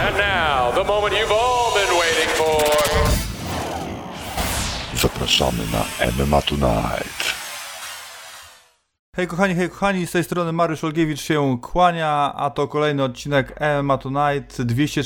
And now, the moment you've all been waiting for. Zapraszamy na MMA Tonight. Hej kochani, z tej strony Mariusz Olgiewicz się kłania, a to kolejny odcinek MMA Tonight,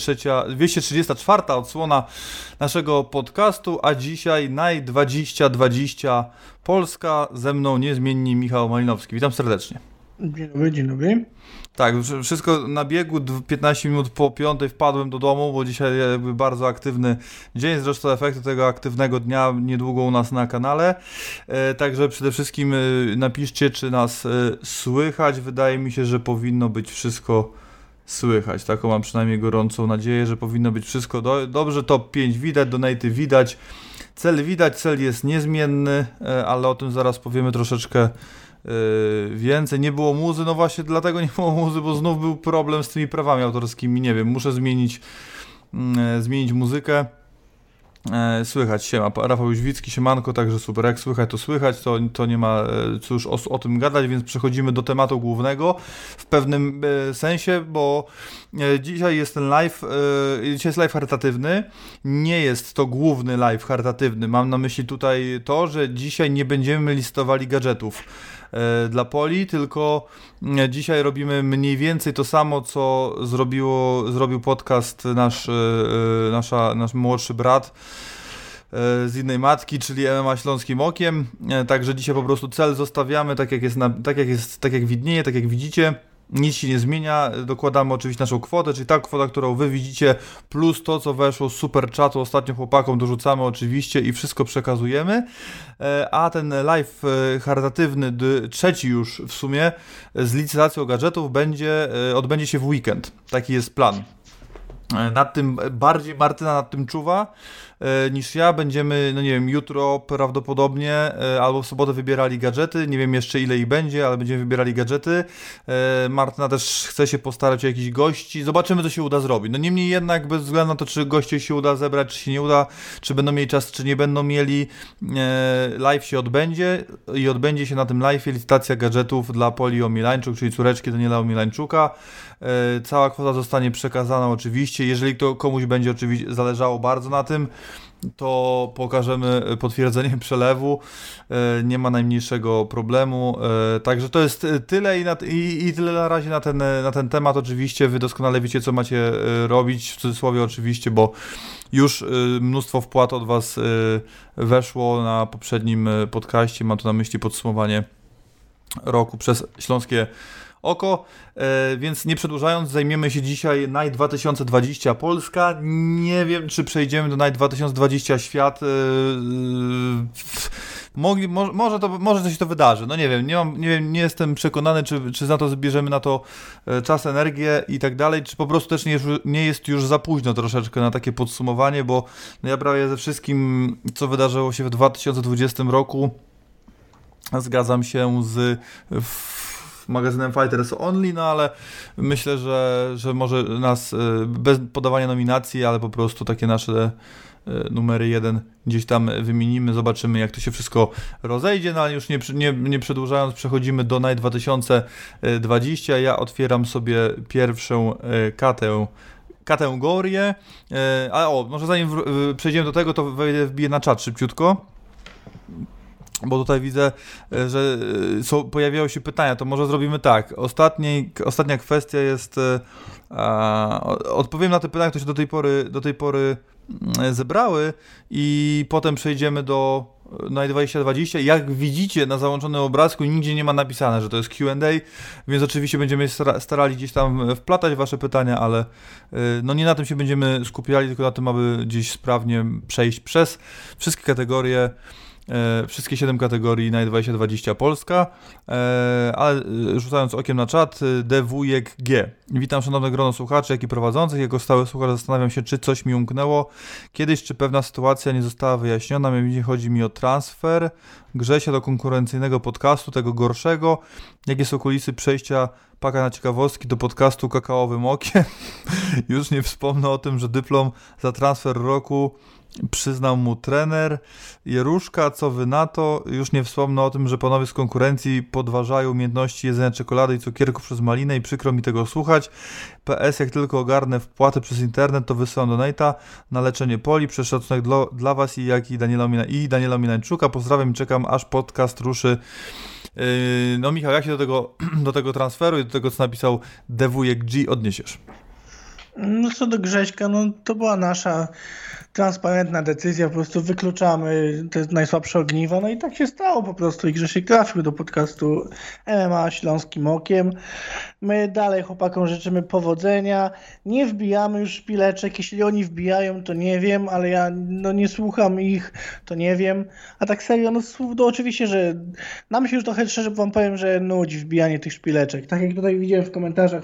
234 odsłona naszego podcastu, a dzisiaj Night 2020 Polska, ze mną niezmiennie Michał Malinowski. Witam serdecznie. Dzień dobry. Tak, wszystko na biegu, 15 minut po 5 wpadłem do domu, bo dzisiaj jakby bardzo aktywny dzień, zresztą efekty tego aktywnego dnia niedługo u nas na kanale, także przede wszystkim napiszcie, czy nas słychać. Wydaje mi się, że powinno być wszystko słychać, taką mam przynajmniej gorącą nadzieję, że powinno być wszystko dobrze. Top 5 widać, donaty widać, cel jest niezmienny, ale o tym zaraz powiemy troszeczkę więcej. Nie było muzy, no właśnie dlatego nie było muzy, bo znów był problem z tymi prawami autorskimi, nie wiem, muszę zmienić muzykę. Słychać, siema, Rafał Jóźwicki, siemanko, także super, jak słychać, to nie ma cóż o tym gadać, więc przechodzimy do tematu głównego w pewnym sensie, bo dzisiaj jest ten live, dzisiaj jest live charytatywny, nie jest to główny live charytatywny, mam na myśli tutaj to, że dzisiaj nie będziemy listowali gadżetów dla Poli, tylko dzisiaj robimy mniej więcej to samo, co zrobił podcast nasz młodszy brat z innej matki, czyli MMA Śląskim Okiem. Także dzisiaj po prostu cel zostawiamy tak jak widnieje, tak jak widzicie. Nic się nie zmienia, dokładamy oczywiście naszą kwotę, czyli ta kwota, którą wy widzicie, plus to, co weszło z super chatu ostatnio chłopakom, dorzucamy oczywiście i wszystko przekazujemy, a ten live charytatywny, trzeci już w sumie, z licytacją gadżetów odbędzie się w weekend, taki jest plan. Nad tym bardziej Martyna nad tym czuwa niż ja. Będziemy, no nie wiem, jutro prawdopodobnie albo w sobotę wybierali gadżety. Nie wiem jeszcze ile ich będzie, ale będziemy wybierali gadżety. Martyna też chce się postarać o jakichś gości. Zobaczymy, co się uda zrobić. No niemniej jednak, bez względu na to, czy gości się uda zebrać, czy się nie uda, czy będą mieli czas, czy nie będą mieli, live się odbędzie i odbędzie się na tym live licytacja gadżetów dla Poli Omielańczuk, czyli córeczki Daniela Omielańczuka. Cała kwota zostanie przekazana oczywiście. Jeżeli to komuś będzie oczywiście zależało bardzo na tym, to pokażemy potwierdzenie przelewu. Nie ma najmniejszego problemu. Także to jest tyle i tyle na razie na ten temat. Oczywiście wy doskonale wiecie, co macie robić, w cudzysłowie oczywiście, bo już mnóstwo wpłat od was weszło na poprzednim podcaście. Mam tu na myśli podsumowanie roku przez Śląskie Oko, więc nie przedłużając, zajmiemy się dzisiaj Night 2020 Polska. Nie wiem, czy przejdziemy do Night 2020 Świat. Może coś to wydarzy. No nie wiem, nie jestem przekonany, czy za to zbierzemy na to czas, energię i tak dalej, czy po prostu też nie jest już za późno troszeczkę na takie podsumowanie, bo no ja prawie ze wszystkim, co wydarzyło się w 2020 roku, zgadzam się z magazynem Fighters Only, no ale myślę, że może nas bez podawania nominacji, ale po prostu takie nasze numery 1 gdzieś tam wymienimy, zobaczymy, jak to się wszystko rozejdzie, no ale już nie przedłużając, przechodzimy do Night 2020. Ja otwieram sobie pierwszą kategorię, ale może zanim przejdziemy do tego, to wbiję na czat szybciutko, bo tutaj widzę, że pojawiają się pytania, to może zrobimy tak. Ostatnia kwestia jest, odpowiem na te pytania, które się do tej pory zebrały i potem przejdziemy do Night 2020. Jak widzicie na załączonym obrazku, nigdzie nie ma napisane, że to jest Q&A, więc oczywiście będziemy starali gdzieś tam wplatać wasze pytania, ale no nie na tym się będziemy skupiali, tylko na tym, aby gdzieś sprawnie przejść przez wszystkie kategorie, wszystkie 7 kategorii Night 2020 Polska, ale rzucając okiem na czat, Dwójek G. Witam szanowne grono słuchaczy, jak i prowadzących. Jako stały słuchacz zastanawiam się, czy coś mi umknęło kiedyś, czy pewna sytuacja nie została wyjaśniona. Mianowicie chodzi mi o transfer Grzesia do konkurencyjnego podcastu, tego gorszego. Jakie są kulisy przejścia Paka na ciekawostki do podcastu Kakaowym Okiem? Już nie wspomnę o tym, że dyplom za transfer roku Przyznał mu trener. Jeruszka, co wy na to? Już nie wspomnę o tym, że panowie z konkurencji podważają umiejętności jedzenia czekolady i cukierków przez malinę i przykro mi tego słuchać. PS, jak tylko ogarnę wpłatę przez internet, to wysyłam donate'a na leczenie Poli. Przez szacunek dla was i Daniela Minańczuka. Pozdrawiam i czekam, aż podcast ruszy. No Michał, jak się do tego transferu i do tego, co napisał Dewujek G, odniesiesz? No co do Grześka, no to była nasza transparentna decyzja, po prostu wykluczamy te najsłabsze ogniwa, no i tak się stało po prostu i Grzesiek trafił do podcastu MMA Śląskim Okiem. My dalej chłopakom życzymy powodzenia, nie wbijamy już szpileczek, jeśli oni wbijają, to nie wiem, ale ja nie słucham ich, to nie wiem, a tak serio, no oczywiście, że nam się już trochę, szczerze wam powiem, że nudzi wbijanie tych szpileczek, tak jak tutaj widziałem w komentarzach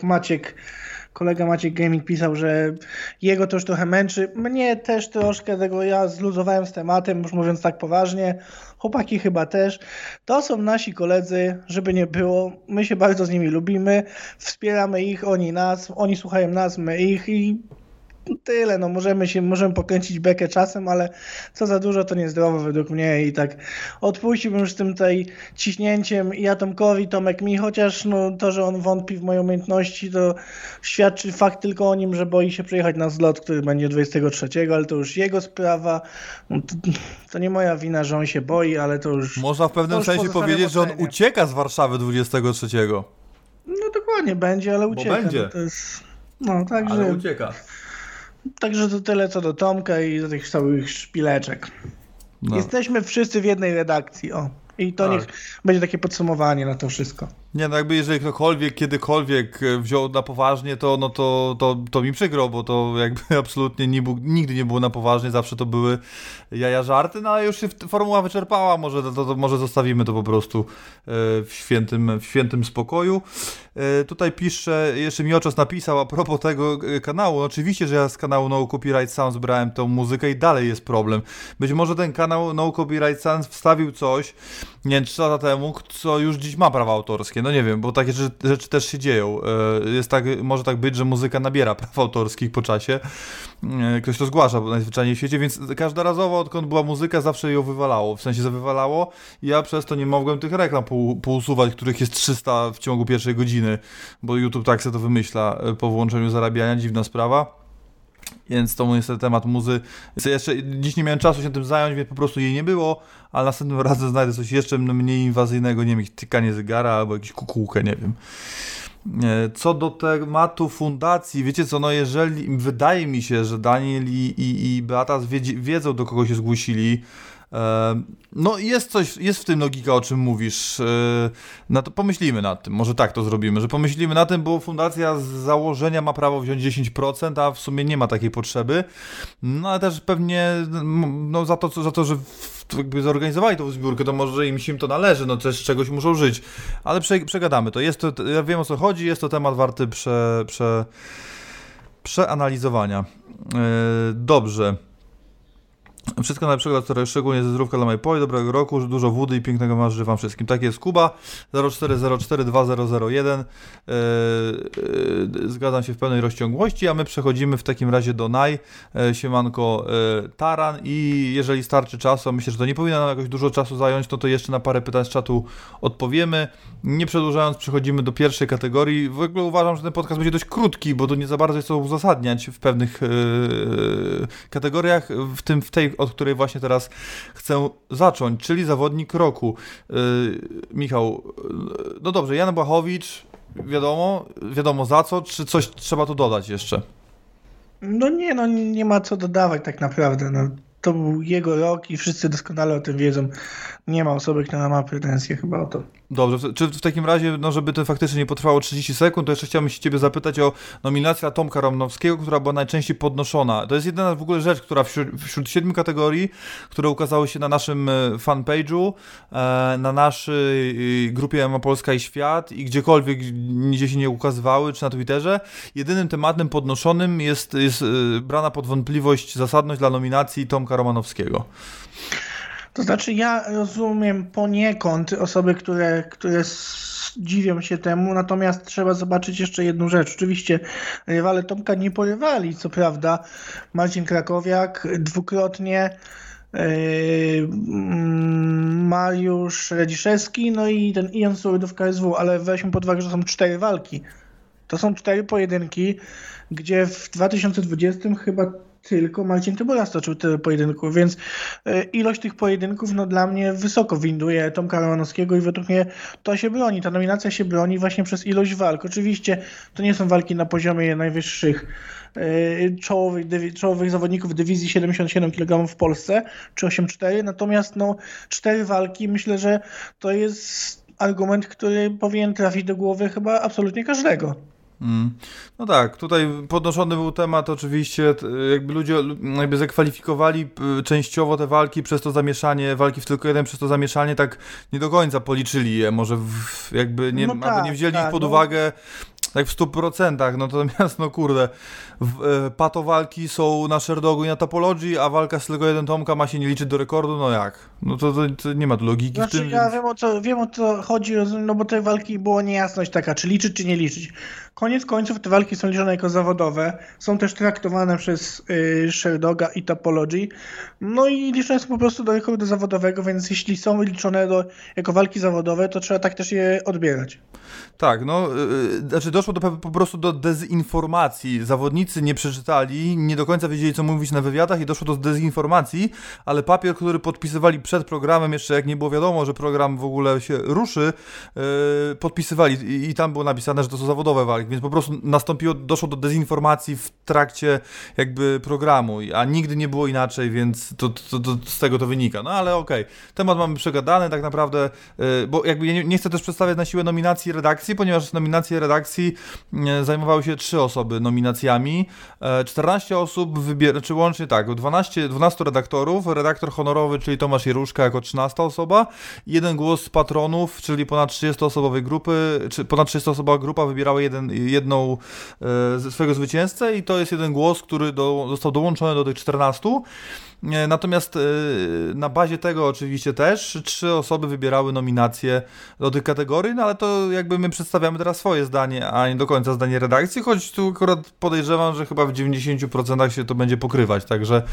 kolega Maciek Gaming pisał, że jego to już trochę męczy. Mnie też troszkę tego, ja zluzowałem z tematem, już mówiąc tak poważnie. Chłopaki chyba też. To są nasi koledzy, żeby nie było. My się bardzo z nimi lubimy, wspieramy ich, oni nas, oni słuchają nas, my ich i tyle, no możemy pokręcić bekę czasem, ale co za dużo to niezdrowo według mnie i tak odpuściłbym już z tym tutaj ciśnięciem i Atomkowi, Tomek mi, chociaż no to, że on wątpi w moje umiejętności, to świadczy fakt tylko o nim, że boi się przyjechać na zlot, który będzie 23, ale to już jego sprawa, no to nie moja wina, że on się boi, ale to już... Można w pewnym sensie powiedzieć, że on ucieka z Warszawy 23. No dokładnie, będzie, ale ucieka. Bo będzie. No, to jest... No, także... Ale ucieka. Także to tyle co do Tomka i do tych całych szpileczek. No. Jesteśmy wszyscy w jednej redakcji, o. I to niech będzie takie podsumowanie na to wszystko. Nie, no jakby jeżeli ktokolwiek, kiedykolwiek wziął na poważnie, to mi przykro, bo to jakby absolutnie nigdy nie było na poważnie, zawsze to były jaja żarty, no ale już się formuła wyczerpała, może zostawimy to po prostu w świętym spokoju. Tutaj pisze, jeszcze Mioczos napisał a propos tego kanału, no oczywiście, że ja z kanału No Copyright Sounds brałem tą muzykę i dalej jest problem. Być może ten kanał No Copyright Sounds wstawił coś, nie wiem, 3 lata temu, co już dziś ma prawa autorskie, no nie wiem, bo takie rzeczy też się dzieją. Może tak być, że muzyka nabiera praw autorskich po czasie. Ktoś to zgłasza najzwyczajniej w świecie, więc każdorazowo, odkąd była muzyka, zawsze ją wywalało. W sensie zawywalało i ja przez to nie mogłem tych reklam pousuwać, których jest 300 w ciągu pierwszej godziny, bo YouTube tak sobie to wymyśla po włączeniu zarabiania, dziwna sprawa. Więc to niestety temat muzy. Jeszcze dziś nie miałem czasu się tym zająć, więc po prostu jej nie było, ale następnym razem znajdę coś jeszcze mniej inwazyjnego, nie wiem, jakieś tykanie zegara albo jakąś kukułkę, nie wiem. Co do tematu fundacji, wiecie co, no jeżeli wydaje mi się, że Daniel i Beata wiedzą, do kogo się zgłosili. No jest w tym logika, o czym mówisz. Pomyślimy nad tym, może tak to zrobimy, że pomyślimy nad tym, bo fundacja z założenia ma prawo wziąć 10%, a w sumie nie ma takiej potrzeby. No ale też pewnie no, za to, że jakby zorganizowali tą zbiórkę, to może im się to należy, no też z czegoś muszą żyć. Ale przegadamy to. Ja wiem, o co chodzi, jest to temat warty przeanalizowania. Dobrze. Wszystko najlepszego, szczególnie ze zdrówka dla mojej Poli, dobrego roku, dużo wody i pięknego marzę wam wszystkim. Tak jest, Kuba 04042001. Zgadzam się w pełnej rozciągłości, a my przechodzimy w takim razie do siemanko Taran i jeżeli starczy czasu, a myślę, że to nie powinno nam jakoś dużo czasu zająć, no to jeszcze na parę pytań z czatu odpowiemy. Nie przedłużając, przechodzimy do pierwszej kategorii. W ogóle uważam, że ten podcast będzie dość krótki, bo tu nie za bardzo jest co uzasadniać w pewnych kategoriach, w tej, od której właśnie teraz chcę zacząć, czyli zawodnik roku. Michał, no dobrze, Jan Błachowicz, wiadomo za co, czy coś trzeba tu dodać jeszcze? No nie ma co dodawać tak naprawdę, no. To był jego rok i wszyscy doskonale o tym wiedzą. Nie ma osoby, która ma pretensje chyba o to. Dobrze, czy w takim razie, no żeby to faktycznie nie potrwało 30 sekund, to jeszcze chciałbym się ciebie zapytać o nominację Tomka Romanowskiego, która była najczęściej podnoszona. To jest jedyna w ogóle rzecz, która wśród 7 kategorii, które ukazały się na naszym fanpage'u, na naszej grupie MMA Polska i Świat i gdziekolwiek, gdzie się nie ukazywały, czy na Twitterze, jedynym tematem podnoszonym jest brana pod wątpliwość zasadność dla nominacji Tomka Romanowskiego. To znaczy ja rozumiem poniekąd osoby, które dziwią się temu, natomiast trzeba zobaczyć jeszcze jedną rzecz. Oczywiście rywale Tomka nie porywali, co prawda. Marcin Krakowiak dwukrotnie, Mariusz Radziszewski, no i ten Ion Surydów KSW, ale weźmy pod uwagę, że są 4 walki. To są 4 pojedynki, gdzie w 2020 chyba tylko Marcin Tybura stoczył tyle pojedynków, więc ilość tych pojedynków no dla mnie wysoko winduje Tomka Romanowskiego i według mnie to się broni. Ta nominacja się broni właśnie przez ilość walk. Oczywiście to nie są walki na poziomie najwyższych czołowych zawodników dywizji 77 kg w Polsce, czy 8-4, natomiast no 4 walki, myślę, że to jest argument, który powinien trafić do głowy chyba absolutnie każdego. No tak, tutaj podnoszony był temat oczywiście, jakby ludzie jakby zakwalifikowali częściowo te walki przez to zamieszanie, walki w tylko jeden przez to zamieszanie, tak nie do końca policzyli je, może jakby nie, no albo nie wzięli ich pod uwagę tak w 100%, natomiast no kurde, patowalki są na Sherdogu i na Topology, a walka z tylko jeden Tomka ma się nie liczyć do rekordu, no jak? No to nie ma tu logiki znaczy, w tym. Ja wiem o co chodzi, no bo tej walki była niejasność taka, czy liczyć, czy nie liczyć. Koniec końców te walki są liczone jako zawodowe, są też traktowane przez Sherdoga i Topology, no i liczone są po prostu do rekordu zawodowego, więc jeśli są liczone jako walki zawodowe, to trzeba tak też je odbierać. Tak, no, znaczy doszło po prostu do dezinformacji. Zawodnicy nie przeczytali, nie do końca wiedzieli, co mówić na wywiadach i doszło do dezinformacji, ale papier, który podpisywali przed programem, jeszcze jak nie było wiadomo, że program w ogóle się ruszy, podpisywali i tam było napisane, że to są zawodowe walki, więc po prostu doszło do dezinformacji w trakcie jakby programu, a nigdy nie było inaczej, więc to z tego to wynika. No ale okej, temat mamy przegadany tak naprawdę, bo jakby nie chcę też przedstawiać na siłę nominacji redakcji, ponieważ nominacje redakcji zajmowały się 3 osoby nominacjami, 14 osób czy łącznie tak, 12 redaktorów, redaktor honorowy, czyli Tomasz Jeruszka jako 13 osoba, 1 głos z patronów, czyli ponad 30-osobowej grupy, czy ponad 30-osobowa grupa wybierała jedną ze swojego zwycięzcę i to jest 1 głos, który został dołączony do tych 14. Natomiast na bazie tego oczywiście też 3 osoby wybierały nominacje do tych kategorii, no ale to jakby my przedstawiamy teraz swoje zdanie, a nie do końca zdanie redakcji, choć tu akurat podejrzewam, że chyba w 90% się to będzie pokrywać, także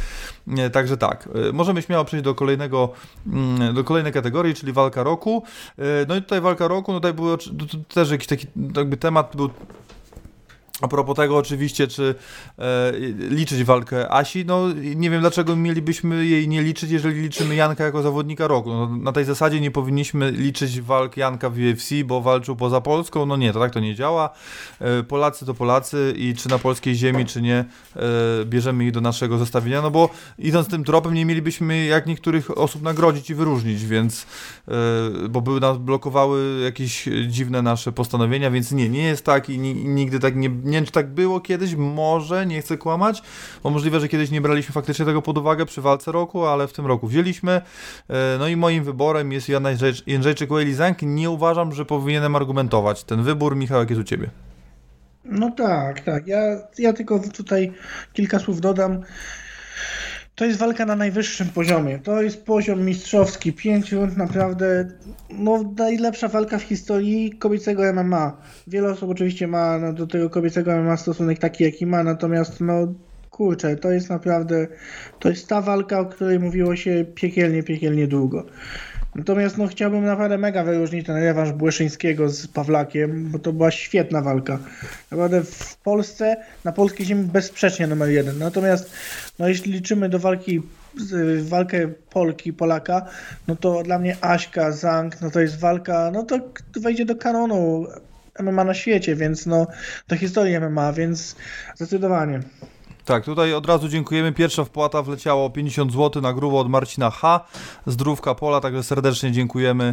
tak. Możemy śmiało przejść do kolejnej kategorii, czyli walka roku. No i tutaj walka roku, no tutaj był też jakiś taki jakby temat był. A propos tego oczywiście, czy liczyć walkę Asi, no nie wiem dlaczego mielibyśmy jej nie liczyć, jeżeli liczymy Janka jako zawodnika roku. No, na tej zasadzie nie powinniśmy liczyć walk Janka w UFC, bo walczył poza Polską, no nie, to tak to nie działa. Polacy to Polacy i czy na polskiej ziemi, czy nie, bierzemy ich do naszego zestawienia, no bo idąc tym tropem nie mielibyśmy jak niektórych osób nagrodzić i wyróżnić, więc bo nas blokowały jakieś dziwne nasze postanowienia, więc nie jest tak i nigdy tak nie wiem, czy tak było kiedyś, może, nie chcę kłamać, bo możliwe, że kiedyś nie braliśmy faktycznie tego pod uwagę przy walce roku, ale w tym roku wzięliśmy. No i moim wyborem jest Jan Jędrzejczyk Weili Zhang. Nie uważam, że powinienem argumentować ten wybór. Michał, jak jest u Ciebie? No tak. Ja tylko tutaj kilka słów dodam. To jest walka na najwyższym poziomie. To jest poziom mistrzowski. 5 rund naprawdę, no najlepsza walka w historii kobiecego MMA. Wiele osób oczywiście ma do tego kobiecego MMA stosunek taki, jaki ma, natomiast no kurczę, to jest naprawdę, to jest ta walka, o której mówiło się piekielnie długo. Natomiast no chciałbym naprawdę mega wyróżnić ten rewanż Błeszyńskiego z Pawlakiem, bo to była świetna walka. Naprawdę w Polsce, na polskiej ziemi bezsprzecznie numer 1. Natomiast no jeśli liczymy do walkę Polki, Polaka, no to dla mnie Aśka, Zhang, no to jest walka, no to wejdzie do kanonu MMA na świecie, więc no do historii MMA, więc zdecydowanie. Tak, tutaj od razu dziękujemy. Pierwsza wpłata wleciało 50 zł na grubo od Marcina H. Zdrówka Pola, także serdecznie dziękujemy.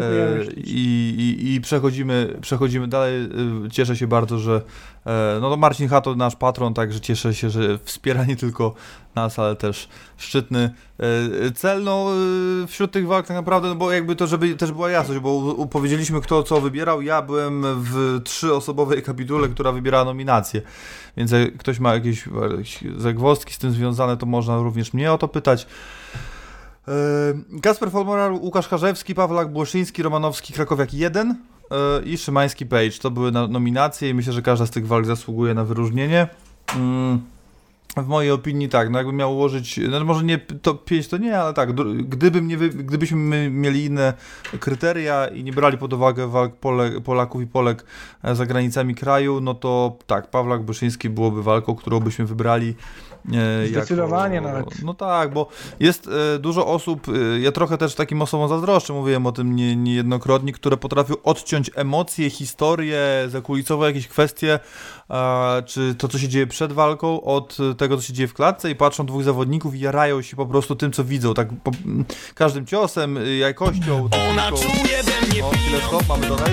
I przechodzimy dalej. Cieszę się bardzo, że no to Marcin H. to nasz patron, także cieszę się, że wspiera nie tylko nas, ale też szczytny cel. No, wśród tych walk tak naprawdę, no bo jakby to, żeby też była jasność, bo powiedzieliśmy kto co wybierał. Ja byłem w 3-osobowej kapitule, która wybierała nominacje, więc jak ktoś ma jakieś zagwozdki z tym związane, to można również mnie o to pytać. Kasper Folmoral, Łukasz Charzewski, Pawlak Błeszyński, Romanowski, Krakowiak 1, i Szymański-Page. To były nominacje i myślę, że każda z tych walk zasługuje na wyróżnienie. W mojej opinii tak, no jakbym miał ułożyć, no może nie top 5 to nie, ale tak, gdybyśmy mieli inne kryteria i nie brali pod uwagę walk Polaków i Polek za granicami kraju, no to tak, Pawlak Buszyński byłoby walką, którą byśmy wybrali. Zdecydowanie nawet. No tak, bo jest dużo osób, ja trochę też takim osobom zazdroszczę, mówiłem o tym niejednokrotnie, które potrafią odciąć emocje, historie, zakulisowe jakieś kwestie, czy to, co się dzieje przed walką, od tego, co się dzieje w klatce i patrzą dwóch zawodników i jarają się po prostu tym, co widzą, tak każdym ciosem, jakością, techniką. O, chwilę, stop, mamy donate.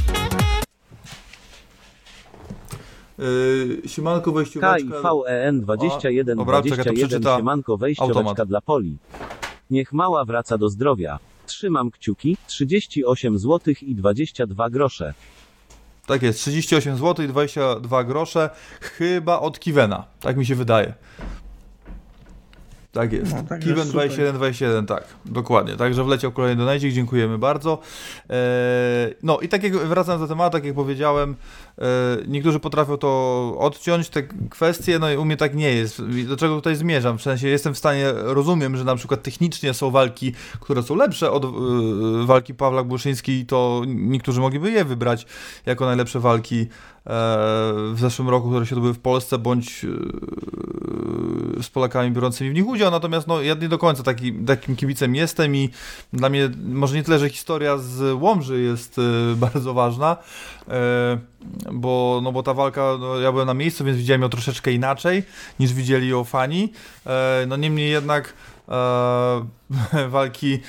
Siemanko, wejścióweczka. KIVEN 21 Dobra, 21 czekaj, siemanko, wejścióweczka automat. dla Poli. Niech mała wraca do zdrowia. Trzymam kciuki, 38 zł i 22 grosze. Tak jest, 38 zł i 22 grosze, chyba od Kivena, tak mi się wydaje. Tak jest, No, tak Kiven jest, super. 2727, tak, dokładnie. Także wleciał kolejny donajcik, dziękujemy bardzo. No i tak jak wracając do tematu, tak jak powiedziałem, niektórzy potrafią to odciąć, te kwestie, no i u mnie tak nie jest. Do czego tutaj zmierzam? W sensie jestem w stanie, rozumiem, że na przykład technicznie są walki, które są lepsze od walki Pawlak Buszyński i to niektórzy mogliby je wybrać jako najlepsze walki w zeszłym roku, które się odbyły w Polsce, bądź z Polakami biorącymi w nich udział, natomiast no, ja nie do końca takim kibicem jestem i dla mnie może nie tyle, że historia z Łomży jest bardzo ważna, bo ta walka, no, ja byłem na miejscu, więc widziałem ją troszeczkę inaczej niż widzieli ją fani, no niemniej jednak walki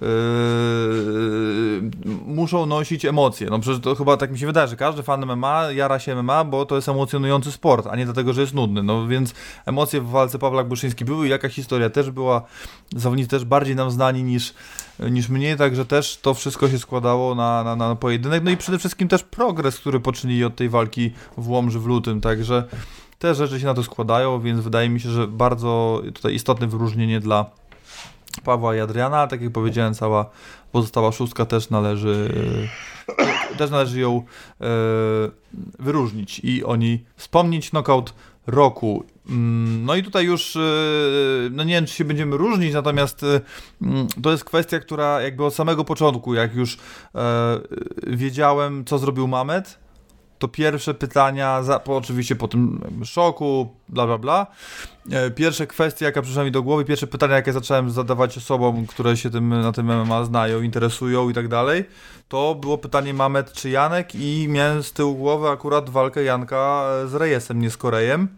muszą nosić emocje. No przecież to chyba tak mi się wydaje, że każdy fan MMA jara się MMA, bo to jest emocjonujący sport, a nie dlatego, że jest nudny. No więc emocje w walce Pawlak Buszyński były, jaka historia też była, zawodnicy też bardziej nam znani niż mnie, także też to wszystko się składało na pojedynek. No i przede wszystkim też progres, który poczynili od tej walki w Łomży w lutym, także te rzeczy się na to składają, więc wydaje mi się, że bardzo tutaj istotne wyróżnienie dla Pawła i Adriana, tak jak powiedziałem, cała pozostała szóstka też należy ją wyróżnić i o niej wspomnieć. Knockout roku. No i tutaj już, no nie wiem, czy się będziemy różnić, natomiast to jest kwestia, która jakby od samego początku, jak już wiedziałem, co zrobił Mamet, to pierwsze pytania, oczywiście po tym szoku, bla bla bla, pierwsze kwestie, jaka przyszła mi do głowy, pierwsze pytania, jakie zacząłem zadawać osobom, które się na tym MMA znają, interesują i tak dalej, to było pytanie Mamet czy Janek i miałem z tyłu głowy akurat walkę Janka z Reyesem, nie z Korejem.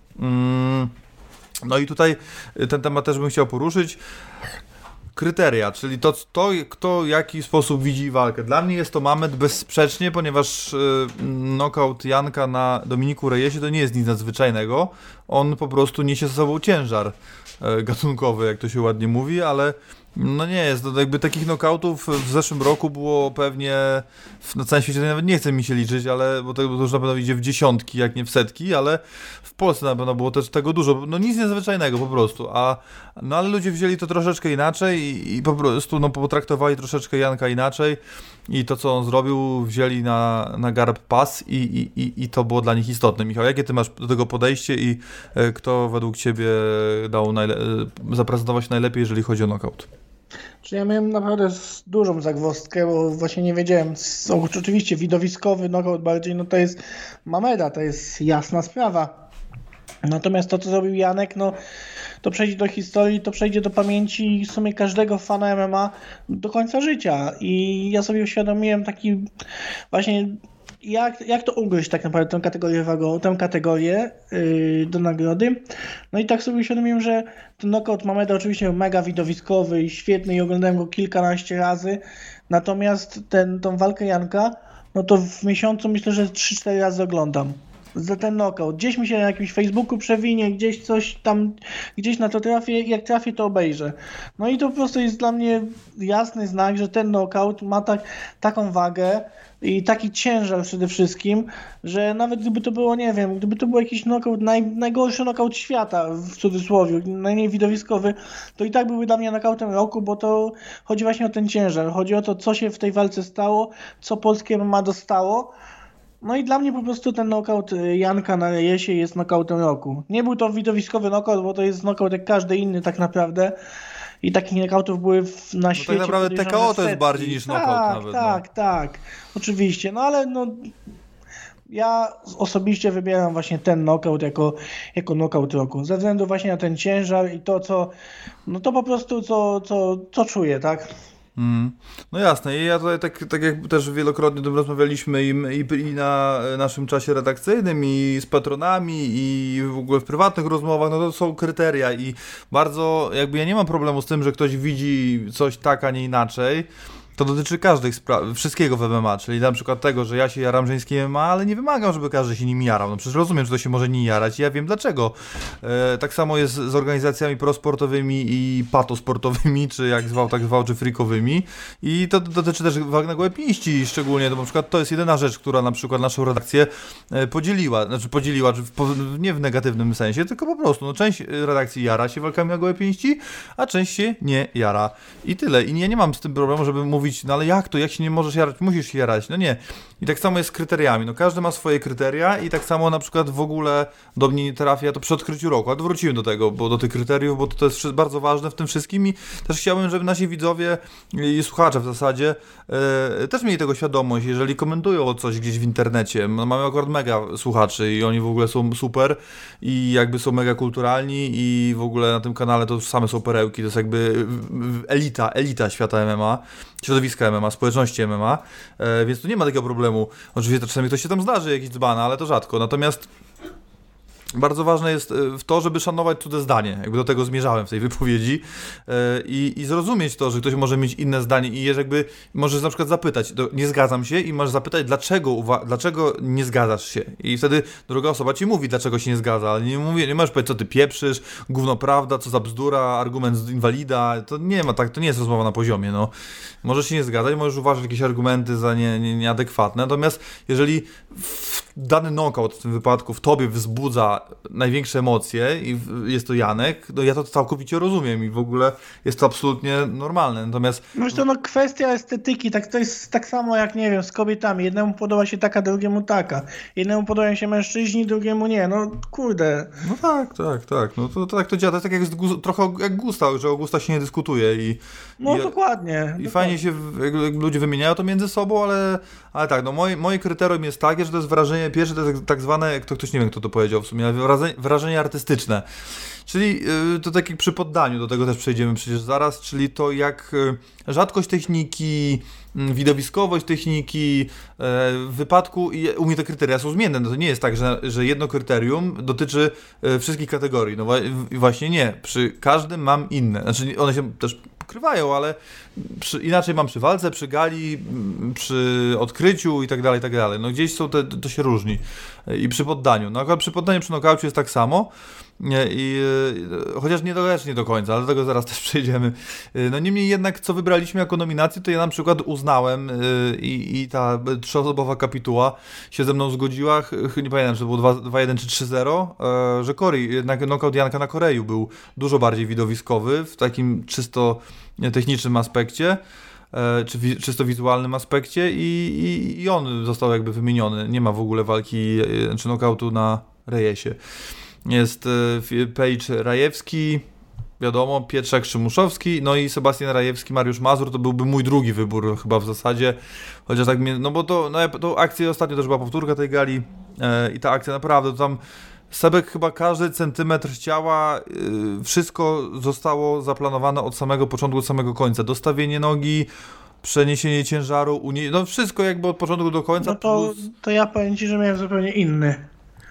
No i tutaj ten temat też bym chciał poruszyć. Kryteria, czyli to kto w jaki sposób widzi walkę. Dla mnie jest to Mamet bezsprzecznie, ponieważ knockout Janka na Dominiku Reyesie to nie jest nic nadzwyczajnego. On po prostu niesie ze sobą ciężar gatunkowy, jak to się ładnie mówi, ale no nie jest. To jakby takich knockoutów w zeszłym roku było pewnie na całym świecie, nawet nie chce mi się liczyć, ale bo to już na pewno idzie w dziesiątki, jak nie w setki, ale w Polsce na pewno było też tego dużo. No nic nadzwyczajnego po prostu, ale ludzie wzięli to troszeczkę inaczej i po prostu no, potraktowali troszeczkę Janka inaczej i to, co on zrobił, wzięli na garb pas i to było dla nich istotne. Michał, jakie ty masz do tego podejście i kto według ciebie zaprezentował się najlepiej, jeżeli chodzi o knockout? Czy ja miałem naprawdę dużą zagwozdkę, bo właśnie nie wiedziałem. Oczywiście widowiskowy knockout bardziej, no to jest Mameda, to jest jasna sprawa. Natomiast to, co zrobił Janek, no to przejdzie do historii, to przejdzie do pamięci w sumie każdego fana MMA do końca życia. I ja sobie uświadomiłem taki właśnie jak to ugryźć tak naprawdę tę kategorię do nagrody. No i tak sobie uświadomiłem, że ten knockout Mameda oczywiście mega widowiskowy i świetny i oglądałem go kilkanaście razy. Natomiast tą walkę Janka, no to w miesiącu myślę, że 3-4 razy oglądam. Za ten knockout. Gdzieś mi się na jakimś Facebooku przewinie, gdzieś coś tam, gdzieś na to trafię, jak trafię, to obejrzę. No i to po prostu jest dla mnie jasny znak, że ten knockout ma taką wagę, i taki ciężar przede wszystkim, że nawet gdyby to było, nie wiem, gdyby to był jakiś knockout, najgorszy knockout świata, w cudzysłowie, najmniej widowiskowy, to i tak byłby dla mnie knockoutem roku, bo to chodzi właśnie o ten ciężar, chodzi o to, co się w tej walce stało, co polskie MMA dostało. No i dla mnie po prostu ten knockout Janka na Reyesie jest knockoutem roku. Nie był to widowiskowy knockout, bo to jest knockout jak każdy inny tak naprawdę. I takich knockoutów były na świecie. Tak naprawdę TKO to jest bardziej niż knockout nawet. Tak, oczywiście. No ale ja osobiście wybieram właśnie ten knockout jako knockout roku. Ze względu właśnie na ten ciężar i to, co, no to po prostu co czuję, tak? No jasne, i ja tutaj tak jak też wielokrotnie o tym rozmawialiśmy i na naszym czasie redakcyjnym, i z patronami, i w ogóle w prywatnych rozmowach, no to są kryteria i bardzo jakby ja nie mam problemu z tym, że ktoś widzi coś tak, a nie inaczej. To dotyczy każdych spraw, wszystkiego w MMA, czyli na przykład tego, że ja się jaram żeńskim MMA, ale nie wymagam, żeby każdy się nim jarał. No przecież rozumiem, że to się może nie jarać i ja wiem dlaczego. Tak samo jest z organizacjami prosportowymi i patosportowymi, czy jak zwał, tak zwał, czy freakowymi. I to dotyczy też walk na gołe pięści szczególnie, to na przykład to jest jedyna rzecz, która na przykład naszą redakcję podzieliła, nie w negatywnym sensie, tylko po prostu, no część redakcji jara się walkami na gołe pięści, a część się nie jara. I tyle. I ja nie mam z tym problemu, żeby mówić, no ale jak to, jak się nie możesz jarać, musisz się jarać, no nie. I tak samo jest z kryteriami, no każdy ma swoje kryteria i tak samo na przykład w ogóle do mnie nie trafia to przy odkryciu roku, ale wróciłem do tego, bo do tych kryteriów, bo to jest bardzo ważne w tym wszystkim i też chciałbym, żeby nasi widzowie i słuchacze w zasadzie też mieli tego świadomość, jeżeli komentują coś gdzieś w internecie, no mamy akurat mega słuchaczy i oni w ogóle są super i jakby są mega kulturalni i w ogóle na tym kanale to same są perełki, to jest jakby elita świata MMA, środowiska MMA, społeczności MMA, więc tu nie ma takiego problemu. Oczywiście to czasami ktoś się tam zdarzy, jakiś dzbana, ale to rzadko. Natomiast bardzo ważne jest w to, żeby szanować cudze zdanie. Jakby do tego zmierzałem w tej wypowiedzi i zrozumieć to, że ktoś może mieć inne zdanie i jakby możesz na przykład zapytać, nie zgadzam się i możesz zapytać, dlaczego nie zgadzasz się. I wtedy druga osoba ci mówi, dlaczego się nie zgadza, ale nie możesz powiedzieć, co ty pieprzysz, gówno prawda, co za bzdura, argument z inwalida. To nie ma tak, to nie jest rozmowa na poziomie. No. Możesz się nie zgadzać, możesz uważać jakieś argumenty za nieadekwatne, natomiast jeżeli dany knockout w tym wypadku w tobie wzbudza największe emocje i jest to Janek, no ja to całkowicie rozumiem i w ogóle jest to absolutnie normalne, natomiast... Zresztą kwestia estetyki, tak to jest tak samo jak, nie wiem, z kobietami, jednemu podoba się taka, drugiemu taka, jednemu podobają się mężczyźni, drugiemu nie, no kurde. No tak, no to tak to działa, to jest tak jak trochę jak gusta, że o gusta się nie dyskutuje i... No dokładnie. I fajnie się, jak ludzie wymieniają to między sobą, ale tak, no moje kryterium jest takie, że to jest wrażenie, pierwsze to jest tak zwane, ktoś nie wiem kto to powiedział w sumie, ale wrażenie artystyczne. Czyli to tak jak przy poddaniu, do tego też przejdziemy przecież zaraz, czyli to jak rzadkość techniki, widowiskowość techniki, w wypadku i u mnie te kryteria są zmienne, no to nie jest tak, że jedno kryterium dotyczy wszystkich kategorii, no właśnie nie, przy każdym mam inne, znaczy one się też pokrywają, ale inaczej mam przy walce, przy gali, przy odkryciu i tak dalej, no gdzieś są to się różni i przy poddaniu, no akurat przy poddaniu, przy knockaucie jest tak samo, chociaż nie do końca, ale do tego zaraz też przejdziemy. No niemniej jednak, co wybraliśmy jako nominację, to ja na przykład uznałem i ta 3-osobowa kapituła się ze mną zgodziła, nie pamiętam, czy to było 2-1 czy 3-0, że Corey, jednak knockout Janka na Koreju był dużo bardziej widowiskowy w takim czysto technicznym aspekcie, czy czysto wizualnym aspekcie i on został jakby wymieniony. Nie ma w ogóle walki, czy knockoutu na Reyesie. Jest Page Rajewski, wiadomo, Pietrzak Szymuszowski, no i Sebastian Rajewski, Mariusz Mazur, to byłby mój drugi wybór chyba w zasadzie, chociaż tak, no bo to akcja ostatnio też była powtórka tej gali i ta akcja naprawdę, to tam Sebek chyba każdy centymetr ciała, wszystko zostało zaplanowane od samego początku, od samego końca, dostawienie nogi, przeniesienie ciężaru, no wszystko jakby od początku do końca. No to ja powiem Ci, że miałem zupełnie inny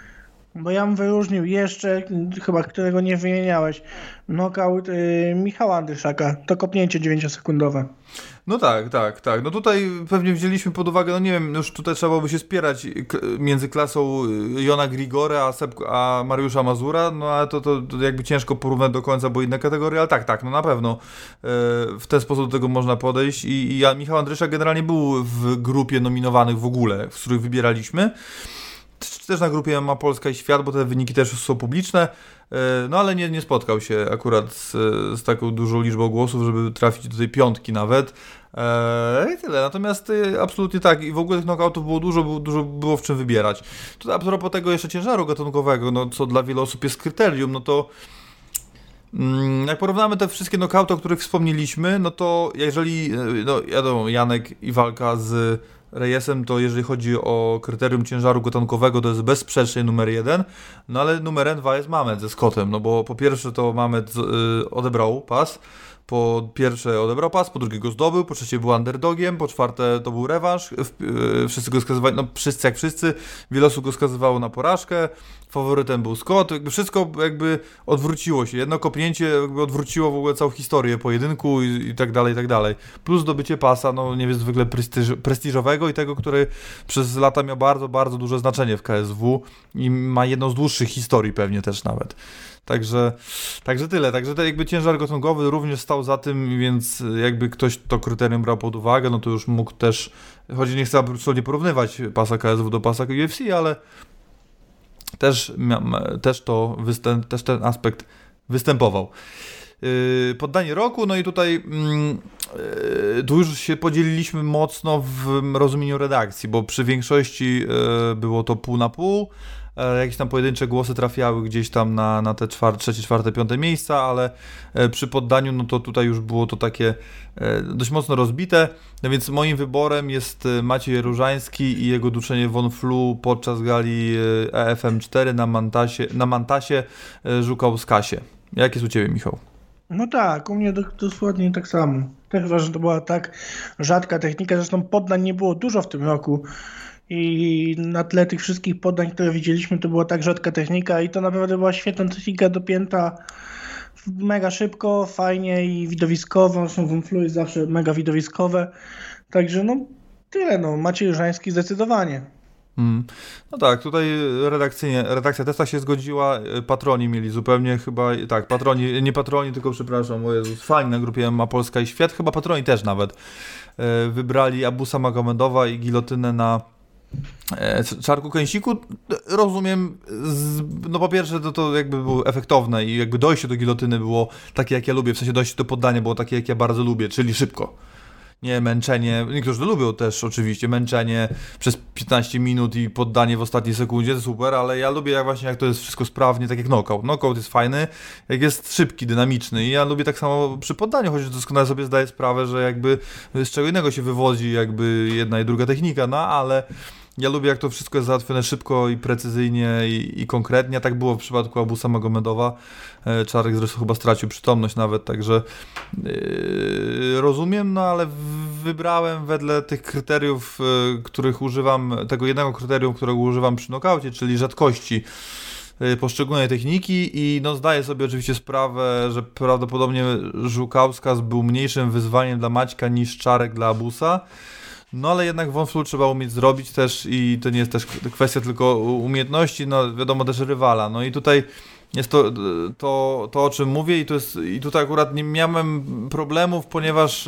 Bo ja bym wyróżnił jeszcze, chyba którego nie wymieniałeś, knockout Michała Andryszaka, to kopnięcie 9-sekundowe. No tak. No tutaj pewnie wzięliśmy pod uwagę, no nie wiem, już tutaj trzeba byłoby się spierać między klasą Jona Grigore a Mariusza Mazura, no ale to jakby ciężko porównać do końca, bo inne kategorie, ale tak, no na pewno w ten sposób do tego można podejść i Michał Andryszak generalnie był w grupie nominowanych w ogóle, z których wybieraliśmy. Też na grupie Ma Polska i Świat, bo te wyniki też są publiczne, no ale nie spotkał się akurat z taką dużą liczbą głosów, żeby trafić do tej piątki nawet. I tyle. Natomiast absolutnie tak. I w ogóle tych knockoutów było dużo było w czym wybierać. To a propos tego jeszcze ciężaru gatunkowego, no co dla wielu osób jest kryterium, no to jak porównamy te wszystkie knockouty, o których wspomnieliśmy, no to jeżeli, no wiadomo, Janek i walka z Reyesem, to jeżeli chodzi o kryterium ciężaru gatunkowego, to jest bezsprzecznie numer 1, no ale numerem 2 jest Mamet ze Scottem, no bo po pierwsze to Mamet odebrał pas, po drugie go zdobył, po trzecie był underdogiem, po czwarte to był rewanż, wszyscy go skazywali, no wszyscy jak wszyscy, wiele osób go skazywało na porażkę, faworytem był Scott, jakby wszystko jakby odwróciło się, jedno kopnięcie jakby odwróciło w ogóle całą historię pojedynku i tak dalej, plus zdobycie pasa, no niezwykle prestiżowego i tego, który przez lata miał bardzo, bardzo duże znaczenie w KSW i ma jedną z dłuższych historii pewnie też nawet. Także tyle. Także ten jakby ciężar gatunkowy również stał za tym, więc jakby ktoś to kryterium brał pod uwagę, no to już mógł też, choć nie chcę absolutnie porównywać pasa KSW do pasa UFC, ale też ten aspekt występował. Poddanie roku, no i tutaj tu już się podzieliliśmy mocno w rozumieniu redakcji, bo przy większości było to pół na pół. Jakieś tam pojedyncze głosy trafiały gdzieś tam na te trzecie, czwarte, piąte miejsca, ale przy poddaniu, no to tutaj już było to takie dość mocno rozbite, no więc moim wyborem jest Maciej Różański i jego duszenie Von Flu podczas gali EFM4 na Mantasie Żukowskasie. Jak jest u Ciebie, Michał? No tak, u mnie dosłownie tak samo. Też uważam, że to była tak rzadka technika, zresztą poddań nie było dużo w tym roku. I na tle tych wszystkich poddań, które widzieliśmy, to była tak rzadka technika i to naprawdę była świetna technika, dopięta mega szybko, fajnie i widowiskowo. Zresztą Von Flu jest zawsze mega widowiskowe. Także no tyle, no Maciej Różański zdecydowanie. No tak, tutaj redakcja też tak się zgodziła, patroni mieli zupełnie chyba, tak, patroni, tylko przepraszam, o Jezus, fani na grupie Ma Polska i Świat, chyba patroni też nawet wybrali Abusa Magomedowa i gilotynę na Czarku Kęsiku. Rozumiem, no po pierwsze to jakby było efektowne i jakby dojście do gilotyny było takie jak ja lubię, w sensie dojście do poddania było takie jak ja bardzo lubię, czyli szybko. Nie męczenie, niektórzy to lubią też oczywiście, męczenie przez 15 minut i poddanie w ostatniej sekundzie, to super, ale ja lubię jak to jest wszystko sprawnie, tak jak knockout. Knockout jest fajny, jak jest szybki, dynamiczny i ja lubię tak samo przy poddaniu, chociaż doskonale sobie zdaję sprawę, że jakby z czego innego się wywodzi jakby jedna i druga technika, no ale ja lubię, jak to wszystko jest załatwione szybko i precyzyjnie i konkretnie. Tak było w przypadku Abusa Magomedowa. Czarek zresztą chyba stracił przytomność nawet, także rozumiem, no ale wybrałem wedle tych kryteriów, których używam, tego jednego kryterium, którego używam przy nokaucie, czyli rzadkości poszczególnej techniki i no zdaję sobie oczywiście sprawę, że prawdopodobnie Żukauskas był mniejszym wyzwaniem dla Maćka niż Czarek dla Abusa. No ale jednak Von Flu trzeba umieć zrobić też i to nie jest też kwestia tylko umiejętności, no wiadomo też rywala. No i tutaj jest to o czym mówię i tutaj akurat nie miałem problemów, ponieważ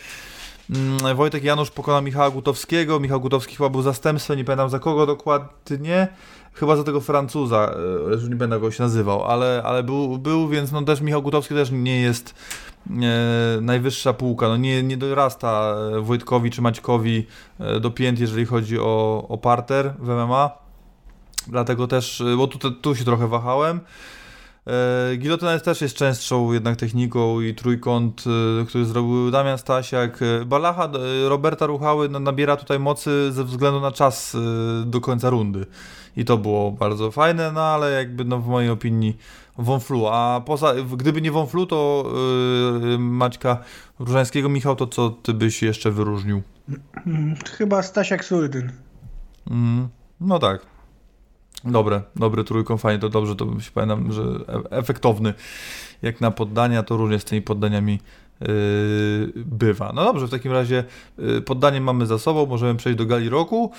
Wojtek Janusz pokonał Michała Gutowskiego. Michał Gutowski chyba był zastępstwem, nie pamiętam za kogo dokładnie. Chyba za tego Francuza, już nie pamiętam jak go się nazywał, ale był, więc no też Michał Gutowski też nie jest najwyższa półka, no nie dorasta Wojtkowi czy Maćkowi do pięt, jeżeli chodzi o parter w MMA, dlatego też, bo tu się trochę wahałem. Gilotyna też jest częstszą jednak techniką i trójkąt, który zrobił Damian Stasiak. Balacha Roberta Ruchały nabiera tutaj mocy ze względu na czas do końca rundy i to było bardzo fajne, no ale jakby no w mojej opinii Von Flu, a gdyby nie Von Flu, to Maćka Różańskiego. Michał, to co ty byś jeszcze wyróżnił? Chyba Stasiak Surdyn. No tak. Dobry trójkąt, fajnie, to dobrze, to się pamiętam, że efektowny. Jak na poddania, to różnie z tymi poddaniami bywa. No dobrze, w takim razie poddanie mamy za sobą, możemy przejść do gali roku.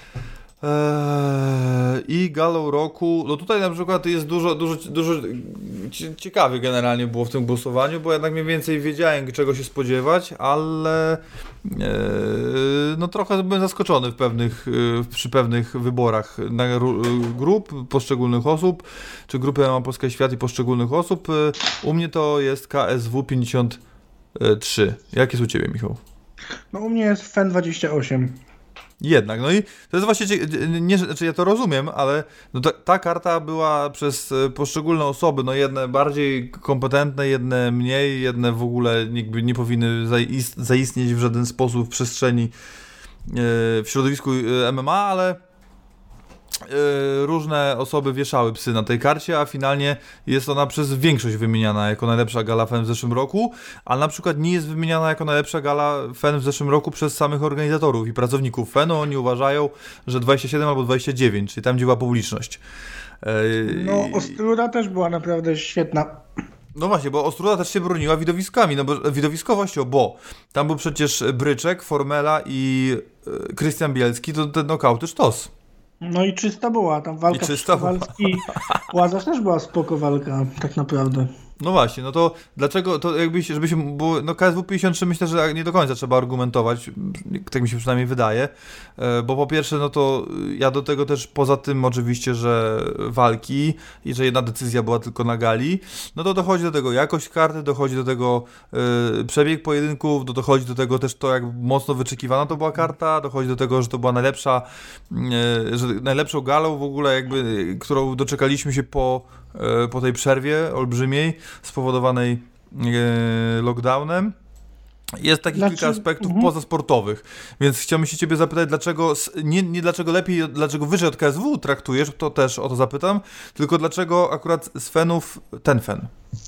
I galą roku, no tutaj na przykład jest dużo ciekawie generalnie było w tym głosowaniu, bo jednak mniej więcej wiedziałem, czego się spodziewać, ale no trochę byłem zaskoczony przy pewnych wyborach grup poszczególnych osób, czy grupy MMA Polska Świat i poszczególnych osób. U mnie to jest KSW 53. Jak jest u Ciebie, Michał? No u mnie jest FEN 28. Jednak, no i to jest właśnie, znaczy ja to rozumiem, ale no ta karta była przez poszczególne osoby, no jedne bardziej kompetentne, jedne mniej, jedne w ogóle nie powinny zaistnieć w żaden sposób w przestrzeni, w środowisku MMA, ale różne osoby wieszały psy na tej karcie, a finalnie jest ona przez większość wymieniana jako najlepsza gala FEN w zeszłym roku, a na przykład nie jest wymieniana jako najlepsza gala FEN w zeszłym roku przez samych organizatorów i pracowników FEN-u. Oni uważają, że 27 albo 29, czyli tam gdzie była publiczność. No Ostruda też była naprawdę świetna. No właśnie, bo Ostruda też się broniła widowiskowością, bo tam był przecież Bryczek, Formela i Krystian Bielski, to te nokauty sztos. No i czysta była, tam walka Walski, Łazarz też była spoko walka, tak naprawdę. No właśnie, no to dlaczego, to jakby, żeby się, bo no KSW 53 myślę, że nie do końca trzeba argumentować, tak mi się przynajmniej wydaje, bo po pierwsze, no to ja do tego też, poza tym oczywiście, że walki i że jedna decyzja była tylko na gali, no to dochodzi do tego jakość karty, dochodzi do tego przebieg pojedynków, dochodzi do tego też to, jak mocno wyczekiwana to była karta, dochodzi do tego, że to była najlepsza, że najlepszą galą w ogóle jakby, którą doczekaliśmy się po tej przerwie olbrzymiej spowodowanej lockdownem. Jest takich kilka aspektów pozasportowych, więc chciałbym się Ciebie zapytać, dlaczego, nie dlaczego lepiej, dlaczego wyżej od KSW traktujesz, to też o to zapytam, tylko dlaczego akurat z FEN-ów ten FEN?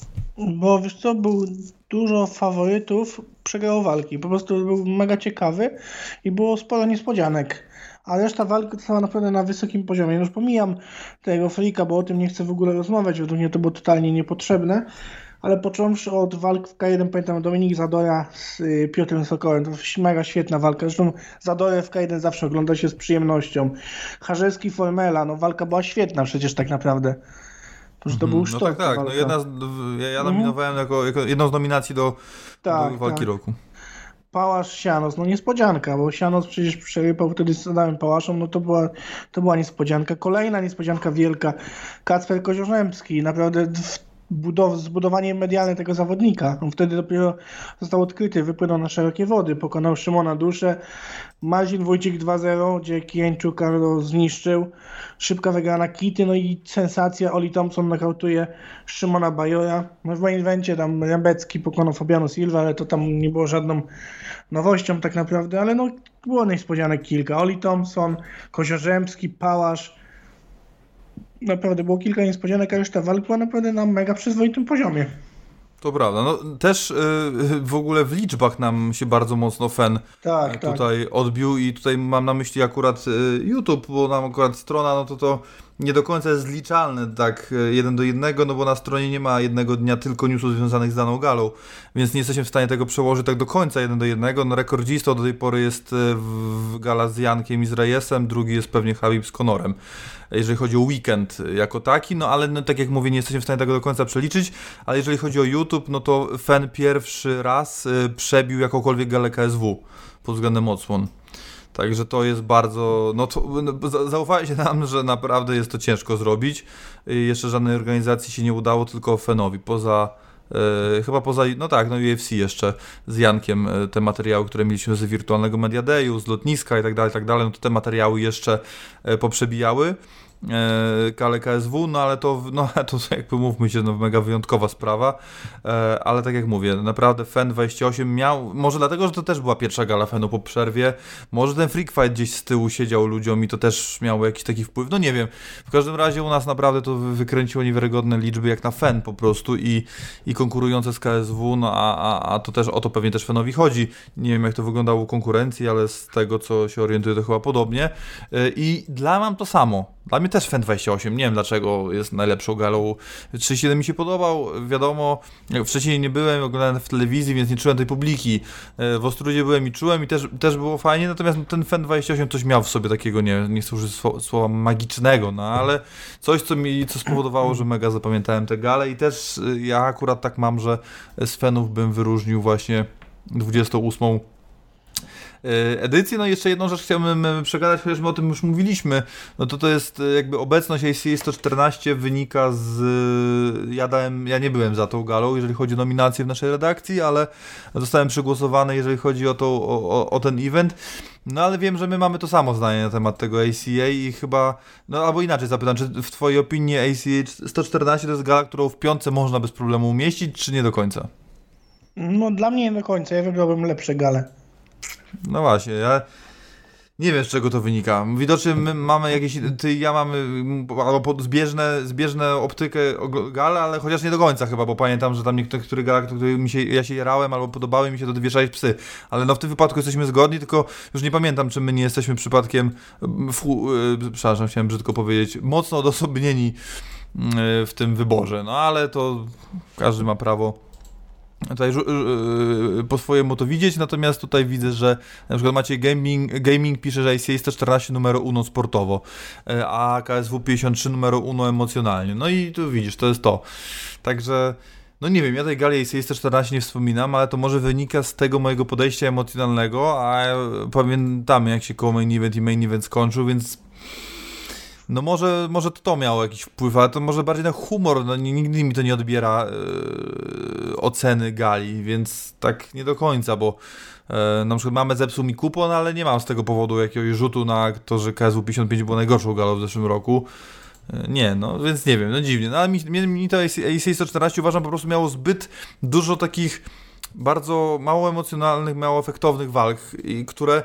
Bo wiesz co, był dużo faworytów, przegrało walki, po prostu był mega ciekawy i było sporo niespodzianek. A reszta walki trwała naprawdę na wysokim poziomie. Już pomijam tego Freaka, bo o tym nie chcę w ogóle rozmawiać, według mnie to było totalnie niepotrzebne. Ale począwszy od walk w K1, pamiętam Dominik Zadora z Piotrem Sokołem, to mega świetna walka. Zresztą Zadorę w K1 zawsze ogląda się z przyjemnością. Harzewski Formela, no walka była świetna przecież tak naprawdę. To był sztos. No tak, no ja nominowałem jako jedną z nominacji do walki roku. Pałasz Sianos, no niespodzianka, bo Sianos przecież przerypał wtedy z Adamem Pałaszem, no to była niespodzianka. Kolejna niespodzianka wielka, Kacper Koziorzemski, naprawdę zbudowanie medialne tego zawodnika. On wtedy dopiero został odkryty, wypłynął na szerokie wody, pokonał Szymona Duszę, Marcin Wójcik 2-0, gdzie Kijańczuk go zniszczył, szybka wygrana Kitty, no i sensacja, Oli Thompson nokautuje Szymona Bajora. No w main evencie tam Rambecki pokonał Fabiano Silva, ale to tam nie było żadną nowością tak naprawdę, ale no było niespodzianek kilka. Oli Thompson, Koziorzemski, Pałasz. Naprawdę było kilka niespodzianek, a reszta walk była naprawdę na mega przyzwoitym poziomie. To prawda. No też w ogóle w liczbach nam się bardzo mocno FEN tutaj odbił i tutaj mam na myśli akurat YouTube, bo nam akurat strona, no to nie do końca jest zliczalne tak 1:1, no bo na stronie nie ma jednego dnia tylko newsów związanych z daną galą, więc nie jesteśmy w stanie tego przełożyć tak do końca 1:1. No rekordzistą do tej pory jest gala z Jankiem i z Reyesem, drugi jest pewnie Khabib z Conorem, jeżeli chodzi o weekend jako taki, no ale no, tak jak mówię, nie jesteśmy w stanie tego do końca przeliczyć, ale jeżeli chodzi o YouTube, no to FEN pierwszy raz przebił jakąkolwiek galę KSW pod względem odsłon. Także to jest bardzo, zaufajcie nam, że naprawdę jest to ciężko zrobić. Jeszcze żadnej organizacji się nie udało, tylko FEN-owi. Chyba poza UFC jeszcze z Jankiem te materiały, które mieliśmy z wirtualnego Media Dayu, z lotniska i tak dalej, no to te materiały jeszcze poprzebijały galę KSW, no ale to jakby mówmy się, mega wyjątkowa sprawa, ale tak jak mówię, naprawdę FEN 28 miał, może dlatego, że to też była pierwsza gala FEN-u po przerwie, może ten Freak Fight gdzieś z tyłu siedział ludziom i to też miało jakiś taki wpływ, no nie wiem, w każdym razie u nas naprawdę to wykręciło niewiarygodne liczby jak na FEN po prostu i konkurujące z KSW, no a to też o to pewnie też FEN-owi chodzi, nie wiem jak to wyglądało u konkurencji, ale z tego co się orientuję to chyba podobnie i mam to samo. Dla mnie też FEN28, nie wiem dlaczego jest najlepszą galą. 37 mi się podobał, wiadomo, wcześniej nie byłem, oglądałem w telewizji, więc nie czułem tej publiki. W Ostródzie byłem i czułem i też było fajnie, natomiast ten FEN28 coś miał w sobie takiego, nie chcę użyć słowa magicznego, no ale coś, co spowodowało, że mega zapamiętałem tę galę i też ja akurat tak mam, że z Fenów bym wyróżnił właśnie 28 edycji. No i jeszcze jedną rzecz chciałbym przegadać, chociaż my o tym już mówiliśmy, no to jest jakby obecność ACA 114 wynika z... Ja nie byłem za tą galą, jeżeli chodzi o nominację w naszej redakcji, ale zostałem przegłosowany, jeżeli chodzi o ten event. No ale wiem, że my mamy to samo zdanie na temat tego ACA i chyba, no albo inaczej zapytam, czy w twojej opinii ACA 114 to jest gala, którą w piątce można bez problemu umieścić, czy nie do końca? No dla mnie nie do końca, ja wybrałbym lepsze gale. No właśnie, ja nie wiem, z czego to wynika. Widocznie my mamy jakieś, ja mamy albo zbieżne optykę gal, ale chociaż nie do końca chyba, bo pamiętam, że tam niektóre gale, które ja się jarałem albo podobały mi się, to wieszać psy. Ale no w tym wypadku jesteśmy zgodni, tylko już nie pamiętam, czy my nie jesteśmy przypadkiem, przepraszam, chciałem brzydko powiedzieć, mocno odosobnieni w tym wyborze. No ale to każdy ma prawo tutaj po swojemu to widzieć, natomiast tutaj widzę, że na przykład Maciej Gaming pisze, że ACA 114 numero uno sportowo, a KSW 53 numero uno emocjonalnie. No i tu widzisz, to jest to. Także, no nie wiem, ja tej gali ACA 114 nie wspominam, ale to może wynika z tego mojego podejścia emocjonalnego, a pamiętamy jak się koło main event skończył, więc no może to miało jakiś wpływ, ale to może bardziej na humor, no nigdy mi to nie odbiera oceny gali, więc tak nie do końca, bo na przykład mamy zepsuł mi kupon, ale nie mam z tego powodu jakiegoś rzutu na to, że KSW 55 było najgorszą galą w zeszłym roku. Nie, no więc nie wiem, no dziwnie, no ale mi to ACA 114 uważam po prostu miało zbyt dużo takich bardzo mało emocjonalnych, mało efektownych walk, które,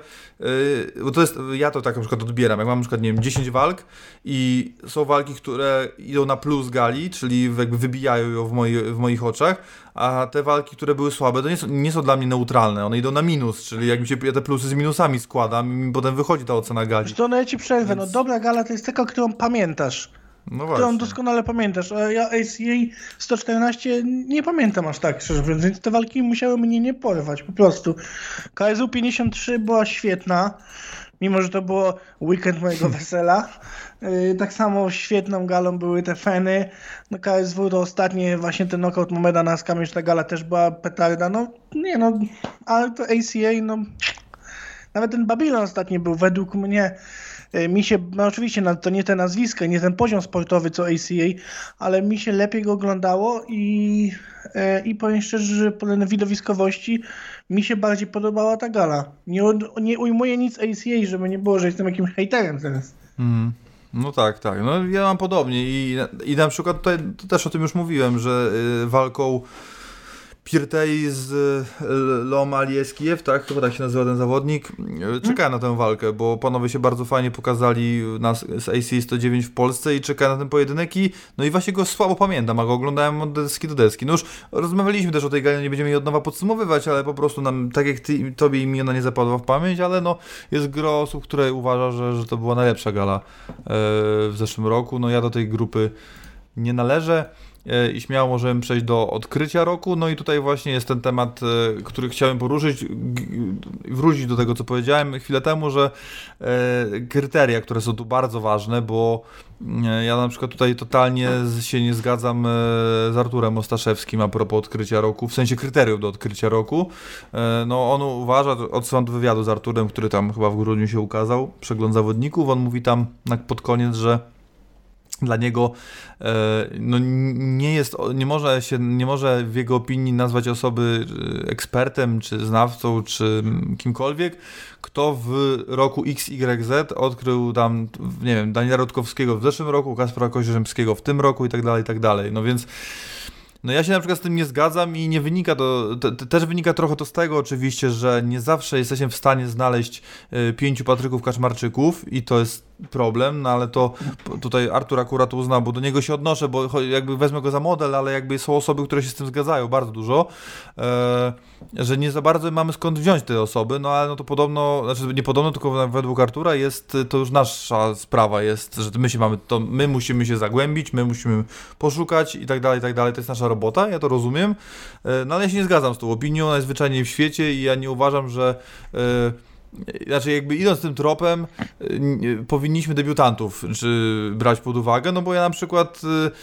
bo to jest, ja to tak na przykład odbieram, jak mam na przykład, nie wiem, 10 walk i są walki, które idą na plus gali, czyli jakby wybijają ją w moich oczach, a te walki, które były słabe, to nie są dla mnie neutralne, one idą na minus, czyli jak mi się ja te plusy z minusami składam i mi potem wychodzi ta ocena gali. Zresztą no ja ci przerwę, no dobra gala to jest taka, którą pamiętasz. No którą właśnie. doskonale pamiętasz, a ja ACA 114 nie pamiętam aż tak, szczerze mówiąc, więc te walki musiały mnie nie porwać, po prostu. KSW 53 była świetna, mimo że to było weekend mojego wesela. Tak samo świetną galą były te Feny. No KSW to ostatnie, właśnie ten knockout Momeda na Skamierz, ta gala też była petarda, no nie no, ale to ACA, no nawet ten Babylon ostatni był według mnie, mi się, no oczywiście to nie te nazwiska, nie ten poziom sportowy co ACA, ale mi się lepiej go oglądało i powiem szczerze, że po widowiskowości mi się bardziej podobała ta gala. Nie ujmuję nic ACA, żeby nie było, że jestem jakimś hejterem teraz. No tak, no ja mam podobnie i na przykład tutaj to też o tym już mówiłem, że walką Pirtei z Lom Alieskijew, tak? Chyba tak się nazywa ten zawodnik. Czekałem na tę walkę, bo panowie się bardzo fajnie pokazali z ACA 109 w Polsce i czekałem na ten pojedynek no i właśnie go słabo pamiętam, a go oglądałem od deski do deski. No już rozmawialiśmy też o tej gali, nie będziemy jej od nowa podsumowywać, ale po prostu nam, tak jak tobie i mi ona nie zapadła w pamięć, ale no jest gro osób, które uważa, że to była najlepsza gala w zeszłym roku. No ja do tej grupy nie należę. I śmiało możemy przejść do odkrycia roku. No i tutaj właśnie jest ten temat, który chciałem poruszyć, wrócić do tego, co powiedziałem chwilę temu, że kryteria, które są tu bardzo ważne, bo ja na przykład tutaj totalnie się nie zgadzam z Arturem Ostaszewskim a propos odkrycia roku, w sensie kryteriów do odkrycia roku. No on uważa, odsyłam do wywiadu z Arturem, który tam chyba w grudniu się ukazał, przegląd zawodników, on mówi tam pod koniec, że dla niego no nie może w jego opinii nazwać osoby ekspertem, czy znawcą, czy kimkolwiek, kto w roku XYZ odkrył tam, nie wiem, Daniela Rutkowskiego w zeszłym roku, Kaspra Kozirzemskiego w tym roku i tak dalej. No więc no ja się na przykład z tym nie zgadzam i nie wynika to też wynika trochę to z tego oczywiście, że nie zawsze jesteśmy w stanie znaleźć 5 Patryków Kaczmarczyków i to jest problem, no ale to tutaj Artur akurat uznał, bo do niego się odnoszę, bo jakby wezmę go za model, ale jakby są osoby, które się z tym zgadzają bardzo dużo, że nie za bardzo mamy skąd wziąć te osoby, no ale no to podobno, znaczy nie podobno, tylko według Artura jest, to już nasza sprawa jest, że my musimy się zagłębić, my musimy poszukać i tak dalej, to jest nasza robota, ja to rozumiem, no ale ja się nie zgadzam z tą opinią najzwyczajniej w świecie i ja nie uważam, że znaczy jakby idąc tym tropem powinniśmy debiutantów brać pod uwagę, no bo ja na przykład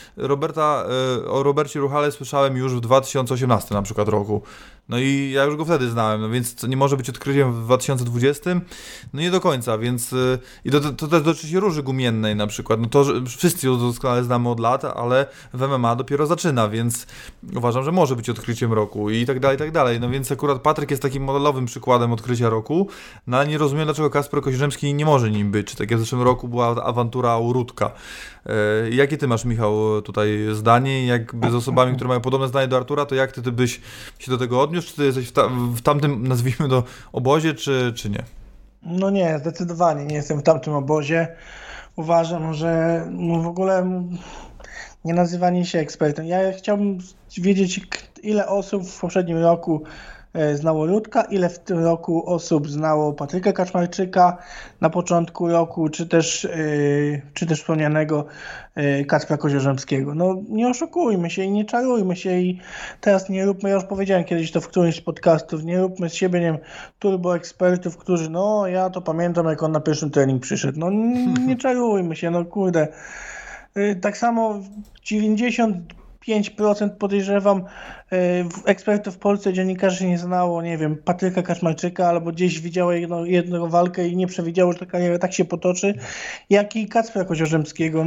o Robercie Ruchale słyszałem już w 2018 na przykład roku. No i ja już go wtedy znałem, no więc to nie może być odkryciem w 2020, no nie do końca, więc i to też dotyczy się róży gumiennej na przykład, no to że wszyscy ją doskonale znamy od lat, ale w MMA dopiero zaczyna, więc uważam, że może być odkryciem roku i tak dalej, no więc akurat Patryk jest takim modelowym przykładem odkrycia roku, no ale nie rozumiem, dlaczego Kacper Kozirzemski nie może nim być, czy tak jak w zeszłym roku była awantura Urudka. Jakie ty masz, Michał, tutaj zdanie? Jakby z osobami, które mają podobne zdanie do Artura, to jak ty byś się do tego odniósł? Czy ty jesteś w tamtym, nazwijmy to, obozie, czy nie? No nie, zdecydowanie nie jestem w tamtym obozie. Uważam, że w ogóle nie nazywanie się ekspertem. Ja chciałbym wiedzieć, ile osób w poprzednim roku znało Rudka, ile w tym roku osób znało Patryka Kaczmarczyka na początku roku, czy też wspomnianego Kacpra Kozirzemskiego. No nie oszukujmy się i nie czarujmy się i teraz nie róbmy, ja już powiedziałem kiedyś to w którymś z podcastów, nie róbmy z siebie, nie wiem, turbo ekspertów, którzy, no ja to pamiętam, jak on na pierwszym trening przyszedł. No nie czarujmy się, no kurde. Tak samo 95% podejrzewam ekspertów w Polsce, dziennikarzy nie znało, nie wiem, Patryka Kaczmarczyka albo gdzieś widziało jedną walkę i nie przewidziało, że ta kariera tak się potoczy, jak i Kacpra Kozirzemskiego.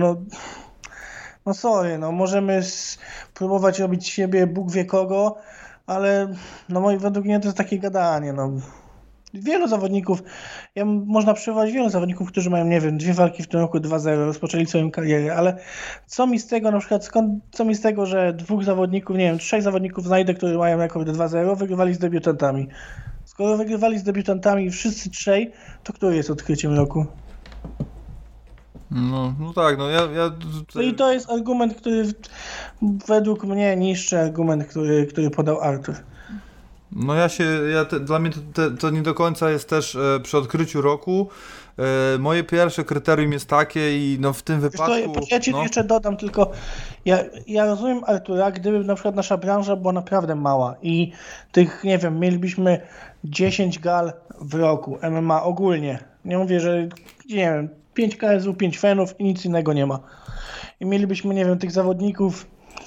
No sorry, no możemy próbować robić z siebie Bóg wie kogo, ale no według mnie to jest takie gadanie, no. Wielu zawodników, można przywołać wielu zawodników, którzy mają, nie wiem, 2 walki w tym roku 2-0, rozpoczęli swoją karierę, ale co mi z tego, na przykład, co mi z tego, że 2 zawodników, nie wiem, 3 zawodników znajdę, którzy mają rekord 2-0, wygrywali z debiutantami. Skoro wygrywali z debiutantami wszyscy 3, to który jest odkryciem roku? No tak, no ja No i to jest argument, który według mnie niższy argument, który podał Artur. No dla mnie to nie do końca jest też przy odkryciu roku. Moje pierwsze kryterium jest takie i no w tym wypadku... Ja ci jeszcze dodam tylko, ja rozumiem Artura, gdyby na przykład nasza branża była naprawdę mała i tych, nie wiem, mielibyśmy 10 gal w roku MMA ogólnie. Nie mówię, że nie wiem, 5 KSW, 5 fanów i nic innego nie ma. I mielibyśmy, nie wiem, tych zawodników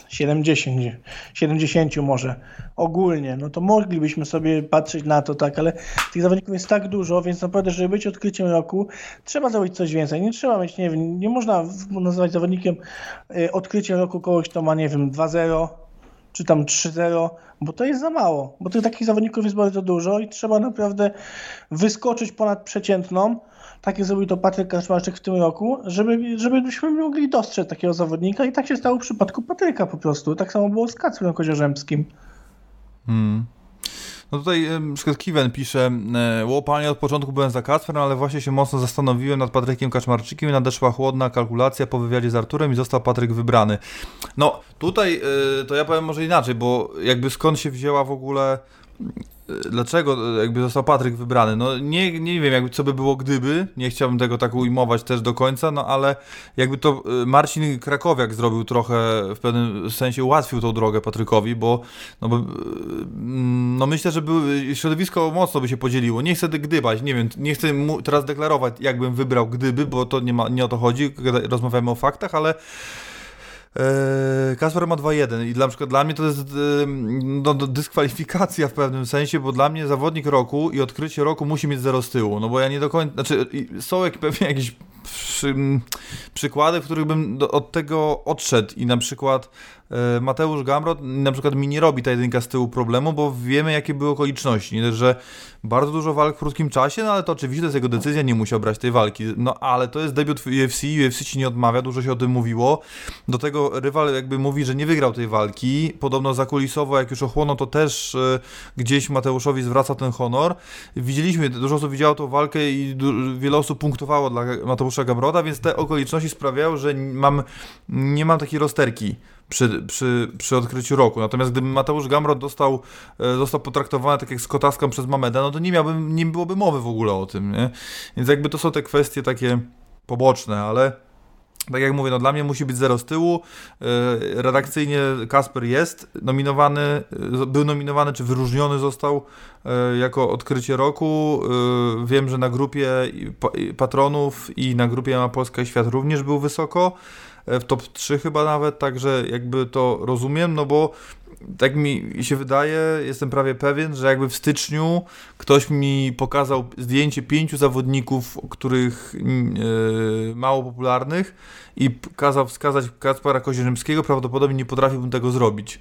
70 może ogólnie, no to moglibyśmy sobie patrzeć na to, tak, ale tych zawodników jest tak dużo, więc naprawdę, żeby być odkryciem roku, trzeba zrobić coś więcej. Nie trzeba mieć, nie wiem, nie można nazywać zawodnikiem odkryciem roku kogoś, kto ma, nie wiem, 2-0 czy tam 3-0, bo to jest za mało, bo tych takich zawodników jest bardzo dużo i trzeba naprawdę wyskoczyć ponad przeciętną. Tak jak zrobił to Patryk Kaczmarczyk w tym roku, żebyśmy mogli dostrzec takiego zawodnika i tak się stało w przypadku Patryka po prostu. Tak samo było z Kacprem Kozirzemskim. No tutaj na przykład Kiwen pisze, panie, od początku byłem za Kacprem, ale właśnie się mocno zastanowiłem nad Patrykiem Kaczmarczykiem i nadeszła chłodna kalkulacja po wywiadzie z Arturem i został Patryk wybrany. No tutaj to ja powiem może inaczej, bo jakby skąd się wzięła w ogóle... Dlaczego jakby został Patryk wybrany? No nie wiem, jakby co by było gdyby, nie chciałbym tego tak ujmować też do końca, no ale jakby to Marcin Krakowiak zrobił trochę, w pewnym sensie ułatwił tą drogę Patrykowi, bo myślę, że środowisko mocno by się podzieliło. Nie chcę gdybać, nie wiem, nie chcę teraz deklarować, jakbym wybrał gdyby, bo to nie o to chodzi, rozmawiamy o faktach, ale Kacper ma 2-1 i na przykład dla mnie to jest dyskwalifikacja w pewnym sensie, bo dla mnie zawodnik roku i odkrycie roku musi mieć 0 z tyłu, no bo ja nie do końca, znaczy są pewnie jakieś przykłady, w których bym od tego odszedł i na przykład Mateusz Gamrot, na przykład mi nie robi ta jedynka z tyłu problemu, bo wiemy, jakie były okoliczności. Nie? Że bardzo dużo walk w krótkim czasie, no ale to oczywiście to jest jego decyzja, nie musiał brać tej walki. No ale to jest debiut w UFC ci nie odmawia, dużo się o tym mówiło. Do tego rywal jakby mówi, że nie wygrał tej walki. Podobno zakulisowo, jak już ochłonął, to też gdzieś Mateuszowi zwraca ten honor. Widzieliśmy, dużo osób widziało tą walkę i wiele osób punktowało dla Mateusza Gamrota, więc te okoliczności sprawiają, że nie mam takiej rozterki przy odkryciu roku. Natomiast gdyby Mateusz Gamrot został potraktowany tak jak Scott Askham przez Mameda, no to nie byłoby mowy w ogóle o tym, nie? Więc jakby to są te kwestie takie poboczne, ale tak jak mówię, no dla mnie musi być zero z tyłu. Redakcyjnie Kasper jest nominowany, był nominowany, czy wyróżniony został jako odkrycie roku. Wiem, że na grupie patronów i na grupie Ma Polska i Świat również był wysoko. W top 3 chyba nawet, także jakby to rozumiem, no bo tak mi się wydaje, jestem prawie pewien, że jakby w styczniu ktoś mi pokazał zdjęcie 5 zawodników, których mało popularnych i kazał wskazać Kacpra Kozirzymskiego, prawdopodobnie nie potrafiłbym tego zrobić.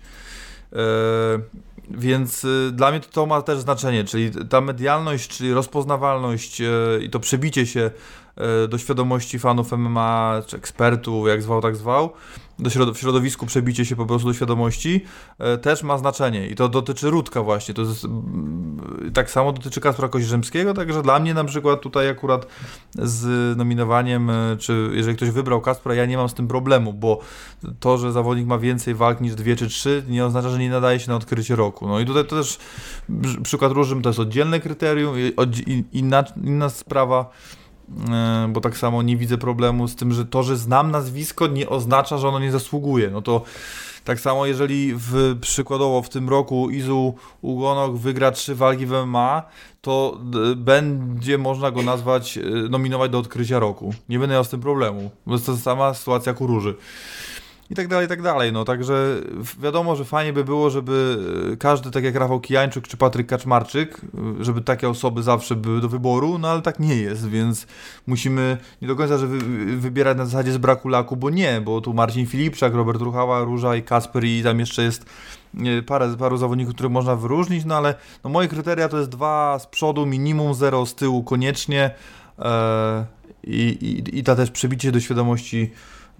Więc dla mnie to ma też znaczenie, czyli ta medialność, czyli rozpoznawalność i to przebicie się do świadomości fanów MMA, czy ekspertów, jak zwał, tak zwał, w środowisku przebicie się po prostu do świadomości też ma znaczenie i to dotyczy Rudka właśnie, to jest, tak samo dotyczy Kacpra Kozirzymskiego, także dla mnie na przykład tutaj akurat z nominowaniem, czy jeżeli ktoś wybrał Kacpra, ja nie mam z tym problemu, bo to, że zawodnik ma więcej walk niż 2 czy 3 nie oznacza, że nie nadaje się na odkrycie roku. No i tutaj to też przykład Różym to jest oddzielne kryterium, inna sprawa, bo tak samo nie widzę problemu z tym, że to, że znam nazwisko, nie oznacza, że ono nie zasługuje. No to tak samo jeżeli przykładowo w tym roku Izu Ugonok wygra 3 walki w MMA, to będzie można go nominować do odkrycia roku. Nie będę miał z tym problemu, bo jest to sama sytuacja jak u Róży. I tak dalej, i tak dalej. No także wiadomo, że fajnie by było, żeby każdy, tak jak Rafał Kijańczuk czy Patryk Kaczmarczyk, żeby takie osoby zawsze były do wyboru, no ale tak nie jest, więc musimy nie do końca, że wybierać na zasadzie z braku laku, bo tu Marcin Filipczak, Robert Ruchała, Róża i Kasper i tam jeszcze jest paru zawodników, których można wyróżnić, no ale no moje kryteria to jest 2 z przodu, minimum 0 z tyłu koniecznie i ta też przebicie do świadomości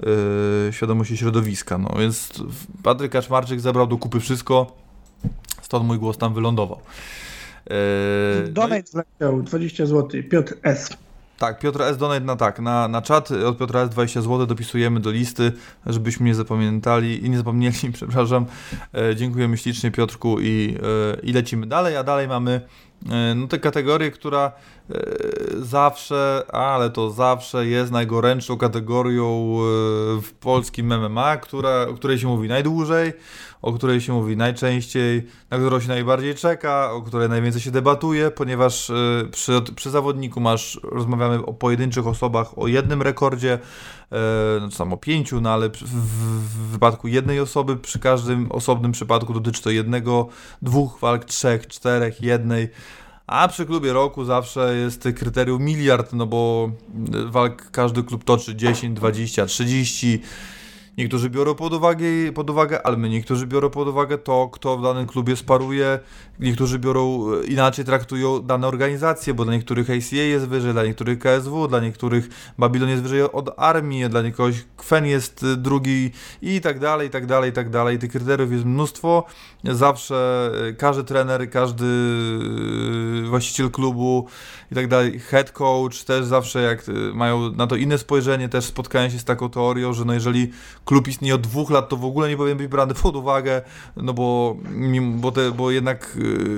środowiska, no więc Patryk Kaczmarczyk zebrał do kupy wszystko, stąd mój głos tam wylądował. Donate wleciał 20 zł, Piotr S. Tak, Piotr S. donate na czat od Piotra S. 20 zł dopisujemy do listy, żebyśmy nie zapomnieli, przepraszam. Dziękujemy ślicznie Piotrku i lecimy dalej, a dalej mamy no tę kategorię, która zawsze jest najgorętszą kategorią w polskim MMA, o której się mówi najdłużej, o której się mówi najczęściej, na którą się najbardziej czeka, o której najwięcej się debatuje, ponieważ przy zawodniku rozmawiamy o pojedynczych osobach, o jednym rekordzie, no samo 5, no ale w wypadku jednej osoby, przy każdym osobnym przypadku dotyczy to 1, 2 walk, 3, 4, 1. A przy klubie roku zawsze jest kryterium 1 miliard, no bo walk każdy klub toczy 10, 20, 30. Niektórzy biorą pod uwagę, ale niektórzy biorą pod uwagę to, kto w danym klubie sparuje. Niektórzy inaczej traktują dane organizacje, bo dla niektórych ACA jest wyżej, dla niektórych KSW, dla niektórych Babylon jest wyżej od Armii, dla kogoś Kwen jest drugi i tak dalej, i tak dalej, i tak dalej. Tych kryteriów jest mnóstwo. Zawsze każdy trener, każdy właściciel klubu i tak dalej, head coach też zawsze jak mają na to inne spojrzenie, też spotkają się z taką teorią, że no jeżeli klub istnieje od 2 lat, to w ogóle nie powinien być brany pod uwagę, no bo jednak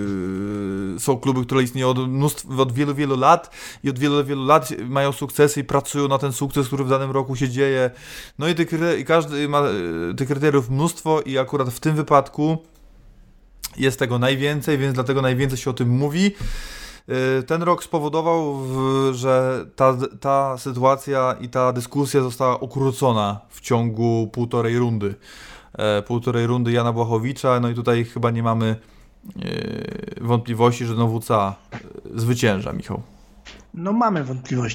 są kluby, które istnieją od wielu, wielu lat i od wielu, wielu lat mają sukcesy i pracują na ten sukces, który w danym roku się dzieje. No i każdy ma tych kryteriów mnóstwo i akurat w tym wypadku jest tego najwięcej, więc dlatego najwięcej się o tym mówi. Ten rok spowodował, że ta sytuacja i ta dyskusja została ukrócona w ciągu półtorej rundy Jana Błachowicza, no i tutaj chyba nie mamy wątpliwości, że WCA zwycięża, Michał. No mamy wątpliwości.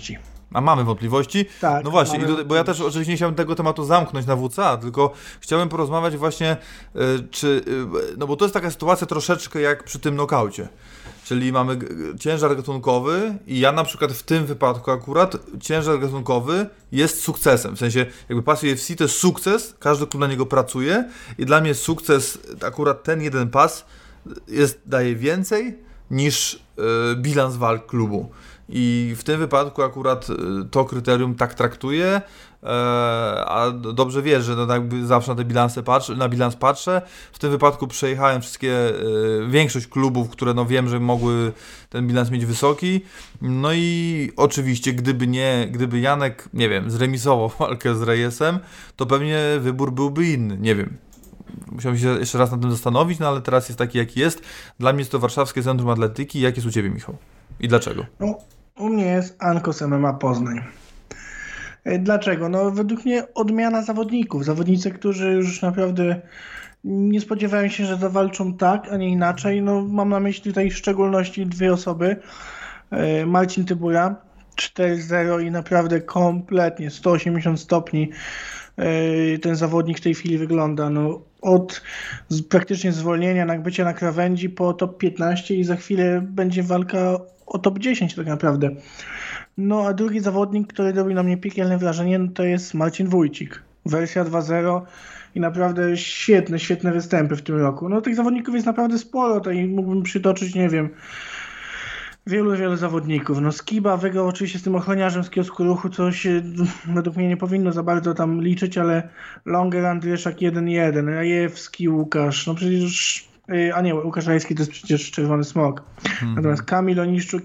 A mamy wątpliwości? Tak, no właśnie, mamy bo ja też oczywiście nie chciałem tego tematu zamknąć na WCA, tylko chciałem porozmawiać właśnie, no bo to jest taka sytuacja troszeczkę jak przy tym nokaucie. Czyli mamy ciężar gatunkowy i ja na przykład w tym wypadku akurat ciężar gatunkowy jest sukcesem. W sensie jakby pas UFC to jest sukces, każdy klub na niego pracuje i dla mnie sukces, akurat ten jeden pas daje więcej niż bilans walk klubu. I w tym wypadku akurat to kryterium tak traktuję, a dobrze wiesz, że no jakby zawsze na bilans patrzę. W tym wypadku przejechałem większość klubów, które no wiem, że mogły ten bilans mieć wysoki. No i oczywiście gdyby Janek, nie wiem, zremisował walkę z Reyesem, to pewnie wybór byłby inny, nie wiem. Musiałem się jeszcze raz nad tym zastanowić, no ale teraz jest taki, jaki jest. Dla mnie jest to Warszawskie Centrum Atletyki. Jak jest u Ciebie, Michał? I dlaczego? No, u mnie jest Ankos MMA Poznań. Dlaczego? No według mnie odmiana zawodników. Zawodnicy, którzy już naprawdę nie spodziewają się, że zawalczą tak, a nie inaczej. No mam na myśli tutaj w szczególności dwie osoby. Marcin Tybura 4-0 i naprawdę kompletnie 180 stopni ten zawodnik w tej chwili wygląda. No, od praktycznie zwolnienia, bycia na krawędzi po top 15 i za chwilę będzie walka o top 10 tak naprawdę. No a drugi zawodnik, który robi na mnie piekielne wrażenie, no to jest Marcin Wójcik. Wersja 2.0 i naprawdę świetne występy w tym roku. No tych zawodników jest naprawdę sporo, tutaj mógłbym przytoczyć, nie wiem, wielu zawodników. No Skiba wygrał oczywiście z tym ochroniarzem z Kiosku Ruchu, co się według mnie nie powinno za bardzo tam liczyć, ale Longer, Andryszak 1-1, Rajewski, Łukasz, no przecież... A nie, Łukasz Rajewski to jest przecież Czerwony Smok. Natomiast Kamil Oniszczuk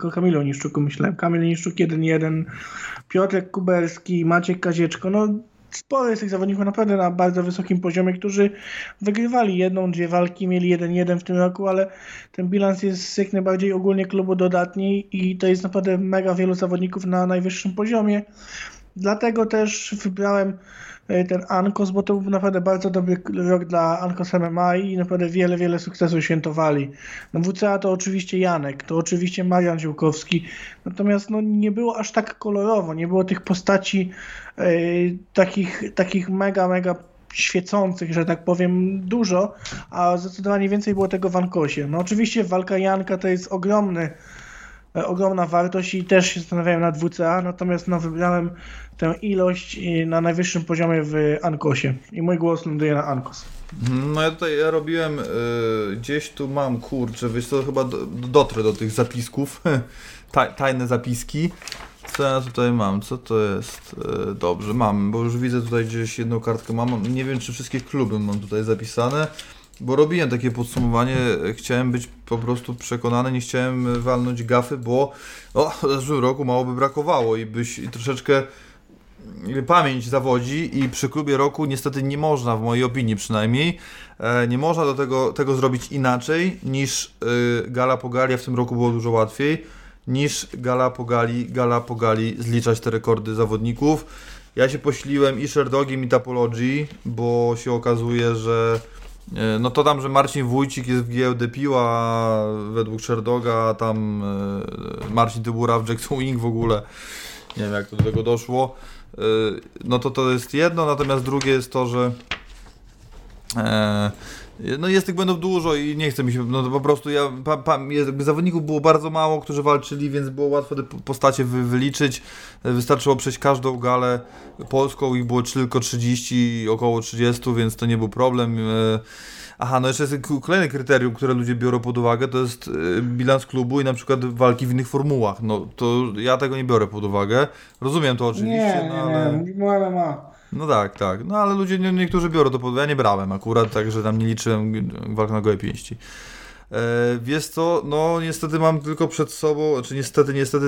1-1, Piotrek Kuberski, Maciek Kazieczko, no sporo jest tych zawodników naprawdę na bardzo wysokim poziomie, którzy wygrywali 1-2 walki, mieli 1-1 w tym roku, ale ten bilans jest jak najbardziej ogólnie klubu dodatni i to jest naprawdę mega wielu zawodników na najwyższym poziomie. Dlatego też wybrałem ten Ankos, bo to był naprawdę bardzo dobry rok dla Ankos MMA i naprawdę wiele sukcesów świętowali. No WCA to oczywiście Janek, to oczywiście Marian Ziółkowski, natomiast no nie było aż tak kolorowo, nie było tych postaci takich mega świecących, że tak powiem, dużo, a zdecydowanie więcej było tego w Ankosie. No oczywiście walka Janka to jest ogromna wartość i też się zastanawiałem nad WCA, natomiast no wybrałem tę ilość na najwyższym poziomie w Ankosie i mój głos ląduje na Ankos. No ja tutaj robiłem, gdzieś tu mam, kurczę, wiesz co, chyba dotrę do tych zapisków, tajne zapiski. Co ja tutaj mam? Co to jest? Dobrze, mam, bo już widzę tutaj gdzieś jedną kartkę mam. Nie wiem, czy wszystkie kluby mam tutaj zapisane, bo robiłem takie podsumowanie, chciałem być po prostu przekonany, nie chciałem walnąć gafy, bo w zeszłym roku mało by brakowało i troszeczkę pamięć zawodzi i przy klubie roku niestety nie można, w mojej opinii przynajmniej, nie można do tego zrobić inaczej niż gala po gali, a w tym roku było dużo łatwiej, niż gala po gali zliczać te rekordy zawodników. Ja się posiliłem i Sherdogiem i Tapology, bo się okazuje, że no to tam, że Marcin Wójcik jest w GLD Piła według Sherdoga, tam Marcin Tybura w Jackson Wing w ogóle, nie wiem jak to do tego doszło, no to jest jedno, natomiast drugie jest to, że no jest tych błędów dużo i nie chce mi się, no to po prostu zawodników było bardzo mało, którzy walczyli, więc było łatwo te postacie wyliczyć, wystarczyło przejść każdą galę polską, ich było tylko 30, około 30, więc to nie był problem. Aha, no jeszcze jest kolejne kryterium, które ludzie biorą pod uwagę, to jest bilans klubu i na przykład walki w innych formułach, no to ja tego nie biorę pod uwagę, rozumiem to oczywiście, MMA. No tak, no ale ludzie, niektórzy biorą to pod uwagę, ja nie brałem akurat, także tam nie liczyłem walk na gołe pięści. Wiesz co, no niestety mam tylko przed sobą, czy niestety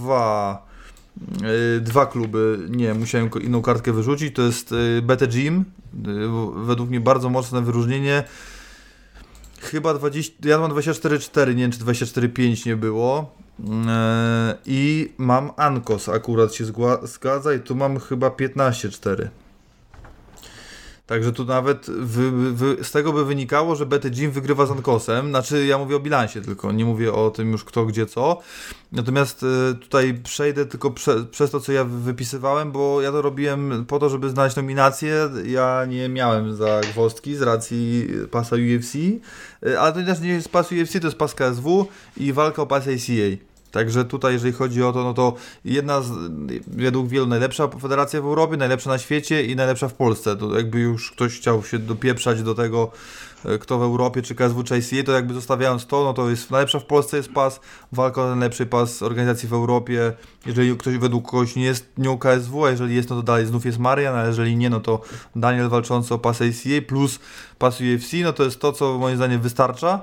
dwa kluby, nie, musiałem inną kartkę wyrzucić, to jest BT Gym, według mnie bardzo mocne wyróżnienie, chyba ja mam 24-4, nie wiem czy 24-5 nie było, i mam Ankos, akurat się zgadza i tu mam chyba 15-4. Także tu nawet z tego by wynikało, że BT Gym wygrywa z Ankosem. Znaczy ja mówię o bilansie tylko, nie mówię o tym już kto, gdzie, co. Natomiast tutaj przejdę tylko przez to, co ja wypisywałem, bo ja to robiłem po to, żeby znaleźć nominację. Ja nie miałem zagwozdki z racji pasa UFC, ale to też nie jest pas UFC, to jest pas KSW i walka o pas ACA. Także tutaj, jeżeli chodzi o to, no to jedna z, według wielu, najlepsza federacja w Europie, najlepsza na świecie i najlepsza w Polsce. To jakby już ktoś chciał się dopieprzać do tego, kto w Europie, czy KSW, czy ICA, to jakby zostawiając to, no to jest najlepsza w Polsce jest pas, walka o najlepszy pas organizacji w Europie. Jeżeli ktoś według kogoś nie jest nią KSW, a jeżeli jest, no to dalej znów jest Marian, a jeżeli nie, no to Daniel walczący o pas ACA plus pas UFC, no to jest to, co moim zdaniem wystarcza.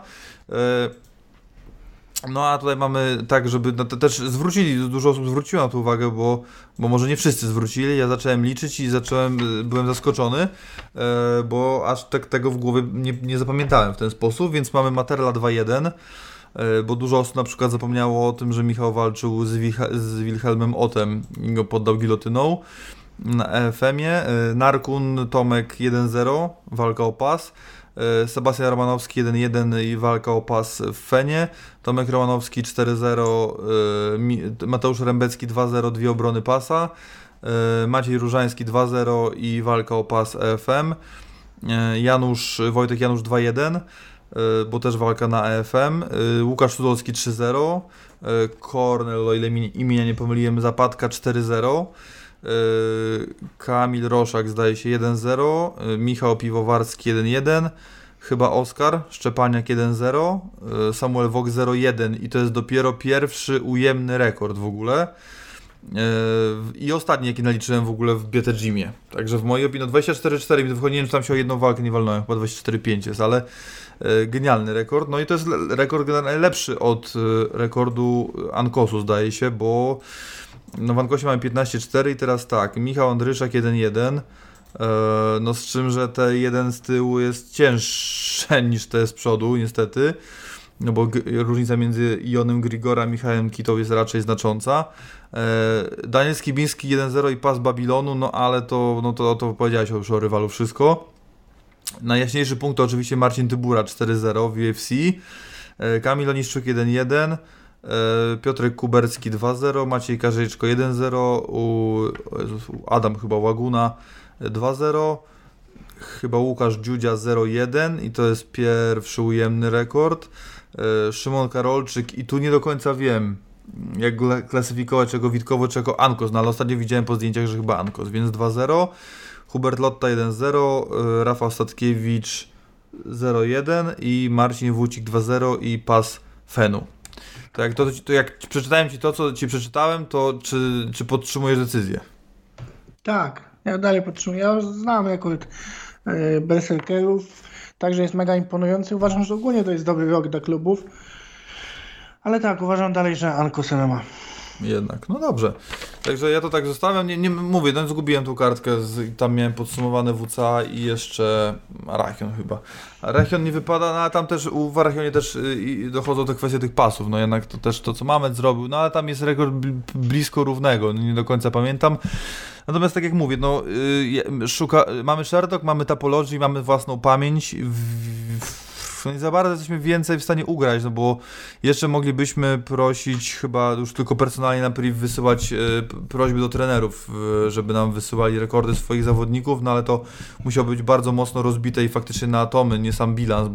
No a tutaj mamy tak, żeby no, to też zwrócili, dużo osób zwróciło na to uwagę, bo może nie wszyscy zwrócili, ja zacząłem liczyć i byłem zaskoczony, bo aż tego w głowie nie zapamiętałem w ten sposób, więc mamy Materla 2-1, bo dużo osób na przykład zapomniało o tym, że Michał walczył z Wilhelmem Otem i go poddał gilotyną na EFM-ie, Narkun Tomek 1-0, walka o pas, Sebastian Romanowski 1-1 i walka o pas w Fenie, Tomek Romanowski 4-0, Mateusz Rębecki 2-0, dwie obrony pasa, Maciej Różański 2-0 i walka o pas EFM, Wojtek Janusz 2-1, bo też walka na EFM, Łukasz Tudolski 3-0, Kornel, o ile imienia nie pomyliłem, Zapadka 4-0, Kamil Roszak zdaje się 1-0, Michał Piwowarski 1-1, chyba Oskar Szczepaniak 1-0, Samuel Wok 0-1 i to jest dopiero pierwszy ujemny rekord w ogóle i ostatni jaki naliczyłem w ogóle w BT Gymie. Także w mojej opinii 24-4 mi to wychodzi, nie wiem czy tam się o jedną walkę nie walnąłem, chyba 24-5 jest, ale genialny rekord. No i to jest rekord lepszy od rekordu Ankosu zdaje się, bo no w Ankosie mamy 15-4 i teraz tak, Michał Andryszak 1-1, no z czym, że te jeden z tyłu jest cięższe niż te z przodu niestety, no bo różnica między Ionem Grigora a Michałem Kitą jest raczej znacząca. Daniel Skibiński 1-0 i pas Babilonu, no ale to powiedziałeś już o rywalu wszystko. Najjaśniejszy punkt to oczywiście Marcin Tybura 4-0 w UFC, Kamil Oniszczuk 1-1, Piotrek Kuberski 2-0, Maciej Karzejczko 1-0, Adam chyba Łaguna 2-0, chyba Łukasz Dziudzia 0-1 i to jest pierwszy ujemny rekord, Szymon Karolczyk i tu nie do końca wiem jak go klasyfikować, czego Witkowo, czego Ankos, no ale ostatnio widziałem po zdjęciach, że chyba Ankos, więc 2-0, Hubert Lotta 1-0, Rafał Statkiewicz 0-1 i Marcin Wójcik 2-0 i pas Fenu. To jak przeczytałem Ci to, co Ci przeczytałem, to czy podtrzymujesz decyzję? Tak, ja dalej podtrzymuję. Ja znam rekord berserkerów, także jest mega imponujący. Uważam, że ogólnie to jest dobry rok dla klubów, ale tak, uważam dalej, że Ankos MMA. Jednak, no dobrze. Także ja to tak zostawiam, nie mówię, no zgubiłem tą kartkę, tam miałem podsumowane WCA i jeszcze Arachion chyba. Arachion nie wypada, no ale tam też, w Arachionie też dochodzą te kwestie tych pasów, no jednak to też to, co Mamet zrobił, no ale tam jest rekord blisko równego, no nie do końca pamiętam. Natomiast tak jak mówię, no mamy Sherdog, mamy Tapology, mamy własną pamięć, no nie za bardzo jesteśmy więcej w stanie ugrać, no bo jeszcze moglibyśmy prosić chyba już tylko personalnie na priv wysyłać prośby do trenerów, żeby nam wysyłali rekordy swoich zawodników, no ale to musiało być bardzo mocno rozbite i faktycznie na atomy, nie sam bilans,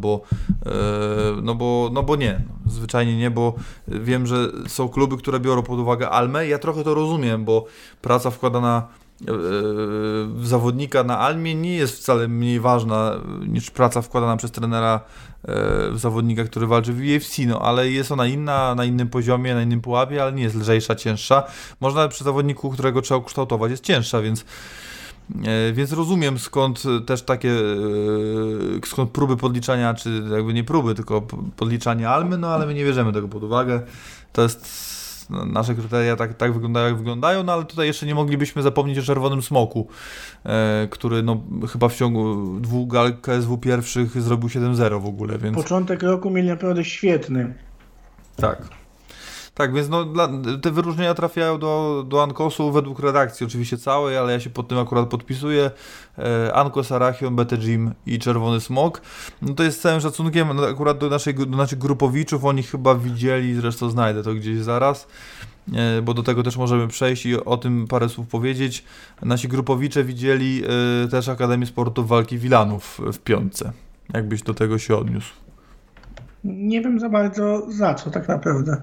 bo nie, zwyczajnie nie, bo wiem, że są kluby, które biorą pod uwagę Almę, ja trochę to rozumiem, bo praca wkładana w zawodnika na Almie nie jest wcale mniej ważna niż praca wkładana przez trenera w zawodnika, który walczy w UFC, no ale jest ona inna, na innym poziomie, na innym pułapie, ale nie jest lżejsza, cięższa. Można przy zawodniku, którego trzeba ukształtować, jest cięższa, więc rozumiem skąd też skąd próby podliczania, czy jakby nie próby, tylko podliczania Almy, no ale my nie bierzemy tego pod uwagę. To jest nasze kryteria tak wyglądają, jak wyglądają, no ale tutaj jeszcze nie moglibyśmy zapomnieć o Czerwonym Smoku, który no chyba w ciągu 2 gal KSW pierwszych zrobił 7-0 w ogóle, więc... Początek roku mieli naprawdę świetny. Tak. Tak, więc no, te wyróżnienia trafiają do Ankosu według redakcji oczywiście całej, ale ja się pod tym akurat podpisuję. Ankos, Arachion, BT Gym i Czerwony Smok. No to jest z całym szacunkiem, no, akurat do naszych grupowiczów, oni chyba widzieli, zresztą znajdę to gdzieś zaraz, bo do tego też możemy przejść i o tym parę słów powiedzieć. Nasi grupowicze widzieli też Akademię Sportu Walki Wilanów w piątce. Jakbyś do tego się odniósł? Nie wiem za bardzo za co tak naprawdę.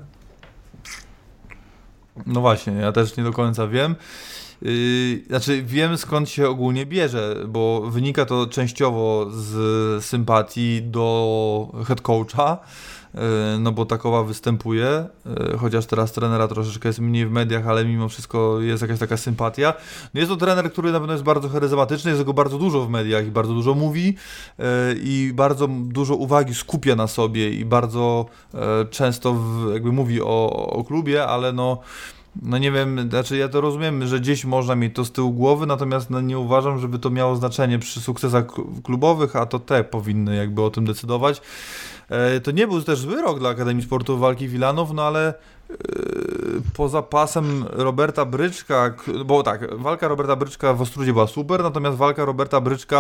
No właśnie, ja też nie do końca wiem. Znaczy wiem skąd się ogólnie bierze, bo wynika to częściowo z sympatii do head coacha, no bo takowa występuje, chociaż teraz trenera troszeczkę jest mniej w mediach, ale mimo wszystko jest jakaś taka sympatia. No jest to trener, który na pewno jest bardzo charyzmatyczny, jest go bardzo dużo w mediach i bardzo dużo mówi i bardzo dużo uwagi skupia na sobie i bardzo często jakby mówi o klubie, ale no nie wiem, znaczy ja to rozumiem, że gdzieś można mieć to z tyłu głowy, natomiast no nie uważam, żeby to miało znaczenie przy sukcesach klubowych, a to te powinny jakby o tym decydować. To nie był też zły rok dla Akademii Sportu Walki Wilanów, no ale poza pasem Roberta Bryczka, bo tak, walka Roberta Bryczka w Ostrudzie była super, natomiast walka Roberta Bryczka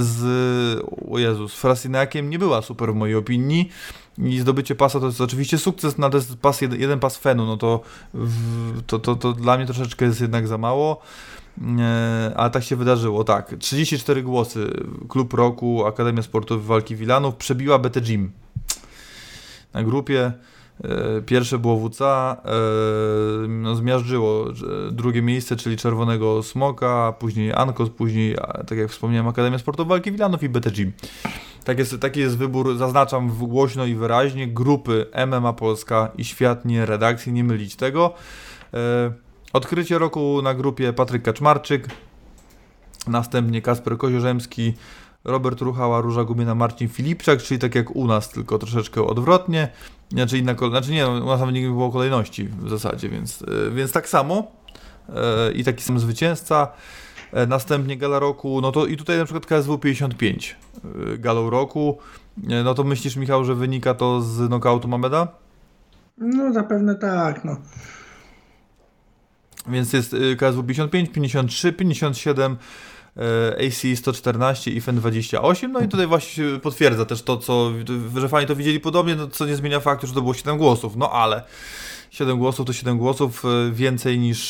z Frasinakiem nie była super w mojej opinii i zdobycie pasa to jest oczywiście sukces, no to jest jeden pas Fenu, no to dla mnie troszeczkę jest jednak za mało. Ale tak się wydarzyło, tak. 34 głosy, klub roku, Akademia Sportu Walki Wilanów przebiła BT Gym na grupie. Pierwsze było WCA, no zmiażdżyło drugie miejsce, czyli Czerwonego Smoka, później Ankos, później, tak jak wspomniałem, Akademia Sportu Walki Wilanów i BT Gym. Taki jest wybór, zaznaczam głośno i wyraźnie, grupy MMA Polska i Świat, nie redakcji, nie mylić tego. Odkrycie roku na grupie Patryk Kaczmarczyk, następnie Kasper Koziorzemski, Robert Ruchała, Róża Gumiena, Marcin Filipczak, czyli tak jak u nas, tylko troszeczkę odwrotnie. U nas nawet nie było kolejności w zasadzie, więc tak samo i taki sam zwycięzca. Następnie gala roku, no to i tutaj na przykład KSW 55 galą roku. No to myślisz, Michał, że wynika to z knockoutu Mameda? No zapewne tak, no. Więc jest KSW 55, 53, 57, AC 114 i FEN 28, no i tutaj właśnie się potwierdza też to, że fani to widzieli podobnie, no, co nie zmienia faktu, że to było 7 głosów, no ale 7 głosów to 7 głosów, więcej niż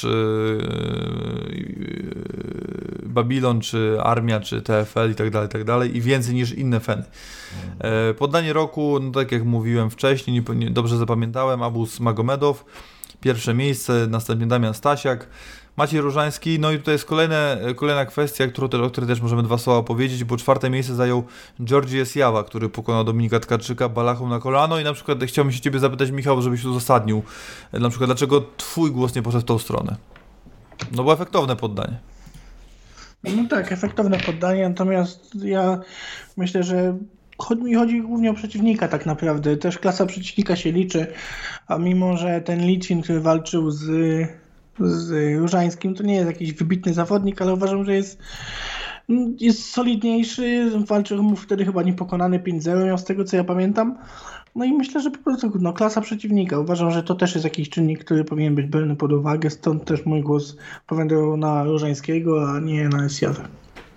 Babylon, czy Armia, czy TFL i tak dalej i więcej niż inne feny. Poddanie roku, no tak jak mówiłem wcześniej, dobrze zapamiętałem, Abus Magomedow, pierwsze miejsce, następnie Damian Stasiak, Maciej Różański, no i tutaj jest kolejna kwestia, o której też możemy dwa słowa powiedzieć, bo 4. miejsce zajął Georgi Esjawa, który pokonał Dominika Tkaczyka balachą na kolano i na przykład chciałbym się Ciebie zapytać, Michał, żebyś uzasadnił, na przykład dlaczego Twój głos nie poszedł w tą stronę? No bo efektowne poddanie. No tak, efektowne poddanie, natomiast ja myślę, że chodzi głównie o przeciwnika tak naprawdę. Też klasa przeciwnika się liczy, a mimo, że ten Liczyn, który walczył z Różańskim, to nie jest jakiś wybitny zawodnik, ale uważam, że jest solidniejszy. Walczył mu wtedy chyba niepokonany 5-0, miał z tego co ja pamiętam. No i myślę, że po prostu klasa przeciwnika. Uważam, że to też jest jakiś czynnik, który powinien być brany pod uwagę, stąd też mój głos powędrował na Różańskiego, a nie na Esjawę.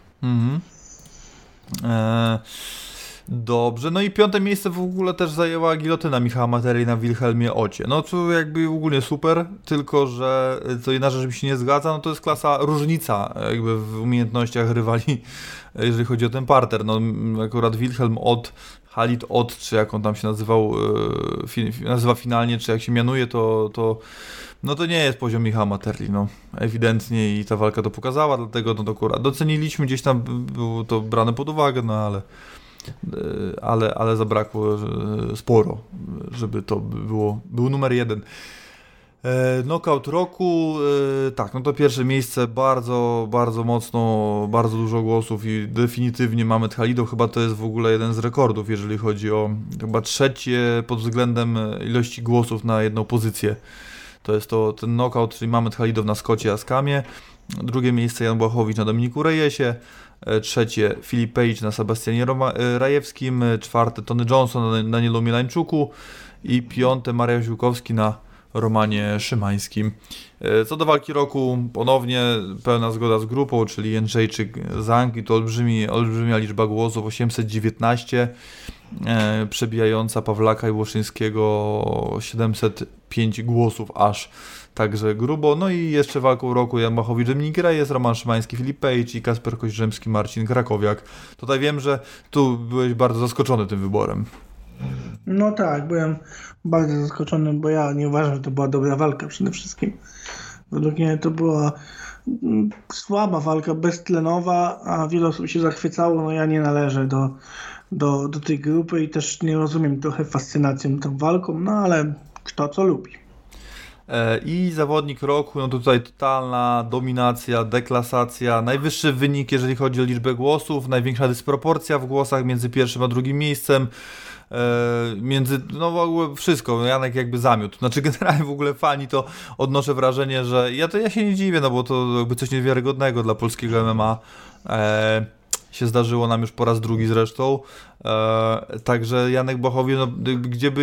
Dobrze, no i 5. miejsce w ogóle też zajęła gilotyna Michała Materii na Wilhelmie Ocie. No to jakby ogólnie super, tylko że co jedna rzecz mi się nie zgadza, no to jest różnica jakby w umiejętnościach rywali, jeżeli chodzi o ten parter. No akurat Wilhelm Ott, Halit Ott, czy jak on tam się nazywa finalnie, czy jak się mianuje, to nie jest poziom Michała Materii, no ewidentnie i ta walka to pokazała, dlatego no akurat doceniliśmy, gdzieś tam było to brane pod uwagę, no ale zabrakło sporo, żeby to był numer 1. Knockout roku, tak, no to pierwsze miejsce, bardzo, bardzo mocno, bardzo dużo głosów i definitywnie Mamed Halidow, chyba to jest w ogóle jeden z rekordów, jeżeli chodzi o chyba 3. pod względem ilości głosów na jedną pozycję. To jest ten knockout, czyli Mamed Halidow na Scottie Askamie. 2. miejsce Jan Błachowicz na Dominiku Reyesie. 3. Filip Page na Sebastianie Rajewskim. 4. Tony Johnson na Danielu Mielańczuku. I 5. Mariusz Ziółkowski na Romanie Szymańskim. Co do walki roku, ponownie pełna zgoda z grupą, czyli Jędrzejczyk Zhang i to olbrzymia liczba głosów, 819, przebijająca Pawlaka i Łoszyńskiego 705 głosów aż. Także grubo. No i jeszcze walką roku Jan Blachowicz, Dominik Reyes, Roman Szymański, Filip Page i Kasper Koźrzemski, Marcin Krakowiak. Tutaj wiem, że tu byłeś bardzo zaskoczony tym wyborem. No tak, byłem bardzo zaskoczony, bo ja nie uważam, że to była dobra walka przede wszystkim. Według mnie to była słaba walka, beztlenowa, a wiele osób się zachwycało. No ja nie należę do tej grupy i też nie rozumiem trochę fascynacją tą walką, no ale kto co lubi. I zawodnik roku, no tutaj totalna dominacja, deklasacja, najwyższy wynik, jeżeli chodzi o liczbę głosów, największa dysproporcja w głosach między pierwszym a drugim miejscem, no w ogóle wszystko, Janek jakby zamiótł. Znaczy generalnie w ogóle fani to odnoszę wrażenie, że ja się nie dziwię, no bo to jakby coś niewiarygodnego dla polskiego MMA. Się zdarzyło nam już po raz drugi zresztą. Także Janek Blachowicz, no, gdzieby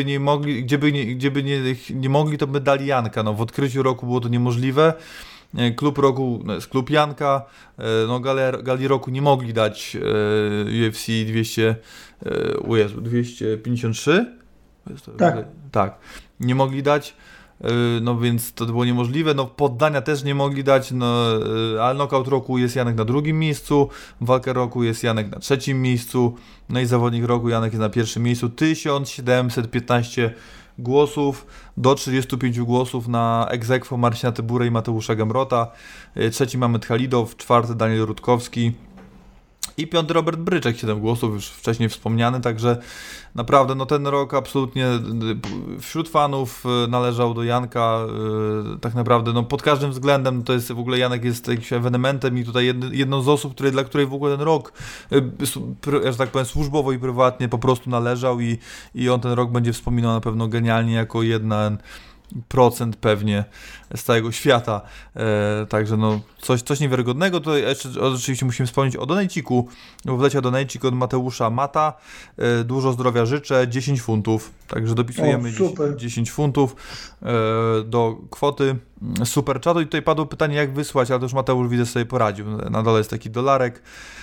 nie mogli, to by dali Janka. No, w odkryciu roku było to niemożliwe. Klub roku jest klub Janka. No, gali roku nie mogli dać UFC 253. Tak. Nie mogli dać. No więc to było niemożliwe, no poddania też nie mogli dać, no ale knockout roku jest Janek na drugim miejscu, walka roku jest Janek na trzecim miejscu, no i zawodnik roku Janek jest na pierwszym miejscu, 1715 głosów do 35 głosów na ex aequo Marcina Tyburę i Mateusza Gamrota, trzeci mamy Khalidow, czwarty Daniel Rutkowski i piąty Robert Bryczek, 7 głosów, już wcześniej wspomniany, także naprawdę no ten rok absolutnie wśród fanów należał do Janka, tak naprawdę no pod każdym względem, no to jest w ogóle Janek jest jakimś ewenementem i tutaj jedną z osób, dla której w ogóle ten rok, że tak powiem służbowo i prywatnie po prostu należał i on ten rok będzie wspominał na pewno genialnie jako 1% pewnie z całego świata, także no coś niewiarygodnego. To jeszcze oczywiście musimy wspomnieć o donajciku, bo wleciał donajcik od Mateusza Mata, dużo zdrowia życzę, 10 funtów, także dopisujemy 10 funtów do kwoty super czatu i tutaj padło pytanie jak wysłać, ale to już Mateusz widzę sobie poradził, na dole jest taki dolarek,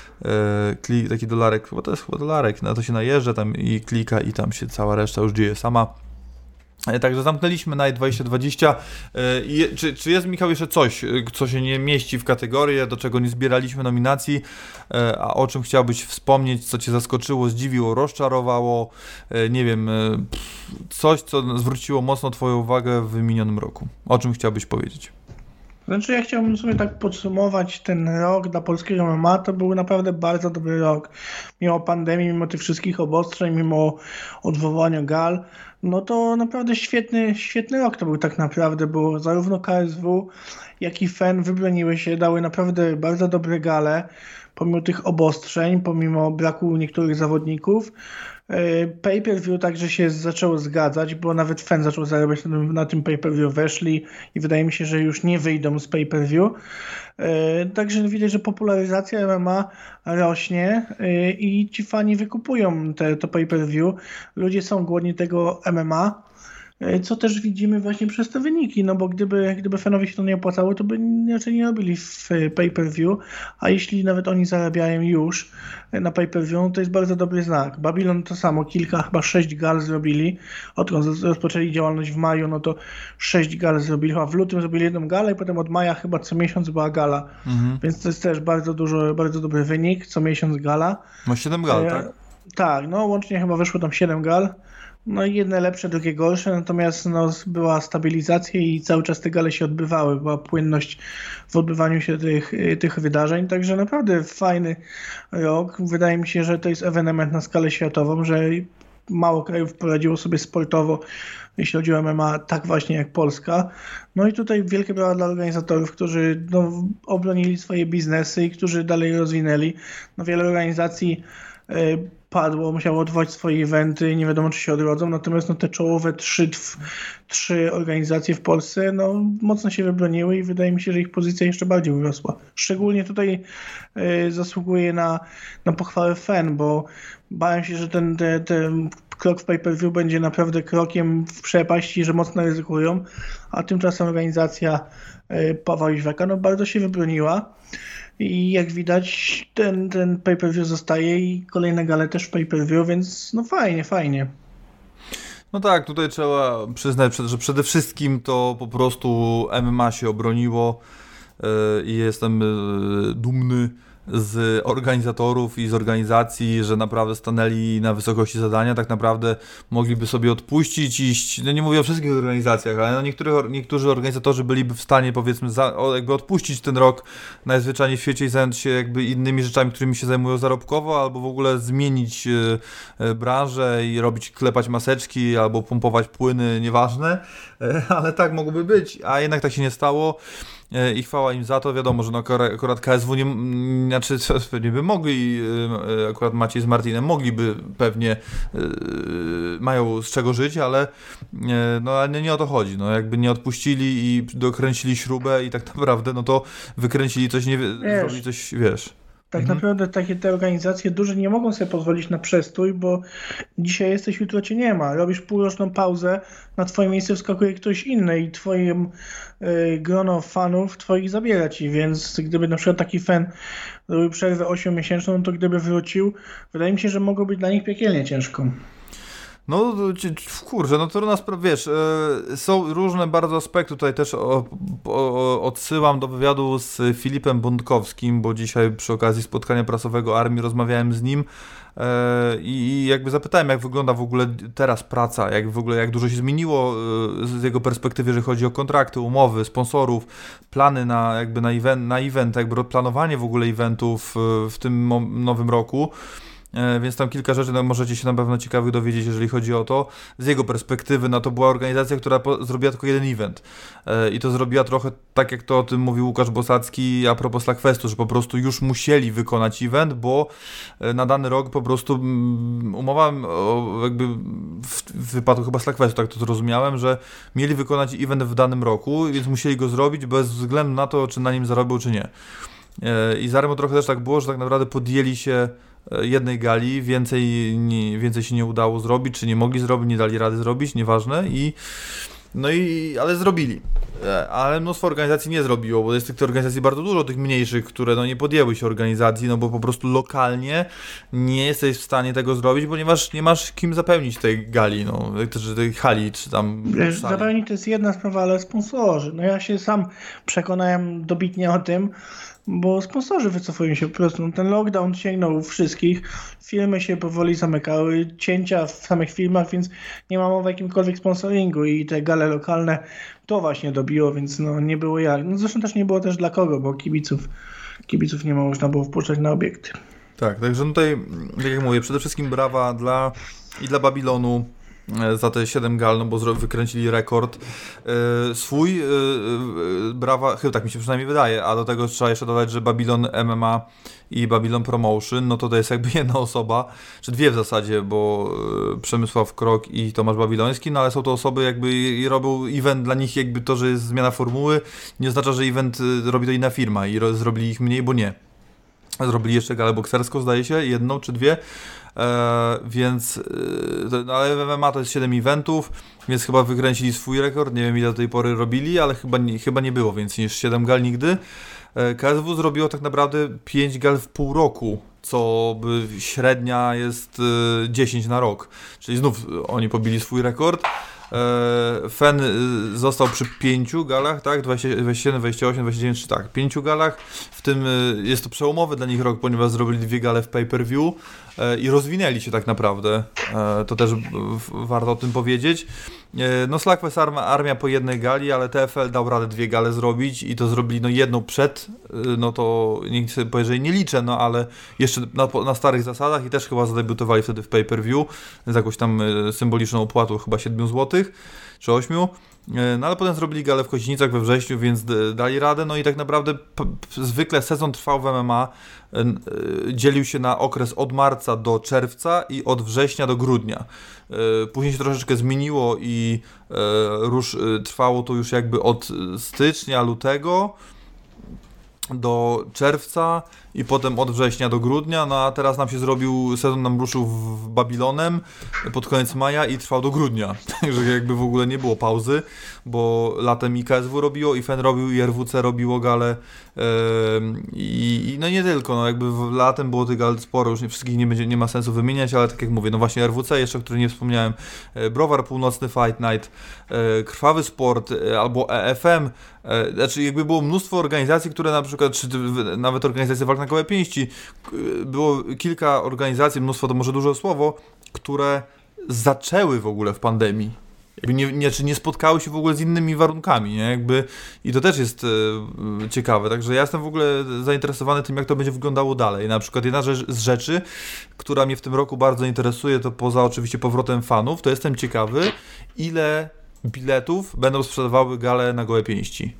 taki dolarek, bo to jest chyba dolarek, na to się najeżdża tam i klika i tam się cała reszta już dzieje sama. Także zamknęliśmy Night 2020. Czy jest, Michał, jeszcze coś, co się nie mieści w kategorię, do czego nie zbieraliśmy nominacji, a o czym chciałbyś wspomnieć, co cię zaskoczyło, zdziwiło, rozczarowało, nie wiem, coś, co zwróciło mocno twoją uwagę w minionym roku? O czym chciałbyś powiedzieć? Znaczy ja chciałbym sobie tak podsumować ten rok dla polskiego MMA, to był naprawdę bardzo dobry rok. Mimo pandemii, mimo tych wszystkich obostrzeń, mimo odwołania gal, no to naprawdę świetny rok to był tak naprawdę, bo zarówno KSW, jak i FEN wybroniły się, dały naprawdę bardzo dobre gale, pomimo tych obostrzeń, pomimo braku niektórych zawodników. Pay-per-view także się zaczęło zgadzać, bo nawet FEN zaczął zarabiać na tym pay-per-view, weszli i wydaje mi się, że już nie wyjdą z pay-per-view. Także widać, że popularyzacja MMA rośnie i ci fani wykupują to pay-per-view. Ludzie są głodni tego MMA, co też widzimy właśnie przez te wyniki, no bo gdyby fanowi się to nie opłacało, to by raczej nie robili w pay-per-view, a jeśli nawet oni zarabiają już na pay-per-view, no to jest bardzo dobry znak. Babylon to samo, chyba 6 gal zrobili, odkąd rozpoczęli działalność w maju, no to 6 gal zrobili, chyba w lutym zrobili 1 galę i potem od maja chyba co miesiąc była gala, więc to jest też bardzo dobry wynik, co miesiąc gala. No 7 gal, tak? Tak, no łącznie chyba wyszło tam 7 gal. No i jedne lepsze, drugie gorsze, natomiast no, była stabilizacja i cały czas te gale się odbywały, była płynność w odbywaniu się tych wydarzeń, także naprawdę fajny rok. Wydaje mi się, że to jest ewenement na skalę światową, że mało krajów poradziło sobie sportowo, jeśli chodzi o MMA, tak właśnie jak Polska. No i tutaj wielkie brawa dla organizatorów, którzy obronili swoje biznesy i którzy dalej rozwinęli. No wiele organizacji padło, musiało odwołać swoje eventy, nie wiadomo czy się odrodzą, natomiast no, te czołowe trzy organizacje w Polsce mocno się wybroniły i wydaje mi się, że ich pozycja jeszcze bardziej urosła. Szczególnie tutaj zasługuje na pochwałę FEN, bo bałem się, że te krok w pay-per-view będzie naprawdę krokiem w przepaść, że mocno ryzykują, a tymczasem organizacja Pawła Jóźwiaka bardzo się wybroniła i jak widać ten pay-per-view zostaje i kolejne gale też w pay-per-view, więc no fajnie. No tak, tutaj trzeba przyznać, że przede wszystkim to po prostu MMA się obroniło i jestem dumny z organizatorów i z organizacji, że naprawdę stanęli na wysokości zadania, tak naprawdę mogliby sobie odpuścić, iść, no nie mówię o wszystkich organizacjach, ale no niektórzy organizatorzy byliby w stanie, powiedzmy, jakby odpuścić ten rok najzwyczajniej w świecie i zająć się jakby innymi rzeczami, którymi się zajmują zarobkowo, albo w ogóle zmienić branżę i klepać maseczki, albo pompować płyny, nieważne, ale tak mogłoby być, a jednak tak się nie stało. I chwała im za to, wiadomo, że no akurat KSW pewnie by mogli, akurat Maciej z Martinem mogliby pewnie, mają z czego żyć, ale nie o to chodzi, no jakby nie odpuścili i dokręcili śrubę i tak naprawdę no to wykręcili coś, zrobili coś, wiesz. Tak naprawdę takie te organizacje duże nie mogą sobie pozwolić na przestój, bo dzisiaj jesteś, jutro cię nie ma. Robisz półroczną pauzę, na twoje miejsce wskakuje ktoś inny i twoje grono fanów twoich zabiera ci, więc gdyby na przykład taki fan robił przerwę 8-miesięczną, to gdyby wrócił, wydaje mi się, że mogło być dla nich piekielnie ciężko. No kurczę, no trudna sprawa, wiesz, są różne bardzo aspekty, tutaj też odsyłam do wywiadu z Filipem Bątkowskim, bo dzisiaj przy okazji spotkania prasowego Armii rozmawiałem z nim i jakby zapytałem, jak wygląda w ogóle teraz praca, jak dużo się zmieniło z jego perspektywy, jeżeli chodzi o kontrakty, umowy, sponsorów, plany na event, jakby planowanie w ogóle eventów w tym nowym roku. Więc tam kilka rzeczy możecie się na pewno ciekawych dowiedzieć, jeżeli chodzi o to. Z jego perspektywy, no to była organizacja, która zrobiła tylko jeden event. I to zrobiła trochę tak, jak to o tym mówił Łukasz Bosacki a propos Slugfestu, że po prostu już musieli wykonać event, bo na dany rok po prostu umowa, jakby w wypadku chyba Slugfestu, tak to zrozumiałem, że mieli wykonać event w danym roku, więc musieli go zrobić bez względu na to, czy na nim zarobił, czy nie. I z Armą trochę też tak było, że tak naprawdę podjęli się jednej gali, więcej się nie udało zrobić, czy nie mogli zrobić, nie dali rady zrobić, nieważne ale zrobili. Ale mnóstwo organizacji nie zrobiło, bo jest tych organizacji bardzo dużo, tych mniejszych, które nie podjęły się organizacji, bo po prostu lokalnie nie jesteś w stanie tego zrobić, ponieważ nie masz kim zapełnić tej gali, czy tej hali, czy tam Wiesz, zapełnić to jest jedna sprawa, ale sponsorzy. Ja się sam przekonałem dobitnie o tym, bo sponsorzy wycofują się po prostu. Ten lockdown sięgnął wszystkich, firmy się powoli zamykały, cięcia w samych firmach, więc nie ma mowy o jakimkolwiek sponsoringu i te gale lokalne to właśnie dobiło, więc nie było jak. Zresztą też nie było też dla kogo, bo kibiców nie można było wpuszczać na obiekty. Tak, także tutaj, tak jak mówię, przede wszystkim brawa dla Babylonu za te 7 gal, bo wykręcili rekord swój, brawa, chyba tak mi się przynajmniej wydaje, a do tego trzeba jeszcze dodać, że Babylon MMA i Babylon Promotion, to jest jakby jedna osoba, czy dwie w zasadzie, bo Przemysław Krok i Tomasz Babiloński, ale są to osoby jakby i robią event dla nich, jakby to, że jest zmiana formuły, nie oznacza, że event robi to inna firma i zrobili ich mniej, bo nie. Zrobili jeszcze galę bokserską, zdaje się, jedną czy dwie, więc ale w MMA to jest 7 eventów, więc chyba wykręcili swój rekord, nie wiem ile do tej pory robili, ale chyba nie było więcej niż 7 gal nigdy. KSW zrobiło tak naprawdę 5 gal w pół roku, co średnia jest 10 na rok, czyli znów oni pobili swój rekord. Fen został przy 5 galach, tak? 27, 28, 29, tak, 5 galach. W tym jest to przełomowy dla nich rok, ponieważ zrobili 2 gale w pay-per-view i rozwinęli się tak naprawdę. To też warto o tym powiedzieć. Slugfest Armia po jednej gali, ale TFL dał radę 2 gale zrobić i to zrobili jedną przed, to nikt sobie powie, że nie liczę, ale jeszcze na starych zasadach i też chyba zadebiutowali wtedy w pay-per-view z jakąś tam symboliczną opłatą, chyba 7 zł czy 8. Ale potem zrobili galę w Koźnicach we wrześniu, więc dali radę, i tak naprawdę zwykle sezon trwał w MMA, dzielił się na okres od marca do czerwca i od września do grudnia. Później się troszeczkę zmieniło i trwało to już jakby od stycznia, lutego do czerwca i potem od września do grudnia, no a teraz nam się zrobił, sezon nam ruszył w Babilonem pod koniec maja i trwał do grudnia, także jakby w ogóle nie było pauzy, bo latem i KSW robiło, i FEN robił, i RWC robiło gale i no nie tylko, no jakby latem było tych gal sporo, już nie wszystkich nie ma sensu wymieniać, ale tak jak mówię, no właśnie RWC jeszcze, o którym nie wspomniałem, Browar Północny Fight Night, Krwawy Sport albo EFM, znaczy jakby było mnóstwo organizacji, które na przykład, czy nawet organizacje walk na gołe pięści, było kilka organizacji, mnóstwo to może duże słowo, które zaczęły w ogóle w pandemii. Jakby nie spotkały się w ogóle z innymi warunkami, nie? Jakby, i to też jest ciekawe, także ja jestem w ogóle zainteresowany tym, jak to będzie wyglądało dalej. Na przykład jedna z rzeczy, która mnie w tym roku bardzo interesuje, to poza oczywiście powrotem fanów, to jestem ciekawy, ile biletów będą sprzedawały gale na gołe pięści.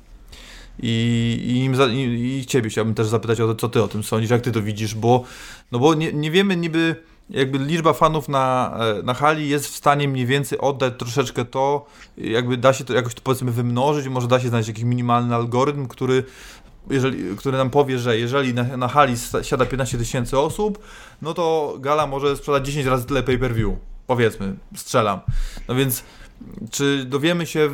I ciebie chciałbym też zapytać o to, co ty o tym sądzisz, jak ty to widzisz, bo nie wiemy niby, jakby liczba fanów na hali jest w stanie mniej więcej oddać troszeczkę to, jakby da się to jakoś to powiedzmy wymnożyć, może da się znaleźć jakiś minimalny algorytm, który nam powie, że jeżeli na hali siada 15 000 osób, no to gala może sprzedać 10 razy tyle pay-per-view, powiedzmy, strzelam. No więc czy dowiemy się,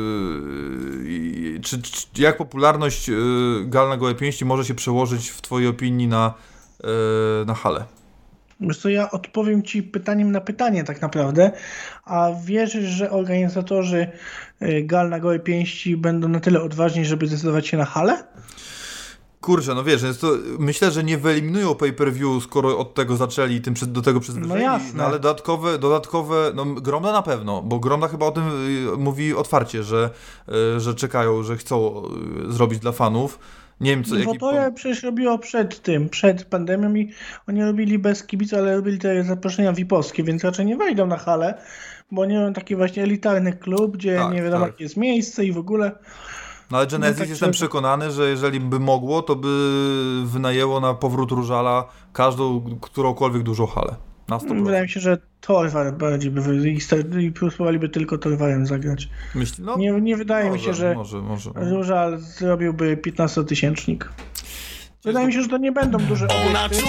jak popularność gal na gołe pięści może się przełożyć w twojej opinii na halę? Wiesz co, ja odpowiem ci pytaniem na pytanie tak naprawdę, a wierzysz, że organizatorzy gal na gołe pięści będą na tyle odważni, żeby zdecydować się na halę? Kurczę, no wiesz, myślę, że nie wyeliminują pay-per-view, skoro od tego zaczęli i do tego przyzwyczaili. No jasne. No, ale dodatkowe, no Gromda na pewno, bo Gromda chyba o tym mówi otwarcie, że czekają, że chcą zrobić dla fanów. Nie wiem, co... Wotoja przecież robiło przed pandemią i oni robili bez kibica, ale robili te zaproszenia VIP-owskie, więc raczej nie wejdą na halę, bo nie mają taki właśnie elitarny klub, gdzie nie wiadomo jakie jest miejsce i w ogóle... No ale Genesis jestem przekonany, że jeżeli by mogło, to by wynajęło na powrót Różala którąkolwiek dużą halę. Na 100%. Wydaje mi się, że Torwar bardziej i próbowaliby tylko Torwarem zagrać. No, nie wydaje mi się, że Różal zrobiłby 15-tysięcznik. Wydaje mi się, że to nie będą duże obiekty.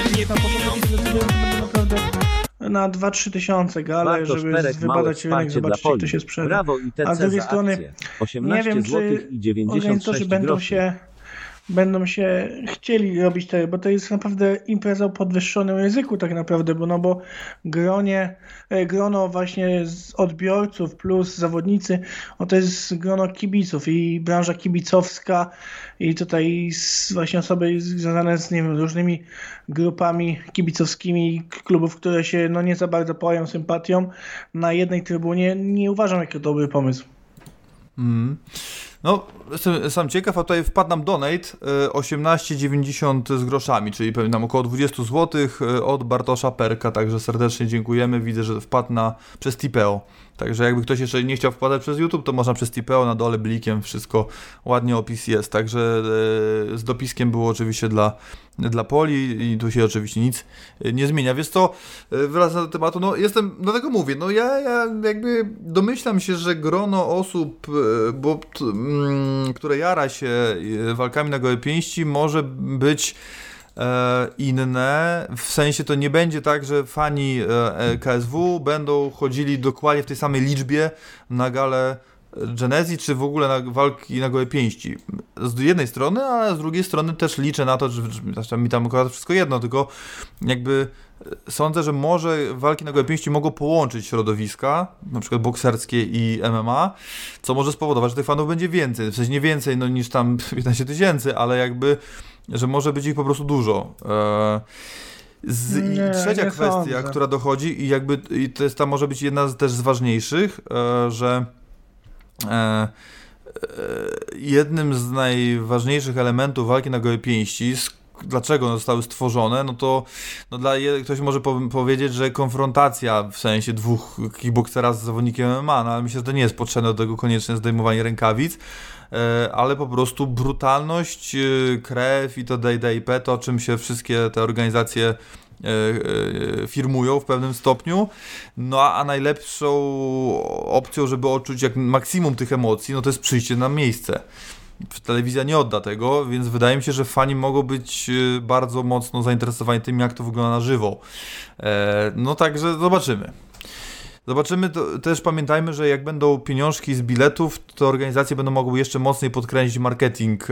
Na 2-3 tysiące gale, żeby wybadać rynek, zobaczyć, jak to się sprzeda. A z drugiej strony nie wiem, czy organizatorzy będą się chcieli robić to, bo to jest naprawdę impreza o podwyższonym ryzyku tak naprawdę, bo grono właśnie z odbiorców plus zawodnicy, to jest grono kibiców i branża kibicowska i tutaj właśnie osoby związane z różnymi grupami kibicowskimi klubów, które się nie za bardzo pojawią sympatią na jednej trybunie, nie uważam jako dobry pomysł. No, jestem sam ciekaw, a tutaj wpadł nam donate 18,90 z groszami, czyli pewnie nam około 20 zł od Bartosza Perka, także serdecznie dziękujemy. Widzę, że wpadł przez Tipeo. Także jakby ktoś jeszcze nie chciał wpadać przez YouTube, to można przez Tipeo, na dole blikiem, wszystko ładnie opis jest. Także z dopiskiem było oczywiście dla Poli i tu się oczywiście nic nie zmienia. Więc to wracając do tematu, do tego mówię, ja jakby domyślam się, że grono osób, które jara się walkami na gołe pięści, może być inne, w sensie to nie będzie tak, że fani KSW będą chodzili dokładnie w tej samej liczbie na galę Genesis, czy w ogóle na walki na gołe pięści. Z jednej strony, a z drugiej strony też liczę na to, że mi tam akurat wszystko jedno, tylko jakby sądzę, że może walki na gołe pięści mogą połączyć środowiska, na przykład bokserskie i MMA, co może spowodować, że tych fanów będzie więcej. W sensie nie więcej niż tam 15 000, ale jakby, że może być ich po prostu dużo. Trzecia kwestia, która dochodzi i to jest może być jedna też z ważniejszych, że jednym z najważniejszych elementów walki na gołe pięści, dlaczego one zostały stworzone, ktoś może powiedzieć, że konfrontacja w sensie dwóch kickboksera z zawodnikiem MMA, ale myślę, że to nie jest potrzebne do tego koniecznie zdejmowanie rękawic, ale po prostu brutalność, krew i itp., to czym się wszystkie te organizacje firmują w pewnym stopniu, a najlepszą opcją, żeby odczuć jak maksimum tych emocji, to jest przyjście na miejsce. telewizja nie odda tego, więc wydaje mi się, że fani mogą być bardzo mocno zainteresowani tym, jak to wygląda na żywo. No także zobaczymy. Zobaczymy, też pamiętajmy, że jak będą pieniążki z biletów, to organizacje będą mogły jeszcze mocniej podkręcić marketing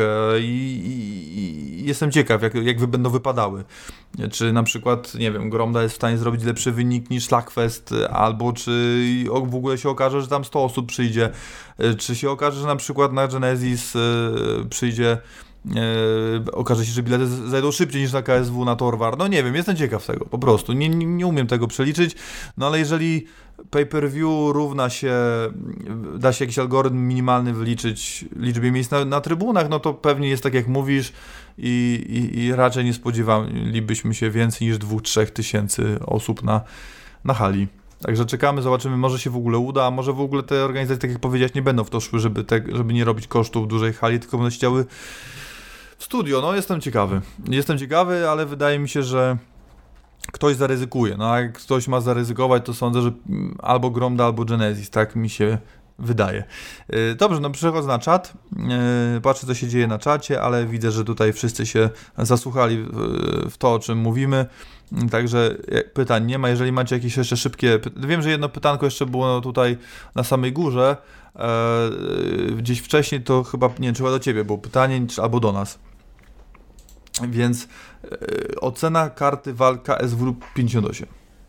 i jestem ciekaw, jak będą wypadały. Czy na przykład, nie wiem, Gromda jest w stanie zrobić lepszy wynik niż Slugfest, albo czy w ogóle się okaże, że tam 100 osób przyjdzie, czy się okaże, że na przykład na Genesis przyjdzie, okaże się, że bilety zajdą szybciej niż na KSW, na Torwar. No nie wiem, jestem ciekaw tego, po prostu. Nie umiem tego przeliczyć, no ale jeżeli pay-per-view równa się, da się jakiś algorytm minimalny wyliczyć liczbie miejsc na trybunach, no to pewnie jest tak jak mówisz i raczej nie spodziewalibyśmy się więcej niż 2-3 tysięcy osób na hali. Także czekamy, zobaczymy, może się w ogóle uda, a może w ogóle te organizacje, tak jak powiedziałeś, nie będą w to szły, żeby nie robić kosztów dużej hali, tylko będą chciały w studio. No jestem ciekawy, ale wydaje mi się, że ktoś zaryzykuje. No a jak ktoś ma zaryzykować, to sądzę, że albo Gromda, albo Genesis, tak mi się wydaje. Dobrze, no przechodzę na czat. Patrzę, co się dzieje na czacie, ale widzę, że tutaj wszyscy się zasłuchali w to, o czym mówimy. Także pytań nie ma. Jeżeli macie jakieś jeszcze szybkie... Wiem, że jedno pytanko jeszcze było tutaj na samej górze. Gdzieś wcześniej to chyba, nie wiem, chyba do ciebie było pytanie, albo do nas. Więc ocena karty walka SW 58.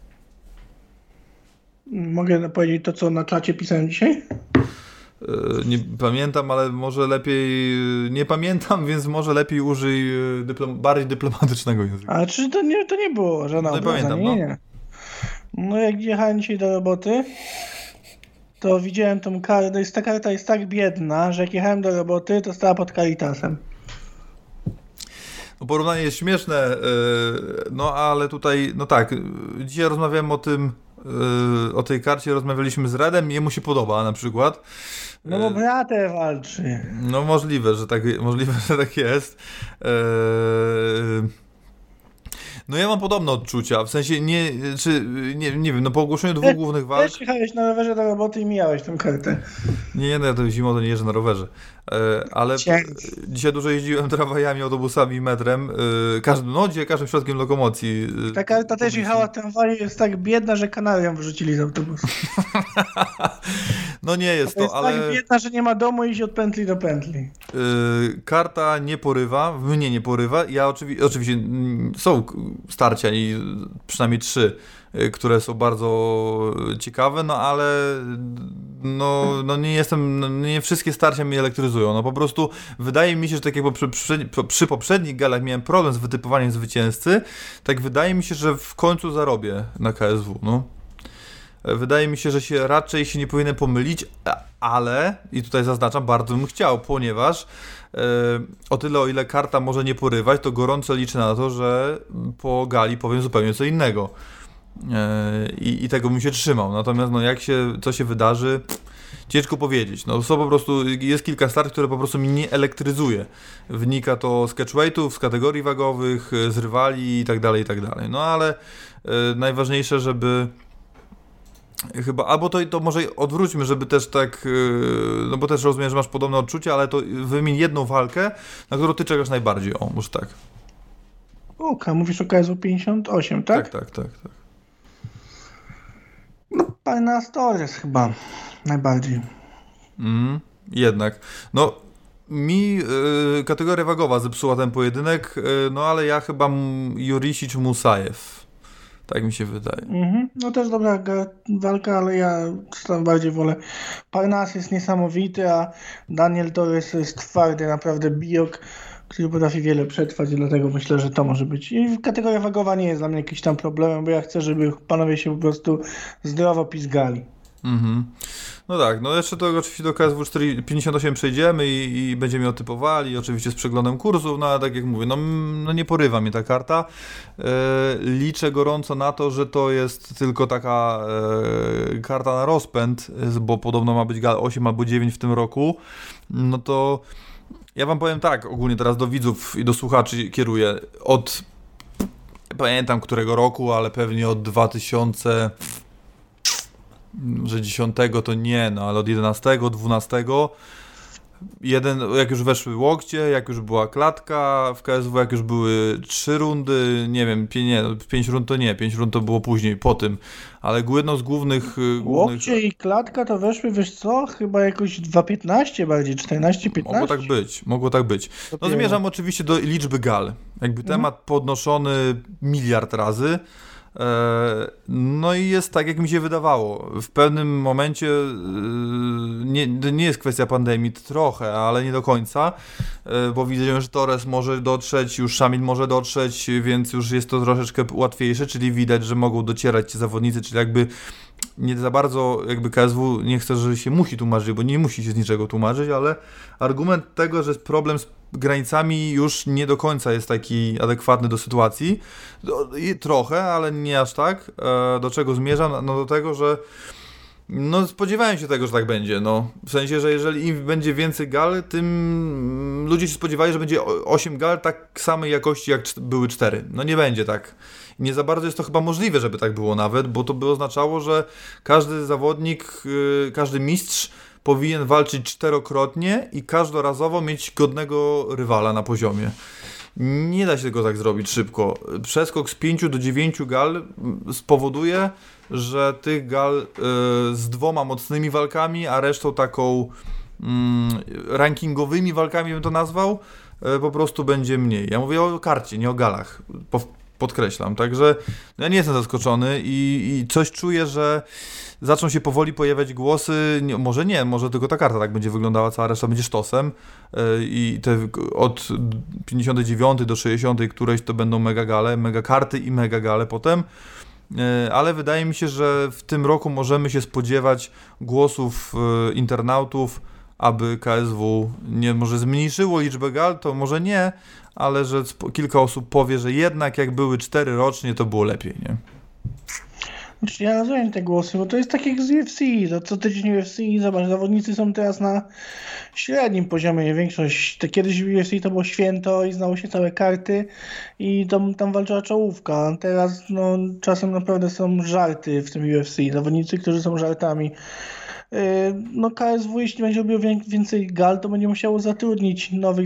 Mogę powiedzieć to, co na czacie pisałem dzisiaj? Nie pamiętam, ale może lepiej... Nie pamiętam, więc może lepiej użyj bardziej dyplomatycznego języka. A czy to nie było żadna obraza? Pamiętam, nie. No jak jechałem dzisiaj do roboty, to widziałem tą kartę. Ta karta jest tak biedna, że jak jechałem do roboty, to stała pod Caritasem. No, porównanie jest śmieszne, no ale tutaj, no tak, dzisiaj rozmawiałem o tej karcie, rozmawialiśmy z Redem i jemu się podoba na przykład. No bo bratem walczy. No możliwe, że tak jest. No ja mam podobne odczucia, w sensie nie wiem, no po ogłoszeniu dwóch głównych walk... Też jechałeś na rowerze do roboty i mijałeś tę kartę. Nie, no ja to zimą to nie jeżdżę na rowerze, ale dzisiaj dużo jeździłem tramwajami, autobusami i metrem, każdym środkiem lokomocji. Ta karta też jechała tramwajem, jest tak biedna, że Kanarią wyrzucili z autobusu. No nie jest to, jest ale... tak biedna, że nie ma domu i iść od pętli do pętli. Karta nie porywa, mnie nie porywa. Ja oczywiście są starcia i przynajmniej 3, które są bardzo ciekawe, no ale nie wszystkie starcia mnie elektryzują. No po prostu wydaje mi się, że tak jak przy poprzednich galach miałem problem z wytypowaniem zwycięzcy, tak wydaje mi się, że w końcu zarobię na KSW, no. Wydaje mi się, że raczej się nie powinienem pomylić, ale, i tutaj zaznaczam, bardzo bym chciał, ponieważ o tyle, o ile karta może nie porywać, to gorąco liczę na to, że po gali powiem zupełnie co innego. I tego bym się trzymał. Natomiast co się wydarzy, ciężko powiedzieć. No są po prostu, jest kilka start, które po prostu mnie nie elektryzuje. Wynika to z catchweightów, z kategorii wagowych, z rywali i tak dalej, i tak dalej. No ale najważniejsze, żeby chyba, albo to może odwróćmy, żeby też tak, no bo też rozumiem, że masz podobne odczucia, ale to wymień jedną walkę, na którą ty czekasz najbardziej, może tak. Mówisz o KSW 58, tak? Tak. No, Parnas Torres chyba najbardziej. Jednak. No, mi kategoria wagowa zepsuła ten pojedynek, no ale ja chyba Jurisic Musajew. Tak mi się wydaje. No też dobra walka, ale ja bardziej wolę. Parnas jest niesamowity, a Daniel Torres jest twardy, naprawdę bijok, który potrafi wiele przetrwać i dlatego myślę, że to może być. I kategoria wagowa nie jest dla mnie jakimś tam problemem, bo ja chcę, żeby panowie się po prostu zdrowo pizgali. No tak, no jeszcze to oczywiście do KSW 58 przejdziemy i będziemy ją typowali, oczywiście z przeglądem kursów, no ale tak jak mówię, no nie porywa mnie ta karta. Liczę gorąco na to, że to jest tylko taka karta na rozpęd, bo podobno ma być gal 8 albo 9 w tym roku, no to ja wam powiem tak, ogólnie teraz do widzów i do słuchaczy kieruję od, nie pamiętam którego roku, ale pewnie od 2000... że 10 to nie, no ale od 11, 12 jak już weszły łokcie, jak już była klatka w KSW, jak już były 3 rundy, nie wiem, 5 rund to nie, 5 rund to było później, po tym, ale jedną z głównych... Łokcie i klatka to weszły, wiesz co, chyba jakoś 2.15 bardziej, 14-15. Mogło tak być. No zmierzam oczywiście do liczby gal. Jakby temat podnoszony miliard razy. No i jest tak, jak mi się wydawało. W pewnym momencie nie jest kwestia pandemii, trochę, ale nie do końca, bo widzę, że Torres może dotrzeć, już Shamil może dotrzeć, więc już jest to troszeczkę łatwiejsze, czyli widać, że mogą docierać ci zawodnicy, czyli jakby nie za bardzo, jakby KSW nie chce, że się musi tłumaczyć, bo nie musi się z niczego tłumaczyć, ale argument tego, że jest problem z granicami już nie do końca jest taki adekwatny do sytuacji. Trochę, ale nie aż tak. Do czego zmierzam? No do tego, że no spodziewałem się tego, że tak będzie. No. W sensie, że jeżeli im będzie więcej gal, tym ludzie się spodziewali, że będzie 8 gal tak samej jakości jak były 4. No nie będzie tak. I nie za bardzo jest to chyba możliwe, żeby tak było nawet, bo to by oznaczało, że każdy zawodnik, każdy mistrz powinien walczyć 4-krotnie i każdorazowo mieć godnego rywala na poziomie. Nie da się tego tak zrobić szybko. Przeskok z 5 do 9 gal spowoduje, że tych gal z 2 mocnymi walkami, a resztą taką rankingowymi walkami bym to nazwał, po prostu będzie mniej. Ja mówię o karcie, nie o galach. Podkreślam. Także ja nie jestem zaskoczony i coś czuję, że zaczną się powoli pojawiać głosy, może tylko ta karta tak będzie wyglądała, cała reszta będzie sztosem i te od 59 do 60 któreś to będą mega karty i mega gale potem, ale wydaje mi się, że w tym roku możemy się spodziewać głosów internautów, aby KSW nie może zmniejszyło liczbę gal, to może nie, ale że kilka osób powie, że jednak jak były 4 rocznie, to było lepiej, nie? Znaczy, ja rozumiem te głosy, bo to jest tak jak z UFC, to co tydzień UFC, zobacz, zawodnicy są teraz na średnim poziomie, większość, kiedyś w UFC to było święto i znało się całe karty i tam walczyła czołówka, a teraz no, czasem naprawdę są żarty w tym UFC, zawodnicy, którzy są żartami. No KSW, jeśli będzie robił więcej gal, to będzie musiało zatrudnić nowych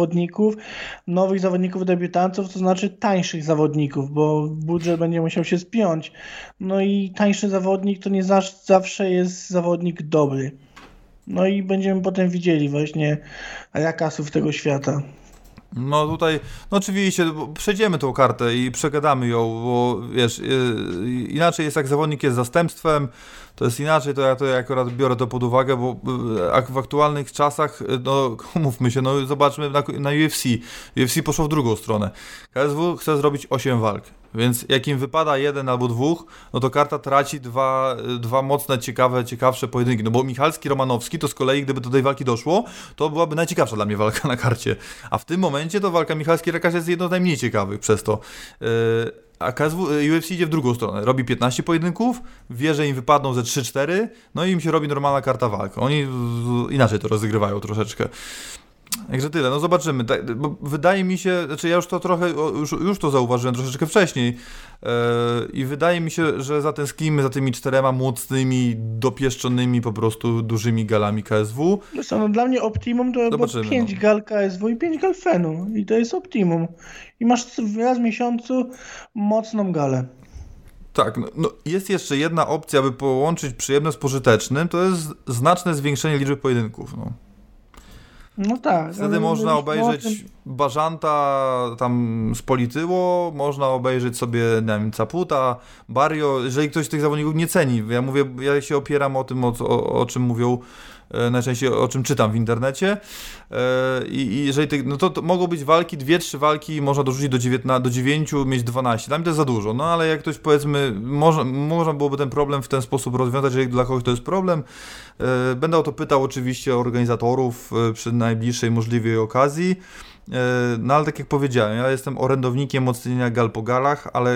zawodników debiutantów, to znaczy tańszych zawodników, bo budżet będzie musiał się spiąć. No i tańszy zawodnik to nie zawsze jest zawodnik dobry. No i będziemy potem widzieli właśnie rakasów tego świata. No tutaj, no oczywiście, przejdziemy tą kartę i przegadamy ją, bo wiesz, inaczej jest jak zawodnik jest zastępstwem, to jest inaczej, to ja akurat biorę to pod uwagę, bo w aktualnych czasach, no mówmy się, no zobaczmy na UFC. UFC poszło w drugą stronę. KSW chce zrobić 8 walk, więc jak im wypada 1 albo 2, no to karta traci dwa mocne, ciekawsze pojedynki. No bo Michalski, Romanowski to z kolei, gdyby do tej walki doszło, to byłaby najciekawsza dla mnie walka na karcie. A w tym momencie to walka Michalski-Rekasz jest jedną z najmniej ciekawych przez to. A UFC idzie w drugą stronę. Robi 15 pojedynków, wie, że im wypadną ze 3-4, no i im się robi normalna karta walk. Oni inaczej to rozgrywają troszeczkę. Także tyle, no zobaczymy. Bo wydaje mi się, znaczy ja już to trochę, już to zauważyłem troszeczkę wcześniej i wydaje mi się, że zatęsknimy za tymi 4 mocnymi, dopieszczonymi po prostu dużymi galami KSW. No dla mnie optimum to było 5 gal KSW i 5 gal Fenu i to jest optimum. I masz raz w miesiącu mocną galę. Tak, no jest jeszcze jedna opcja, aby połączyć przyjemne z pożytecznym, to jest znaczne zwiększenie liczby pojedynków, no. No tak. Wtedy można obejrzeć Bażanta tam z Polityło, można obejrzeć sobie, nie wiem, Caputa, Barrio, jeżeli ktoś tych zawodników nie ceni. Ja się opieram o tym, o czym mówią, najczęściej o czym czytam w internecie i jeżeli no to mogą być walki, 2-3 walki można dorzucić do 9, mieć 12, dla mnie to jest za dużo, no ale jak ktoś powiedzmy, można byłoby ten problem w ten sposób rozwiązać, jeżeli dla kogoś to jest problem, będę o to pytał oczywiście organizatorów przy najbliższej możliwej okazji. No ale tak jak powiedziałem, ja jestem orędownikiem mocnienia gal po galach, ale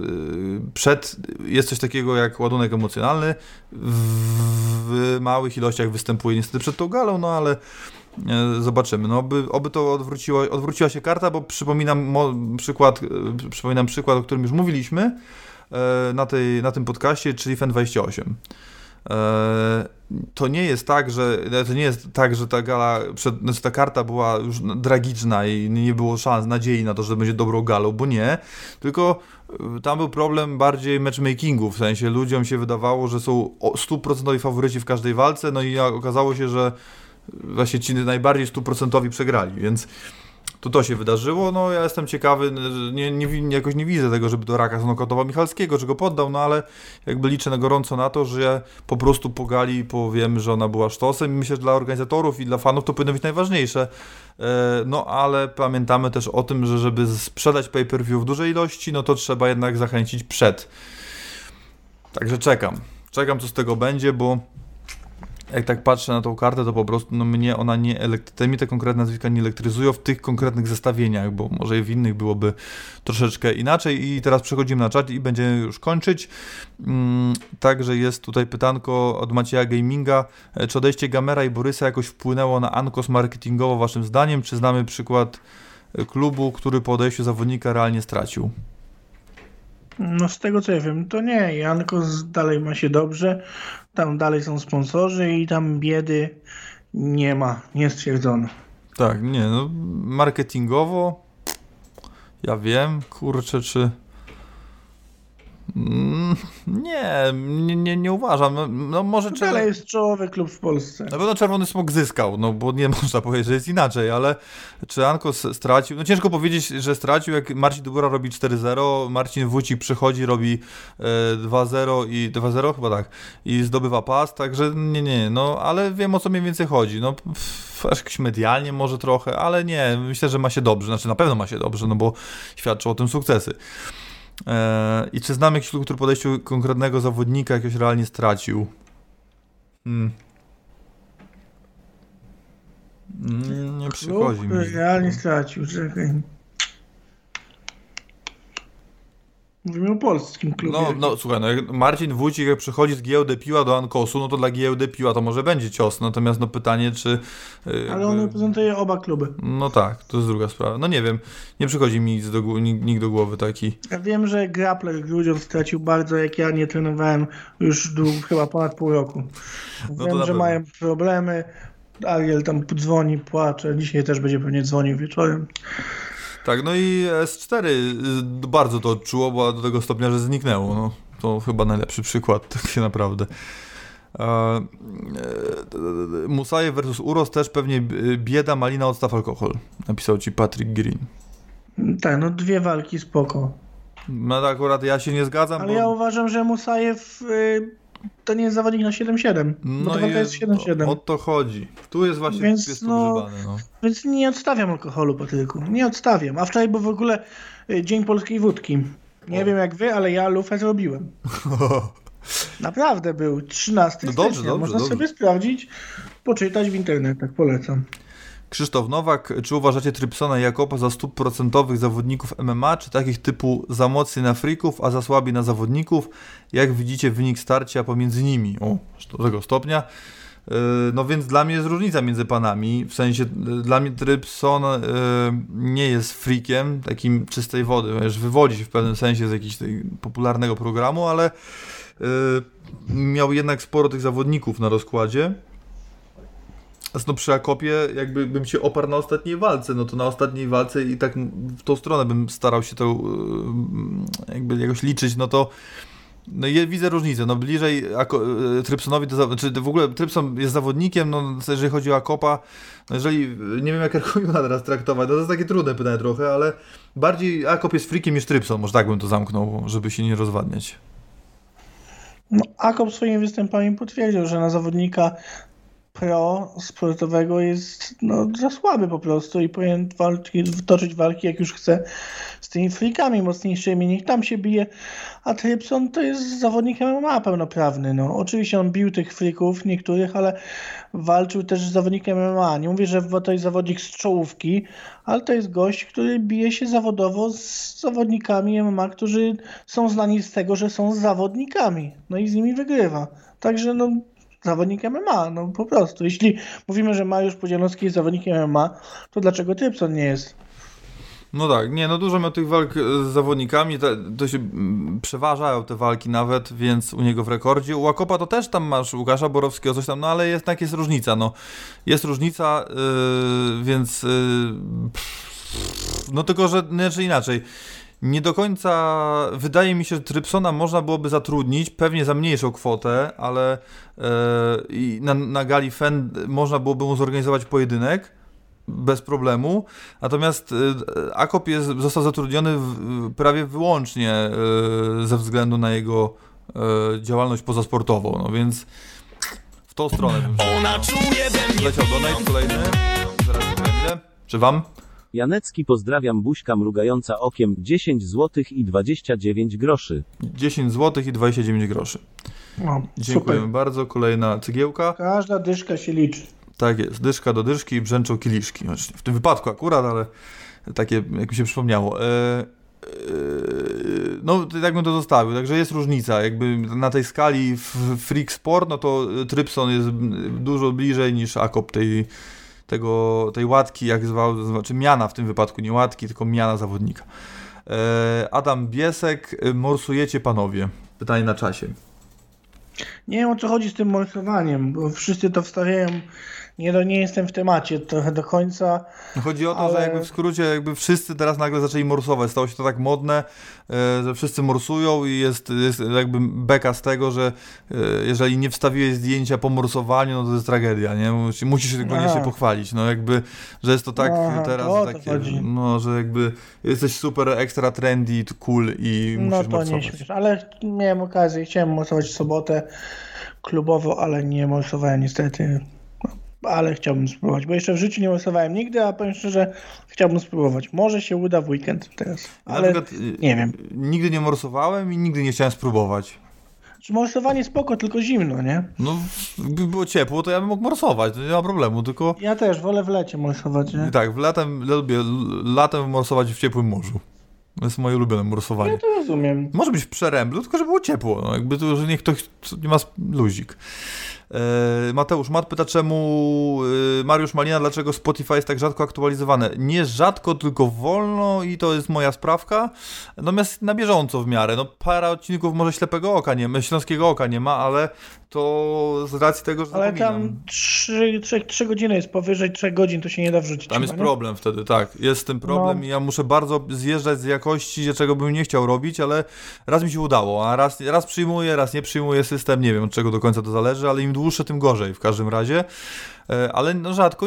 jest coś takiego jak ładunek emocjonalny, w małych ilościach występuje niestety przed tą galą, no ale zobaczymy. No oby to odwróciła się karta, bo przypominam przykład, o którym już mówiliśmy na tym podcaście, czyli FEN 28. to nie jest tak, że ta gala, znaczy ta karta była już tragiczna i nie było szans, nadziei na to, że będzie dobrą galą, bo nie, tylko tam był problem bardziej matchmakingu, w sensie ludziom się wydawało, że są 100% faworyci w każdej walce, no i okazało się, że właśnie ci najbardziej 100% przegrali, więc to się wydarzyło, no ja jestem ciekawy, jakoś nie widzę tego, żeby do Raka znokautował Michalskiego, czy go poddał, no ale jakby liczę na gorąco na to, że po prostu po gali powiem, że ona była sztosem i myślę, że dla organizatorów i dla fanów to powinno być najważniejsze, no ale pamiętamy też o tym, że żeby sprzedać pay-per-view w dużej ilości, no to trzeba jednak zachęcić przed. Także czekam co z tego będzie, bo jak tak patrzę na tą kartę, to po prostu mnie ona te konkretne nazwiska nie elektryzują w tych konkretnych zestawieniach, bo może w innych byłoby troszeczkę inaczej. I teraz przechodzimy na czat i będziemy już kończyć. Także jest tutaj pytanko od Macieja Gaminga. Czy odejście Gamera i Borysa jakoś wpłynęło na Ankos marketingowo waszym zdaniem? Czy znamy przykład klubu, który po odejściu zawodnika realnie stracił? No z tego co ja wiem, to nie. Jankos dalej ma się dobrze. Tam dalej są sponsorzy i tam biedy nie ma, nie stwierdzono. Tak, nie, no marketingowo ja wiem, kurczę, czy nie uważam. No może dalej jest czołowy klub w Polsce. Na pewno Czerwony Smok zyskał, no bo nie można powiedzieć, że jest inaczej, ale czy Ankos stracił? No ciężko powiedzieć, że stracił, jak Marcin Dubura robi 4-0, Marcin Wójcik przychodzi, robi 2-0 chyba tak, i zdobywa pas, także nie, no ale wiem, o co mniej więcej chodzi, no jakoś medialnie może trochę, ale nie, myślę, że ma się dobrze, znaczy na pewno ma się dobrze, no bo świadczą o tym sukcesy. I czy znamy jakiś klub, który po podejściu konkretnego zawodnika jakiegoś realnie stracił? Nie przychodzi mi. Realnie stracił, czekaj. Mówimy o polskim klubie. No słuchaj, no jak Marcin Wójcik jak przychodzi z giełdy piła do Ankosu, no to dla giełdy piła to może będzie cios, natomiast no pytanie, czy... Ale on reprezentuje oba kluby. No tak, to jest druga sprawa. No nie wiem, nie przychodzi mi nikt do głowy taki. Ja wiem, że Grappler Grudziądz stracił bardzo, jak ja nie trenowałem już chyba ponad pół roku. Wiem, że mają problemy. Ariel tam dzwoni, płacze. Dzisiaj też będzie pewnie dzwonił wieczorem. Tak, no i S4 bardzo to odczuło, bo do tego stopnia, że zniknęło. No, to chyba najlepszy przykład, tak się naprawdę. Musajew versus Uros też pewnie bieda, malina, odstaw alkohol. Napisał ci Patrick Green. Tak, no 2 walki spoko. No akurat ja się nie zgadzam. Ale ja uważam, że Musajew to nie jest zawodnik na 7-7. No bo to jest 7-7. O to chodzi. Tu jest właśnie Więc, pogrzebane. No. Więc nie odstawiam alkoholu, Patryku. Nie odstawiam. A wczoraj był w ogóle Dzień Polskiej Wódki. Nie wiem jak wy, ale ja lufę zrobiłem. Naprawdę był 13 stycznia. Można sobie sprawdzić, poczytać w internetach. Polecam. Krzysztof Nowak, czy uważacie Trypsona i Jakoba za 100% zawodników MMA, czy takich typu za mocny na freaków, a za słabi na zawodników? Jak widzicie wynik starcia pomiędzy nimi? Do tego stopnia. No więc dla mnie jest różnica między panami, w sensie dla mnie Trypson nie jest freakiem, takim czystej wody, ponieważ wywodzi się w pewnym sensie z jakiegoś popularnego programu, ale miał jednak sporo tych zawodników na rozkładzie. No przy Akopie jakby bym się oparł na ostatniej walce, no to na ostatniej walce i tak w tą stronę bym starał się to jakby jakoś liczyć, no to no i widzę różnicę, no bliżej Trypsonowi, czy w ogóle Trypson jest zawodnikiem, no jeżeli chodzi o Akopa, no jeżeli, nie wiem jak Erkojuna teraz traktować, no to jest takie trudne pytanie trochę, ale bardziej Akop jest freakiem niż Trypson, może tak bym to zamknął, żeby się nie rozwadniać. No Akop swoimi występami potwierdził, że na zawodnika pro sportowego jest za słaby po prostu i powinien toczyć walki jak już chce z tymi freakami mocniejszymi, niech tam się bije, a Trypson to jest zawodnik MMA pełnoprawny, no oczywiście on bił tych freaków niektórych, ale walczył też z zawodnikiem MMA, nie mówię, że to jest zawodnik z czołówki, ale to jest gość, który bije się zawodowo z zawodnikami MMA, którzy są znani z tego, że są zawodnikami, no i z nimi wygrywa, także zawodnik MMA, no po prostu. Jeśli mówimy, że Mariusz Podzielowski jest zawodnikiem MMA, to dlaczego Trypson nie jest? No tak, nie, no dużo miał tych walk z zawodnikami, to się przeważają te walki nawet, więc u niego w rekordzie. U Łakopa to też tam masz Łukasza Borowskiego, coś tam, no ale jednak jest różnica, no. Jest różnica, więc no tylko, że inaczej. Nie do końca, wydaje mi się, że Trypsona można byłoby zatrudnić, pewnie za mniejszą kwotę, ale i na gali FEN można byłoby mu zorganizować pojedynek bez problemu, natomiast Akop został zatrudniony prawie wyłącznie ze względu na jego działalność pozasportową, no więc w tą stronę bym leciał donate kolejny, zaraz ile? Czy wam? Janecki, pozdrawiam, buźka mrugająca okiem, 10 zł i 29 groszy. 10 zł i 29 groszy. No, Dziękujemy super. bardzo. Kolejna cegiełka. Każda dyszka się liczy. Tak jest, dyszka do dyszki i brzęczą kieliszki. W tym wypadku akurat, ale takie, jak mi się przypomniało. No, tak bym to zostawił. Także jest różnica. Jakby na tej skali freak sport, no to Trypson jest dużo bliżej niż Akop tej łatki, jak zwał, znaczy miana w tym wypadku, nie łatki, tylko miana zawodnika. Adam Biesek, morsujecie panowie? Pytanie na czasie. Nie wiem, o co chodzi z tym morsowaniem, bo wszyscy to wstawiają. Nie jestem w temacie trochę do końca. Chodzi o to, ale... że jakby w skrócie jakby wszyscy teraz nagle zaczęli morsować. Stało się to tak modne, że wszyscy morsują i jest jakby beka z tego, że jeżeli nie wstawiłeś zdjęcia po morsowaniu, no to jest tragedia, nie? Musisz się koniecznie pochwalić. No jakby, że jest to tak teraz takie, no, że jakby jesteś super extra trendy, cool i musisz morsować. No to nie śmiesz, ale miałem okazję, chciałem morsować w sobotę klubowo, ale nie morsowałem niestety. Ale chciałbym spróbować, bo jeszcze w życiu nie morsowałem nigdy, a powiem szczerze, chciałbym spróbować. Może się uda w weekend teraz, ale nie wiem. Nigdy nie morsowałem i nigdy nie chciałem spróbować. Morsowanie spoko, tylko zimno, nie? No, gdyby było ciepło, to ja bym mógł morsować, to nie ma problemu, tylko... Ja też wolę w lecie morsować, nie? Tak, lubię latem morsować w ciepłym morzu. To jest moje ulubione morsowanie. Ja to rozumiem. Może być w Przeręblu, tylko żeby było ciepło. No, jakby to, że niech ktoś nie ma luzik. Mateusz Mat pyta, czemu Mariusz Malina, dlaczego Spotify jest tak rzadko aktualizowane? Nie rzadko, tylko wolno i to jest moja sprawka. Natomiast na bieżąco w miarę. No parę odcinków może ślepego oka nie ma, śląskiego oka nie ma, ale to z racji tego, że ale zapominam. tam 3 godziny jest, powyżej 3 godzin to się nie da wrzucić. Tam jest problem wtedy, tak. Jest z tym problem i ja muszę bardzo zjeżdżać z jakości, czego bym nie chciał robić, ale raz mi się udało, a raz przyjmuję, raz nie przyjmuję system. Nie wiem, od czego do końca to zależy, ale im dłuższe, tym gorzej w każdym razie. Ale no rzadko,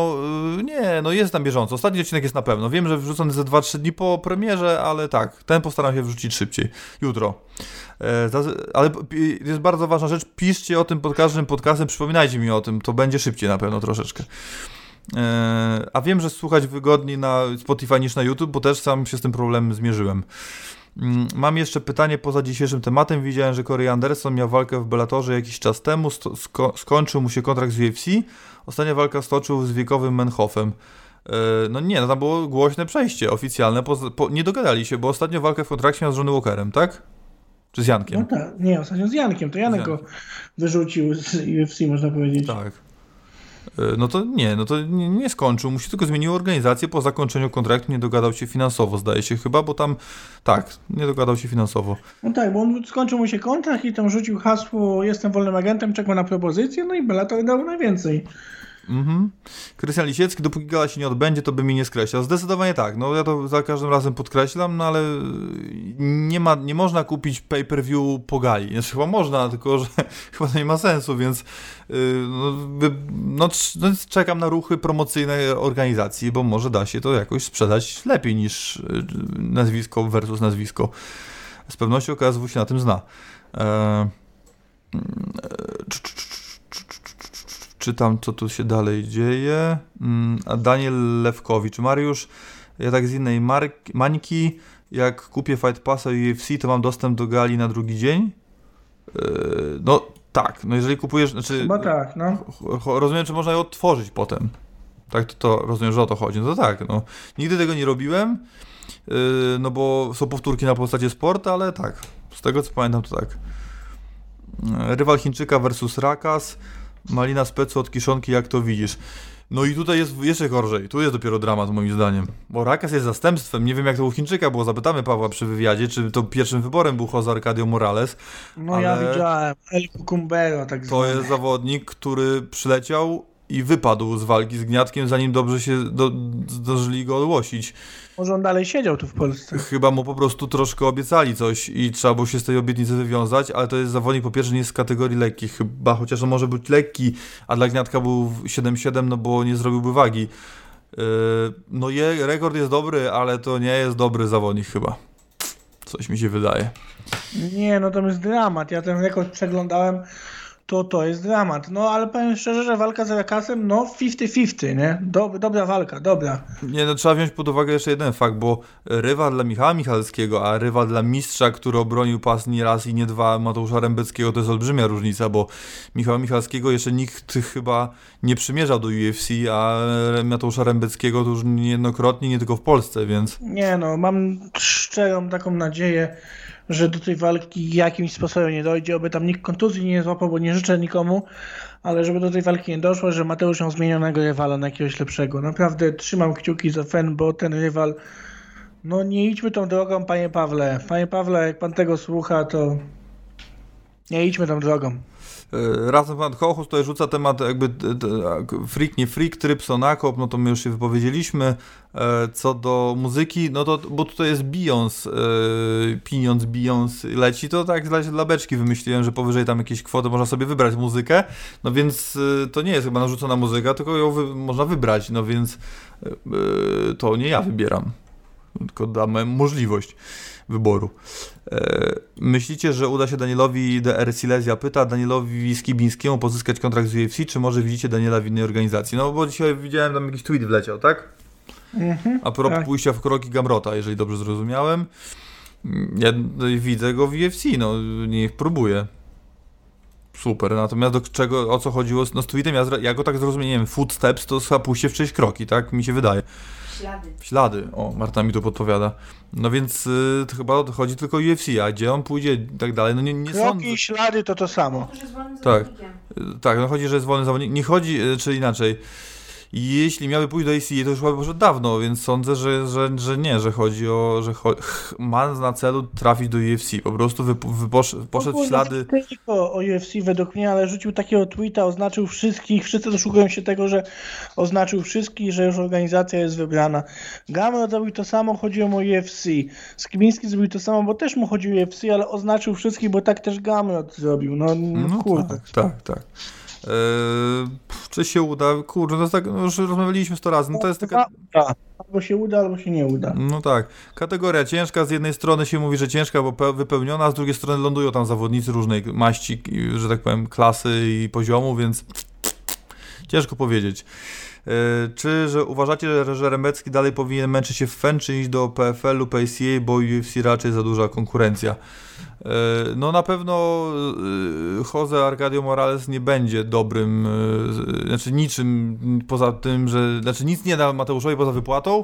no jest na bieżąco. Ostatni odcinek jest na pewno. Wiem, że wrzucony ze 2-3 dni po premierze, ale tak, ten postaram się wrzucić szybciej. Jutro. Ale jest bardzo ważna rzecz, piszcie o tym pod każdym podcastem, przypominajcie mi o tym, to będzie szybciej na pewno troszeczkę. A wiem, że słuchać wygodniej na Spotify niż na YouTube, bo też sam się z tym problemem zmierzyłem. Mam jeszcze pytanie poza dzisiejszym tematem. Widziałem, że Corey Anderson miał walkę w Bellatorze jakiś czas temu, skończył mu się kontrakt z UFC. Ostatnia walka stoczył z wiekowym Menhoffem. No nie, no tam było głośne przejście oficjalne, nie dogadali się, bo ostatnio walkę w kontrakcie miał z Johnny Walkerem, tak? Czy z Jankiem? No tak, nie, ostatnio z Jankiem, to Janek go wyrzucił z UFC, można powiedzieć. Tak. No to nie skończył, mu się tylko zmieniło organizację, po zakończeniu kontraktu nie dogadał się finansowo, zdaje się chyba, bo tam, tak, nie dogadał się finansowo. No tak, bo on skończył mu się kontrakt i tam rzucił hasło, jestem wolnym agentem, czekam na propozycję, no i Bellator dał najwięcej. Krystian Lisiecki, dopóki gala się nie odbędzie, to by mi nie skreślał. Zdecydowanie tak, no ja to za każdym razem podkreślam, no ale nie można kupić pay-per-view po gali. Znaczy chyba można, tylko że chyba to nie ma sensu, więc czekam na ruchy promocyjne organizacji, bo może da się to jakoś sprzedać lepiej niż nazwisko versus nazwisko. Z pewnością KSW się na tym zna. Czytam, co tu się dalej dzieje. A Daniel Lewkowicz. Mariusz, ja tak z innej mańki, jak kupię Fight Passa i UFC, to mam dostęp do gali na drugi dzień? No tak, no jeżeli kupujesz... Znaczy, chyba tak, no. Rozumiem, czy można je odtworzyć potem. Tak, to rozumiem, że o to chodzi. No to tak, no. Nigdy tego nie robiłem, no bo są powtórki na Polsacie Sport, ale tak, z tego co pamiętam, to tak. Rywal Chińczyka versus Rakas. Malina Specu od kiszonki, jak to widzisz? No i tutaj jest jeszcze gorzej, tu jest dopiero dramat moim zdaniem, bo Rakas jest zastępstwem, nie wiem jak to u Chińczyka było, zapytamy Pawła przy wywiadzie, czy to pierwszym wyborem był Jose Arcadio Morales. No ale ja widziałem, El Cucumbero tak zwany. to jest zawodnik, który przyleciał i wypadł z walki z Gniatkiem, zanim dobrze się zdążyli go ogłosić. Może on dalej siedział tu w Polsce. Chyba mu po prostu troszkę obiecali coś i trzeba było się z tej obietnicy wywiązać, ale to jest zawodnik po pierwsze nie jest z kategorii lekkich chyba, chociaż on może być lekki, a dla Gniatka był 7-7, no bo nie zrobiłby wagi. No rekord jest dobry, ale to nie jest dobry zawodnik chyba. Coś mi się wydaje. Nie, no to jest dramat. Ja ten rekord przeglądałem, to jest dramat. No ale powiem szczerze, że walka z Rakasem, no 50-50, nie? Dobra walka, dobra. Nie, no trzeba wziąć pod uwagę jeszcze jeden fakt, bo rywal dla Michała Michalskiego, a rywal dla mistrza, który obronił pas nie raz i nie dwa, Mateusza Rembeckiego, to jest olbrzymia różnica, bo Michała Michalskiego jeszcze nikt chyba nie przymierzał do UFC, a Mateusza Rembeckiego to już niejednokrotnie, nie tylko w Polsce, więc... Nie no, mam szczerą taką nadzieję, że do tej walki jakimś sposobem nie dojdzie, oby tam nikt kontuzji nie złapał, bo nie życzę nikomu, ale żeby do tej walki nie doszło, że Mateusz ją zmienionego rywala na jakiegoś lepszego. Naprawdę trzymam kciuki za Fen, bo ten rywal, no nie idźmy tą drogą, panie Pawle. Panie Pawle, jak pan tego słucha, to nie idźmy tą drogą. Razem pan Kochus tutaj rzuca temat jakby freak, nie freak, Trypsonakop, no to my już się wypowiedzieliśmy. Co do muzyki, no to, bo tutaj jest Beyoncé, pieniądz Beyoncé leci, to tak dla beczki wymyśliłem, że powyżej tam jakieś kwoty można sobie wybrać muzykę, no więc to nie jest chyba narzucona muzyka, tylko ją można wybrać, no więc to nie ja wybieram, tylko damy możliwość wyboru. Myślicie, że uda się Danielowi DR Silesia pyta, Danielowi Skibińskiemu pozyskać kontrakt z UFC, czy może widzicie Daniela w innej organizacji? No bo dzisiaj widziałem, tam jakiś tweet wleciał, tak? A propos tak. pójścia w kroki Gamrota, jeżeli dobrze zrozumiałem. Ja widzę go w UFC, no niech próbuje. Super, natomiast o co chodziło z tweetem, ja go tak zrozumiałem, nie wiem, footsteps to chyba pójście w 6 kroki, tak? Mi się wydaje. Ślady. O, Marta mi tu podpowiada. No więc to chyba chodzi tylko o UFC, a gdzie on pójdzie i tak dalej, no nie Kroki sądzę. i ślady to samo. Tak, no chodzi, że jest wolny zawodnik. Nie chodzi, czy inaczej. Jeśli miałby pójść do ACA, to już chyba poszedł dawno, więc sądzę, że nie, że chodzi o, że ma na celu trafić do UFC. Po prostu poszedł w ślady. Nie tylko o UFC według mnie, ale rzucił takiego tweeta, oznaczył wszystkich, wszyscy doszukują się tego, że oznaczył wszystkich, że już organizacja jest wybrana. Gamrot zrobił to samo, chodziło mu o UFC. Skibiński zrobił to samo, bo też mu chodziło o UFC, ale oznaczył wszystkich, bo tak też Gamrot zrobił. No kurde. Tak. Czy się uda? Kurde, to jest tak, no już rozmawialiśmy 100 razy. No to jest taka... Albo się uda, albo się nie uda. No tak. Kategoria ciężka, z jednej strony się mówi, że ciężka, bo wypełniona, a z drugiej strony lądują tam zawodnicy różnej maści, że tak powiem, klasy i poziomu, więc ciężko powiedzieć. Że uważacie, że Rembecki dalej powinien męczyć się w FEN, czy iść do PFL-u, PCA, bo UFC raczej za duża konkurencja? No na pewno Jose Arcadio Morales nie będzie dobrym, znaczy niczym poza tym, że, znaczy nic nie da Mateuszowi poza wypłatą.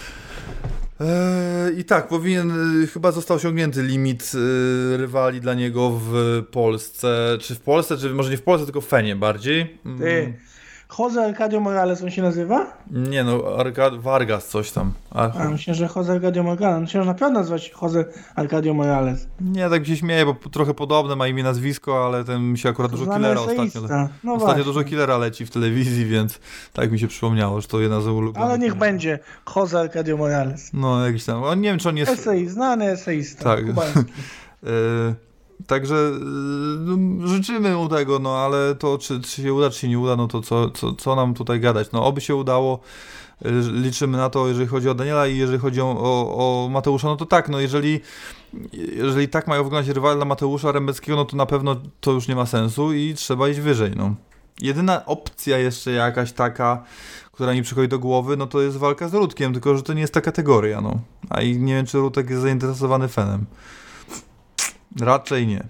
I tak, chyba został osiągnięty limit rywali dla niego w Polsce, czy może nie w Polsce, tylko w Fenie bardziej. Jose Arcadio Morales on się nazywa? Nie no, Vargas coś tam. Myślę, że Jose Arcadio Morales. On się naprawdę nazywać Jose Arcadio Morales. Nie, tak mi się śmieje, bo trochę podobne ma imię, nazwisko, ale ten mi się akurat dużo killera ostatnio dużo killera leci w telewizji, więc tak mi się przypomniało, że to jedna z ulubionych. Ale niech będzie Jose Arcadio Morales. No, jakiś tam, nie wiem, czy on jest... Znany eseista, tak. kubański. Także życzymy mu tego, no ale to czy się uda, czy się nie uda, no to co nam tutaj gadać? No oby się udało, liczymy na to, jeżeli chodzi o Daniela i jeżeli chodzi o Mateusza, no to tak, no jeżeli tak mają wyglądać rywale dla Mateusza Rembeckiego, no to na pewno to już nie ma sensu i trzeba iść wyżej, no. Jedyna opcja jeszcze jakaś taka, która mi przychodzi do głowy, no to jest walka z Rutkiem, tylko że to nie jest ta kategoria, no. A i nie wiem, czy Rutek jest zainteresowany Fenem. Raczej nie.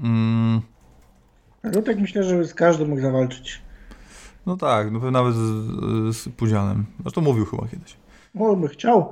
Rutek myślę, że z każdym mógł zawalczyć. No tak, no nawet z Pudzianem. Zresztą mówił chyba kiedyś. By chciał.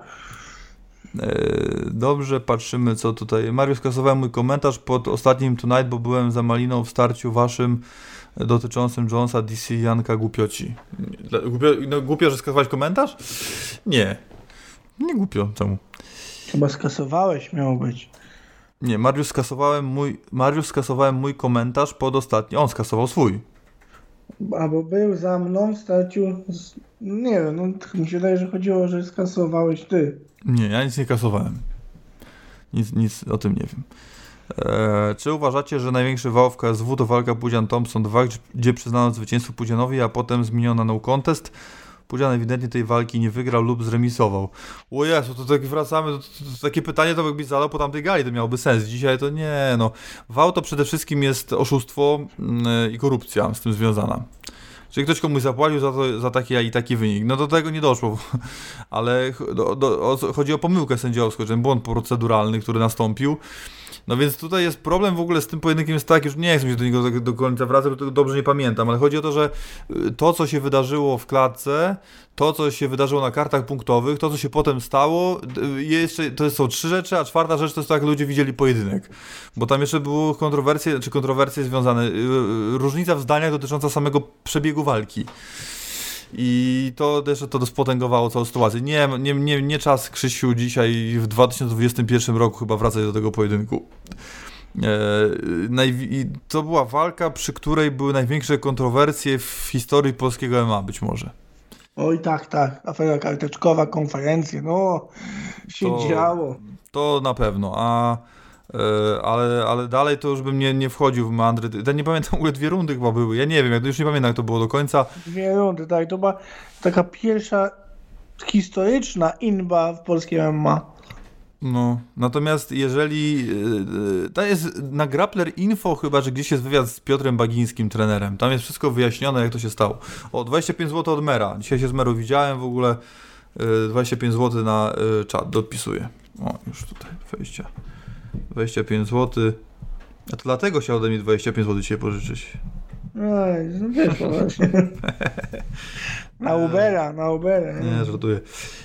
Dobrze, patrzymy co tutaj. Mariusz, skasowałem mój komentarz pod ostatnim Tonight, bo byłem za Maliną w starciu waszym dotyczącym Jonesa, DC, Janka, głupioci. Głupio, że skasowałeś komentarz? Nie. Nie głupio, czemu? Chyba skasowałeś, miało być. Nie, Mariusz skasowałem mój komentarz pod ostatni. On skasował swój. Albo był za mną, stracił... Nie wiem, no mi się wydaje, że chodziło, że skasowałeś ty. Nie, ja nic nie kasowałem. Nic o tym nie wiem. Czy uważacie, że największy wał w KSW to walka Pudzian-Thompson 2, gdzie przyznano zwycięstwo Pudzianowi, a potem zmieniono na no contest? Pudzian ewidentnie tej walki nie wygrał lub zremisował. O Jezu, to tak wracamy, to takie pytanie to jakbyś zadał po tamtej gali, to miałoby sens. Dzisiaj to nie, no. Wał to przede wszystkim jest oszustwo i korupcja z tym związana. Czyli ktoś komuś zapłacił za taki, a i taki wynik. No do tego nie doszło, ale chodzi o pomyłkę sędziowską, ten błąd proceduralny, który nastąpił. No więc tutaj jest problem w ogóle z tym pojedynkiem jest taki, że nie chcę się do niego do końca wracać, bo tego dobrze nie pamiętam, ale chodzi o to, że to, co się wydarzyło w klatce, to, co się wydarzyło na kartach punktowych, to, co się potem stało, jeszcze to są 3 rzeczy, a 4. rzecz to jest to, jak ludzie widzieli pojedynek. Bo tam jeszcze były kontrowersje związane, różnica w zdaniach dotycząca samego przebiegu walki. I to jeszcze to spotęgowało całą sytuację. Nie czas, Krzysiu, dzisiaj w 2021 roku chyba wracać do tego pojedynku. To była walka, przy której były największe kontrowersje w historii polskiego MMA, być może. Oj tak, afera karteczkowa, konferencje, no się działo. To na pewno, ale dalej to już bym nie wchodził w meandry. Nie pamiętam, w ogóle 2 rundy chyba były, ja nie wiem, już nie pamiętam jak to było do końca. 2 rundy, tak, to była taka pierwsza historyczna inba w polskim MMA. No, natomiast jeżeli, to jest na Grappler Info chyba, że gdzieś jest wywiad z Piotrem Bagińskim, trenerem, tam jest wszystko wyjaśnione, jak to się stało. 25 zł od Mera, dzisiaj się z Meru widziałem w ogóle, 25 zł na czat, dopisuję. O, już tutaj, wejścia. 25 zł. A to dlatego chciał ode mnie 25 zł dzisiaj pożyczyć. Oj, no wyszło właśnie. Na Ubera. Nie, żartuję.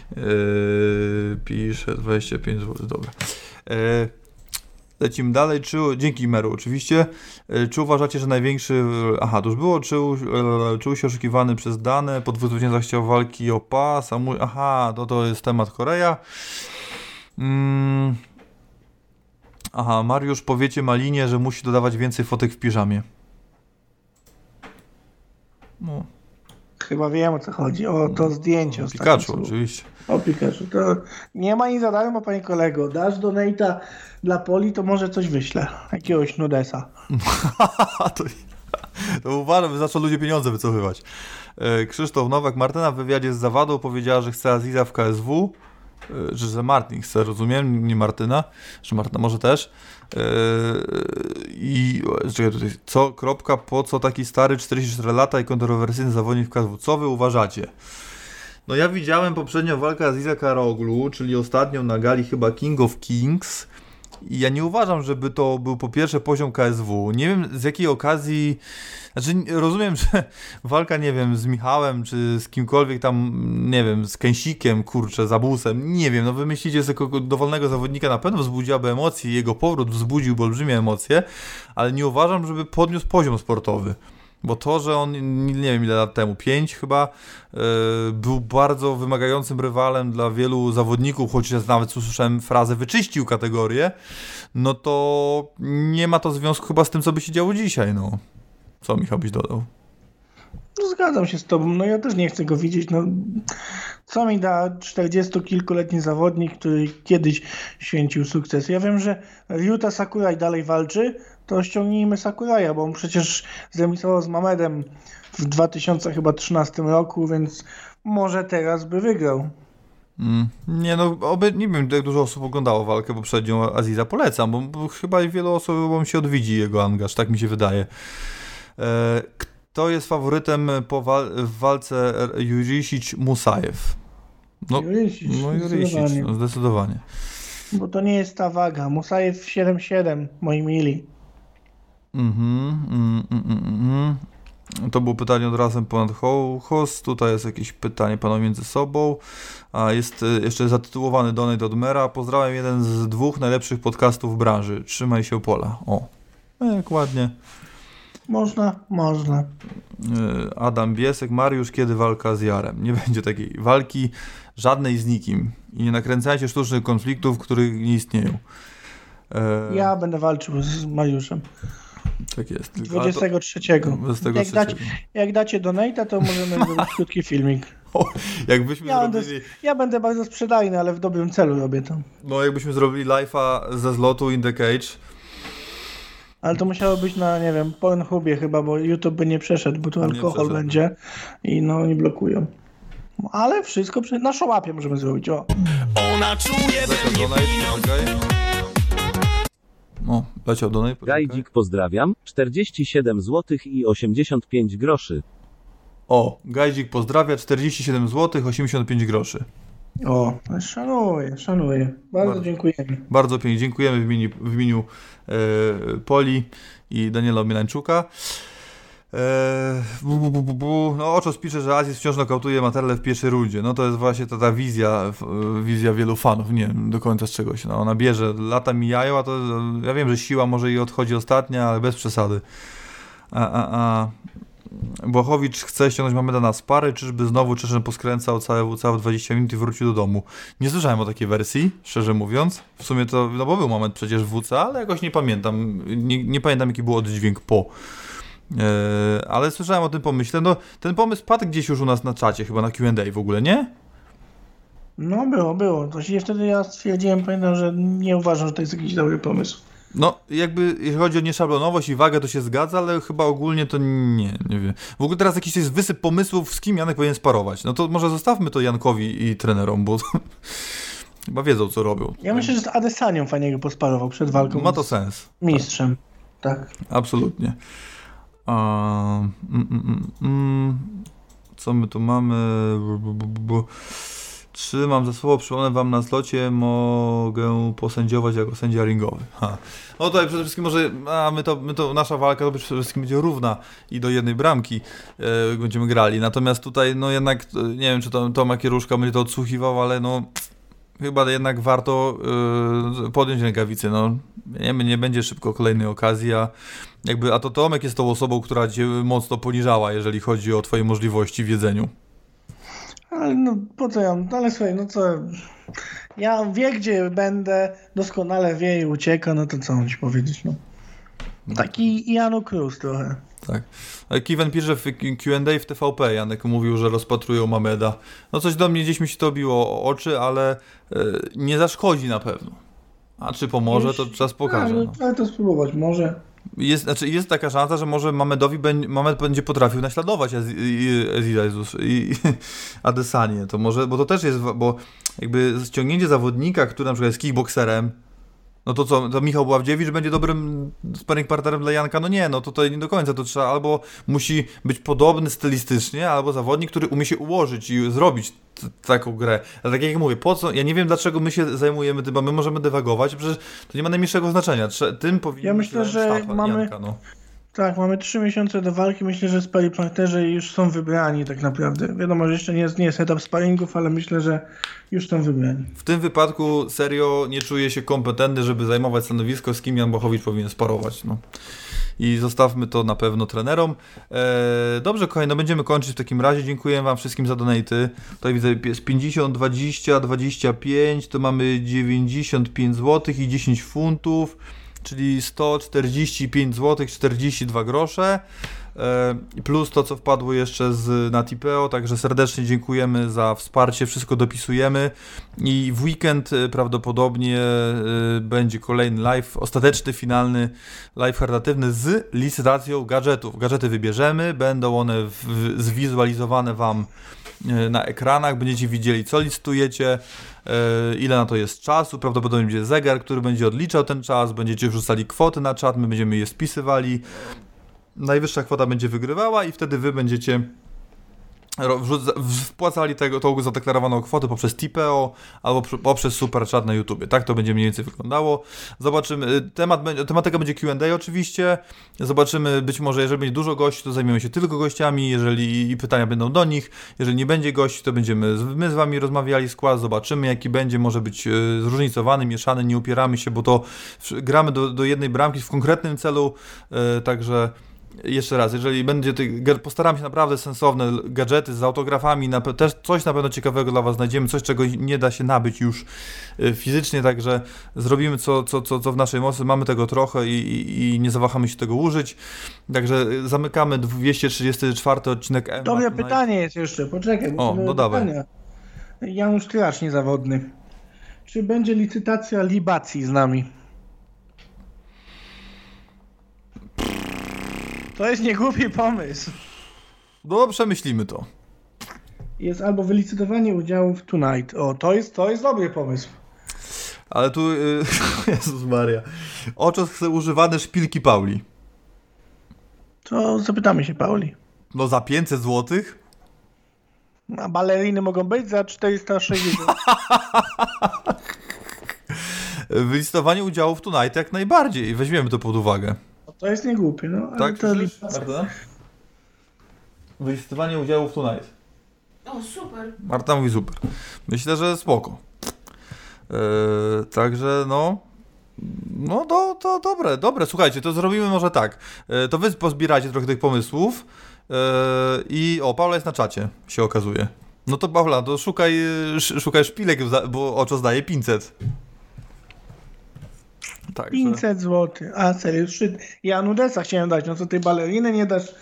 Piszę 25 zł, dobra. Lecimy dalej. Dzięki Meru oczywiście. Czy uważacie, że największy... Aha, to już było. Czuł się oszukiwany przez dane. Po 2 zwycięstwach chciał walki o pas. Aha, to jest temat Korea. Aha, Mariusz, powiecie Malinie, że musi dodawać więcej fotek w piżamie. No. Chyba wiem, o co chodzi. O to zdjęcie. O Pikachu, oczywiście. O Pikachu. To nie ma nic za darmo, panie kolego. Dasz donate'a dla Poli, to może coś wyślę. Jakiegoś nudesa. To uważam, zaczną ludzie pieniądze wycofywać. Krzysztof Nowak, Martyna w wywiadzie z Zawadą powiedziała, że chce Aziza w KSW. Że Martin chce, rozumiem, nie Martyna, że Martyna może też. I czekaj tutaj, po co taki stary 44 lata i kontrowersyjny zawodnik w KSW? Co wy uważacie? No ja widziałem poprzednią walkę Aziza Karoglu, czyli ostatnią na gali chyba King of Kings. I ja nie uważam, żeby to był po pierwsze poziom KSW. Nie wiem z jakiej okazji... Znaczy rozumiem, że walka, nie wiem, z Michałem, czy z kimkolwiek tam, nie wiem, z Kęsikiem, kurczę, z Abusem, nie wiem, no wymyślicie z takiego dowolnego zawodnika, na pewno wzbudziłaby emocje, jego powrót wzbudził olbrzymie emocje, ale nie uważam, żeby podniósł poziom sportowy. Bo to, że on, nie wiem ile lat temu, 5 chyba, był bardzo wymagającym rywalem dla wielu zawodników, chociaż nawet usłyszałem frazę wyczyścił kategorię, no to nie ma to związku chyba z tym, co by się działo dzisiaj, no. Co Michał byś dodał? No, zgadzam się z tobą, no ja też nie chcę go widzieć, no co mi da 40-kilkuletni zawodnik, który kiedyś święcił sukces. Ja wiem, że Ryuta Sakurai dalej walczy, to ściągnijmy Sakuraja, bo on przecież zremisował z Mamedem w 2013 roku, więc może teraz by wygrał. Nie no, nie wiem jak dużo osób oglądało walkę poprzednią Aziza, polecam, bo chyba wielu osobom się odwiedzi jego angaż, tak mi się wydaje. Kto jest faworytem w walce Jurisic-Musajew? Jurisic, no zdecydowanie. Bo to nie jest ta waga. Musajew 7-7, moi mili. To było pytanie od razem ponad host. Tutaj jest jakieś pytanie panowie między sobą. A jest jeszcze zatytułowany donate od Mera. Pozdrawiam, jeden z 2 najlepszych podcastów w branży. Trzymaj się Pola. O, jak ładnie. Można. Adam Biesek, Mariusz, kiedy walka z Jarem? Nie będzie takiej walki żadnej z nikim. I nie nakręcajcie sztucznych konfliktów, których nie istnieją. Ja będę walczył z Mariuszem. Tak jest. 23. Jak dacie donate'a, to możemy zrobić krótki filmik. Jakbyśmy zrobili... Ja będę bardzo sprzedajny, ale w dobrym celu robię to. No jakbyśmy zrobili live'a ze zlotu In The Cage. Ale to musiało być na, nie wiem, Pornhubie chyba, bo YouTube by nie przeszedł, bo tu alkohol będzie i no nie blokują. Ale wszystko na Showapie możemy zrobić, o. Ona czuje we mnie No, leciał donate. Gajdzik pozdrawiam, 47 zł i 85 groszy. O, Gajdzik pozdrawia, 47 zł, 85 groszy. O, szanuję. Bardzo dziękujemy. Bardzo pięknie dziękujemy w imieniu Poli i Daniela Mielańczuka. No, Oczos pisze, że Aziz wciąż nokautuje Materle w pierwszej rundzie. No to jest właśnie ta wizja wielu fanów. Nie wiem do końca z czegoś. No, ona bierze, lata mijają, a to ja wiem, że siła może jej odchodzi ostatnia, ale bez przesady. Błachowicz chce ściągnąć Mameda na spary, czyżby znowu Czeszyn poskręcał całe 20 minut i wrócił do domu. Nie słyszałem o takiej wersji, szczerze mówiąc. W sumie to, no bo był moment przecież w WC, ale jakoś nie pamiętam. Nie pamiętam, jaki był oddźwięk po. Ale słyszałem o tym pomyśle. No, ten pomysł padł gdzieś już u nas na czacie, chyba na Q&A w ogóle, nie? No było. To się wtedy ja stwierdziłem, pamiętam, że nie uważam, że to jest jakiś dobry pomysł. No, jakby jeśli chodzi o nieszablonowość i wagę, to się zgadza, ale chyba ogólnie to nie wiem. W ogóle teraz jakiś jest wysyp pomysłów, z kim Janek powinien sparować. No to może zostawmy to Jankowi i trenerom, bo chyba wiedzą, co robią. Ja myślę, że z Adesanią fajnie go posparował przed walką. Ma to sens. Mistrzem, tak. Absolutnie. Co my tu mamy? Trzymam za słowo, przypomnę wam, na zlocie mogę posędziować jako sędzia ringowy. No tutaj przede wszystkim może, nasza walka to przede wszystkim będzie równa i do jednej bramki będziemy grali. Natomiast tutaj no jednak, nie wiem czy Tomek Kieruszka będzie to odsłuchiwał, ale no chyba jednak warto podjąć rękawicy. No nie będzie szybko kolejnej okazji, a to Tomek jest tą osobą, która cię mocno poniżała, jeżeli chodzi o twoje możliwości w jedzeniu. Ale no po co ja, ale słuchaj, no co, ja wie gdzie będę, doskonale wie i ucieka, no to co mam ci powiedzieć, no. Taki Janu Cruz trochę. Tak. Kiven pisze w Q&A w TVP, Janek mówił, że rozpatrują Mameda. No coś do mnie gdzieś mi się to obiło o oczy, ale nie zaszkodzi na pewno. A czy pomoże, to czas pokaże. No. Ale to spróbować może. Jest taka szansa, że może Mamed będzie potrafił naśladować Aziz i Adesanię. To może, bo to też jest, bo jakby ściągnięcie zawodnika, który na przykład jest kickbokserem, no to co, to Michał Bławdziewicz będzie dobrym sparring partnerem dla Janka? No nie, no tutaj nie do końca, to trzeba albo musi być podobny stylistycznie, albo zawodnik, który umie się ułożyć i zrobić taką grę. Ale tak jak mówię, po co, ja nie wiem dlaczego my się zajmujemy tym, bo my możemy dywagować, przecież to nie ma najmniejszego znaczenia. Tym powinien ja myślę, że mamy Janka, no. Tak, mamy 3 miesiące do walki, myślę, że sparring partnerzy już są wybrani tak naprawdę. Wiadomo, że jeszcze nie jest etap sparingów, ale myślę, że już są wybrani. W tym wypadku serio nie czuję się kompetentny, żeby zajmować stanowisko, z kim Jan Błachowicz powinien sparować. No. I zostawmy to na pewno trenerom. Dobrze, kochani, no będziemy kończyć w takim razie. Dziękuję wam wszystkim za donaty. Tutaj widzę jest 50, 20, 25, to mamy 95 zł i 10 funtów. Czyli 145 zł 42 grosze, plus to, co wpadło jeszcze z Natipeo, także serdecznie dziękujemy za wsparcie, wszystko dopisujemy i w weekend prawdopodobnie będzie kolejny live, ostateczny, finalny live charytatywny z licytacją gadżetów. Gadżety wybierzemy, będą one zwizualizowane wam na ekranach, będziecie widzieli, co licytujecie, ile na to jest czasu, prawdopodobnie będzie zegar, który będzie odliczał ten czas, będziecie wrzucali kwoty na czat, my będziemy je spisywali, najwyższa kwota będzie wygrywała i wtedy wy będziecie wpłacali tą zadeklarowaną kwotę poprzez Tipeo albo poprzez Super Chat na YouTubie. Tak to będzie mniej więcej wyglądało. Zobaczymy. Tematyka będzie Q&A oczywiście. Zobaczymy, być może jeżeli będzie dużo gości, to zajmiemy się tylko gościami, jeżeli pytania będą do nich. Jeżeli nie będzie gości, to będziemy my z wami rozmawiali, skład, zobaczymy jaki będzie, może być zróżnicowany, mieszany, nie upieramy się, bo to gramy do jednej bramki w konkretnym celu, także jeszcze raz, jeżeli będzie postaram się naprawdę sensowne gadżety z autografami, też coś na pewno ciekawego dla was znajdziemy, coś czego nie da się nabyć już fizycznie, także zrobimy co w naszej mocy, mamy tego trochę i nie zawahamy się tego użyć, także zamykamy 234 odcinek M. Dobre pytanie jest jeszcze, poczekaj. No dawaj. Janusz Tracz niezawodny. Czy będzie licytacja libacji z nami? To jest niegłupi pomysł. No, przemyślimy to. Jest albo wylicytowanie udziałów Tonight. O, to jest dobry pomysł. Ale tu, Jezus Maria, Oczos chce używane szpilki Pauli. To zapytamy się Pauli. No za 500 złotych? A baleriny mogą być za 460. Wylistowanie udziałów Tonight jak najbardziej. Weźmiemy to pod uwagę. To jest niegłupie, no. Ale Tak? to Marta? Wylistowanie udziałów Tonight. O, super. Marta mówi super. Myślę, że spoko. Także no to dobre. Słuchajcie, to zrobimy może tak. To wy pozbieracie trochę tych pomysłów i Paula jest na czacie, się okazuje. No to Paula, to szukaj szpilek, bo Oczos daje 500. Także... 500 zł. A serio, ja Nudesa chciałem dać, no co ty baleriny nie dasz?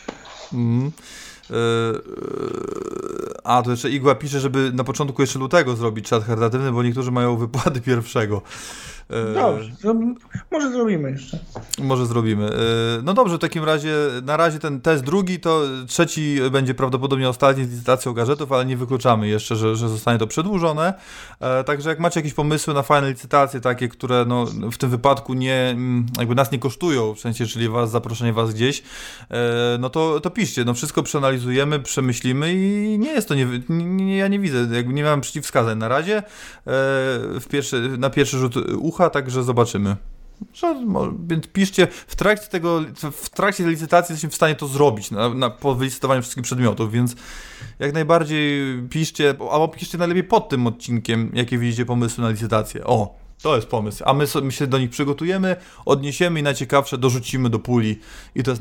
A, to jeszcze Igła pisze, żeby na początku jeszcze lutego zrobić czat charytatywny, bo niektórzy mają wypłaty pierwszego. Dobrze, może zrobimy jeszcze. Może zrobimy. No dobrze, w takim razie na razie ten test drugi, to trzeci będzie prawdopodobnie ostatni z licytacją gadżetów, ale nie wykluczamy jeszcze, że zostanie to przedłużone. Także jak macie jakieś pomysły na fajne licytacje, takie, które no, w tym wypadku jakby nas nie kosztują, w sensie, czyli zaproszenie was gdzieś, no to piszcie, no wszystko przeanalizujemy, przemyślimy i nie jest to, ja nie widzę, jakby nie mam przeciwwskazań na razie, na pierwszy rzut ucha, także zobaczymy. Więc piszcie, w trakcie tej licytacji jesteśmy w stanie to zrobić, po wylicytowaniu wszystkich przedmiotów, więc jak najbardziej piszcie, albo piszcie najlepiej pod tym odcinkiem, jakie widzicie pomysły na licytację. O, to jest pomysł, a my się do nich przygotujemy, odniesiemy i najciekawsze dorzucimy do puli i to jest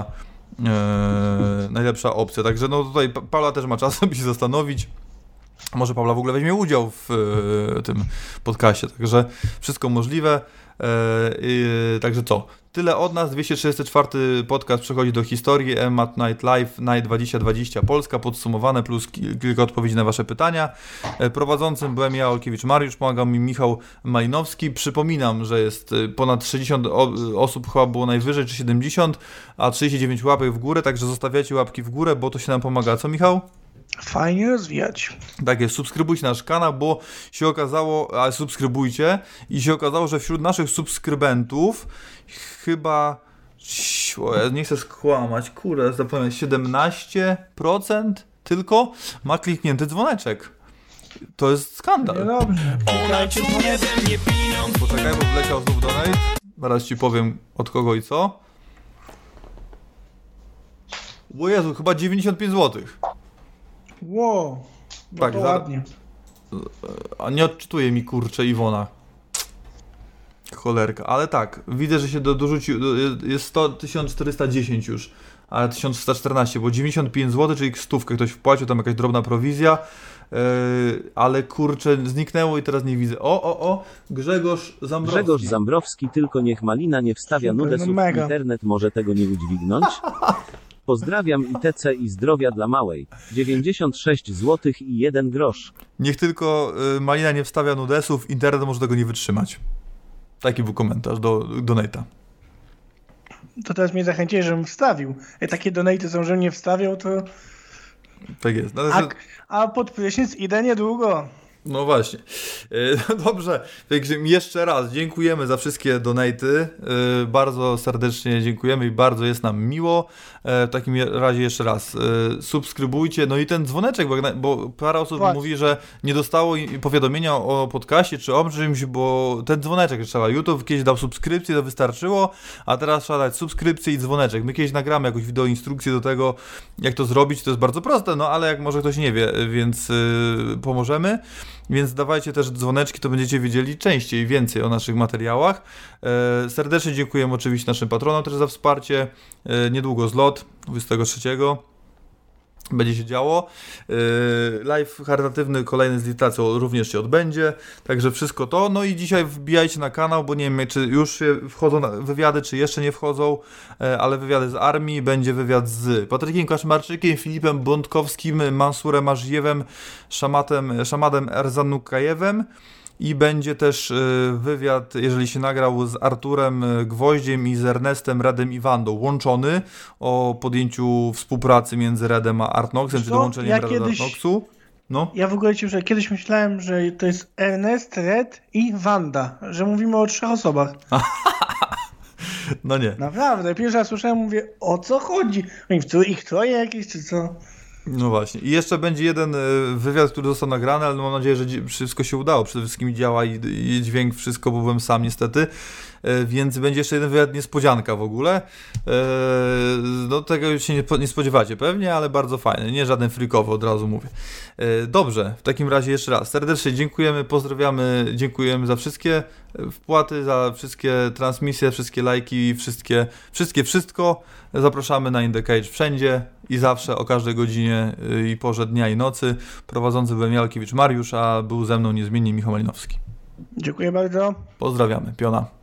najlepsza opcja, także no tutaj Paula też ma czas, by się zastanowić. Może Paula w ogóle weźmie udział w tym podcastie, także wszystko możliwe. Także co? Tyle od nas. 234 podcast przechodzi do historii. MMA Tonight Live Night 2020 Polska podsumowane plus kilka odpowiedzi na wasze pytania. Prowadzącym byłem ja, Olkiewicz Mariusz, pomagał mi Michał Malinowski. Przypominam, że jest ponad 60 osób, chyba było najwyżej, czy 70, a 39 łapek w górę, także zostawiacie łapki w górę, bo to się nam pomaga. Co, Michał? Fajnie rozwijać. Tak jest, subskrybujcie nasz kanał, bo się okazało, subskrybujcie i się okazało, że wśród naszych subskrybentów chyba, ja nie chcę skłamać, kurde, zapomniałem, 17% tylko ma kliknięty dzwoneczek. To jest skandal. No dobrze. Poczekaj, bo wleciał znów donate. Zaraz ci powiem od kogo i co. O Jezu, chyba 95 zł. Wow, no tak, to ładnie. A nie odczytuje mi, kurczę, Iwona. Cholerka, ale tak, widzę, że się dorzucił, jest 1410 już, ale 1314, bo 95 zł, czyli stówkę ktoś wpłacił, tam jakaś drobna prowizja, ale kurczę, zniknęło i teraz nie widzę. Grzegorz Zambrowski. Grzegorz Zambrowski, tylko niech Malina nie wstawia nudesów, internet może tego nie udźwignąć. Pozdrawiam ITC i zdrowia dla małej. 96 zł i 1 grosz. Niech tylko Malina nie wstawia nudesów, internet może tego nie wytrzymać. Taki był komentarz do donate'a. To teraz mnie zachęciłeś, żebym wstawił. Takie donate'y są, żebym nie wstawiał, to... Tak jest. A pod prysznic idę niedługo. No właśnie. Dobrze, także jeszcze raz dziękujemy za wszystkie donaty. Bardzo serdecznie dziękujemy i bardzo jest nam miło. W takim razie jeszcze raz subskrybujcie. No i ten dzwoneczek, bo parę osób mówi, że nie dostało powiadomienia o podcaście czy o czymś, bo ten dzwoneczek trzeba. YouTube kiedyś dał subskrypcję, to wystarczyło, a teraz trzeba dać subskrypcję i dzwoneczek. My kiedyś nagramy jakąś wideoinstrukcję do tego, jak to zrobić. To jest bardzo proste, no ale jak może ktoś nie wie, więc pomożemy. więc dawajcie też dzwoneczki, to będziecie wiedzieli częściej, więcej o naszych materiałach. Serdecznie dziękujemy oczywiście naszym patronom też za wsparcie. Niedługo zlot, 23. Będzie się działo. Live charytatywny kolejny z licytacją również się odbędzie. Także wszystko to. No i dzisiaj wbijajcie na kanał, bo nie wiem, czy już wchodzą wywiady, czy jeszcze nie wchodzą, ale wywiady z armii. Będzie wywiad z Patrykiem Kaszmarczykiem, Filipem Bątkowskim, Mansurem Ażijewem, Szamadem Erzanukajewem. I będzie też wywiad, jeżeli się nagrał, z Arturem Gwoździem i z Ernestem Redem i Wandą, łączony o podjęciu współpracy między Redem a Artnoxem, czy dołączeniem Reda do Artnoxu. No. Ja w ogóle kiedyś myślałem, że to jest Ernest, Red i Wanda, że mówimy o 3 osobach. No nie. Naprawdę, pierwszy raz słyszałem, mówię, o co chodzi? Ich troje jakieś, czy co? No właśnie. I jeszcze będzie jeden wywiad, który został nagrany, ale mam nadzieję, że wszystko się udało. Przede wszystkim działa i dźwięk, wszystko, bo byłem sam niestety. Więc będzie jeszcze jeden wywiad, niespodzianka w ogóle. No tego się nie spodziewacie pewnie, ale bardzo fajny. Nie żaden freakowy, od razu mówię. Dobrze, w takim razie jeszcze raz serdecznie dziękujemy, pozdrawiamy, dziękujemy za wszystkie wpłaty, za wszystkie transmisje, wszystkie lajki, wszystko. Zapraszamy na In The Cage wszędzie i zawsze, o każdej godzinie i porze dnia i nocy. Prowadzący byłem Jalkiewicz Mariusz, a był ze mną niezmiennie Michał Malinowski. Dziękuję bardzo. Pozdrawiamy. Piona.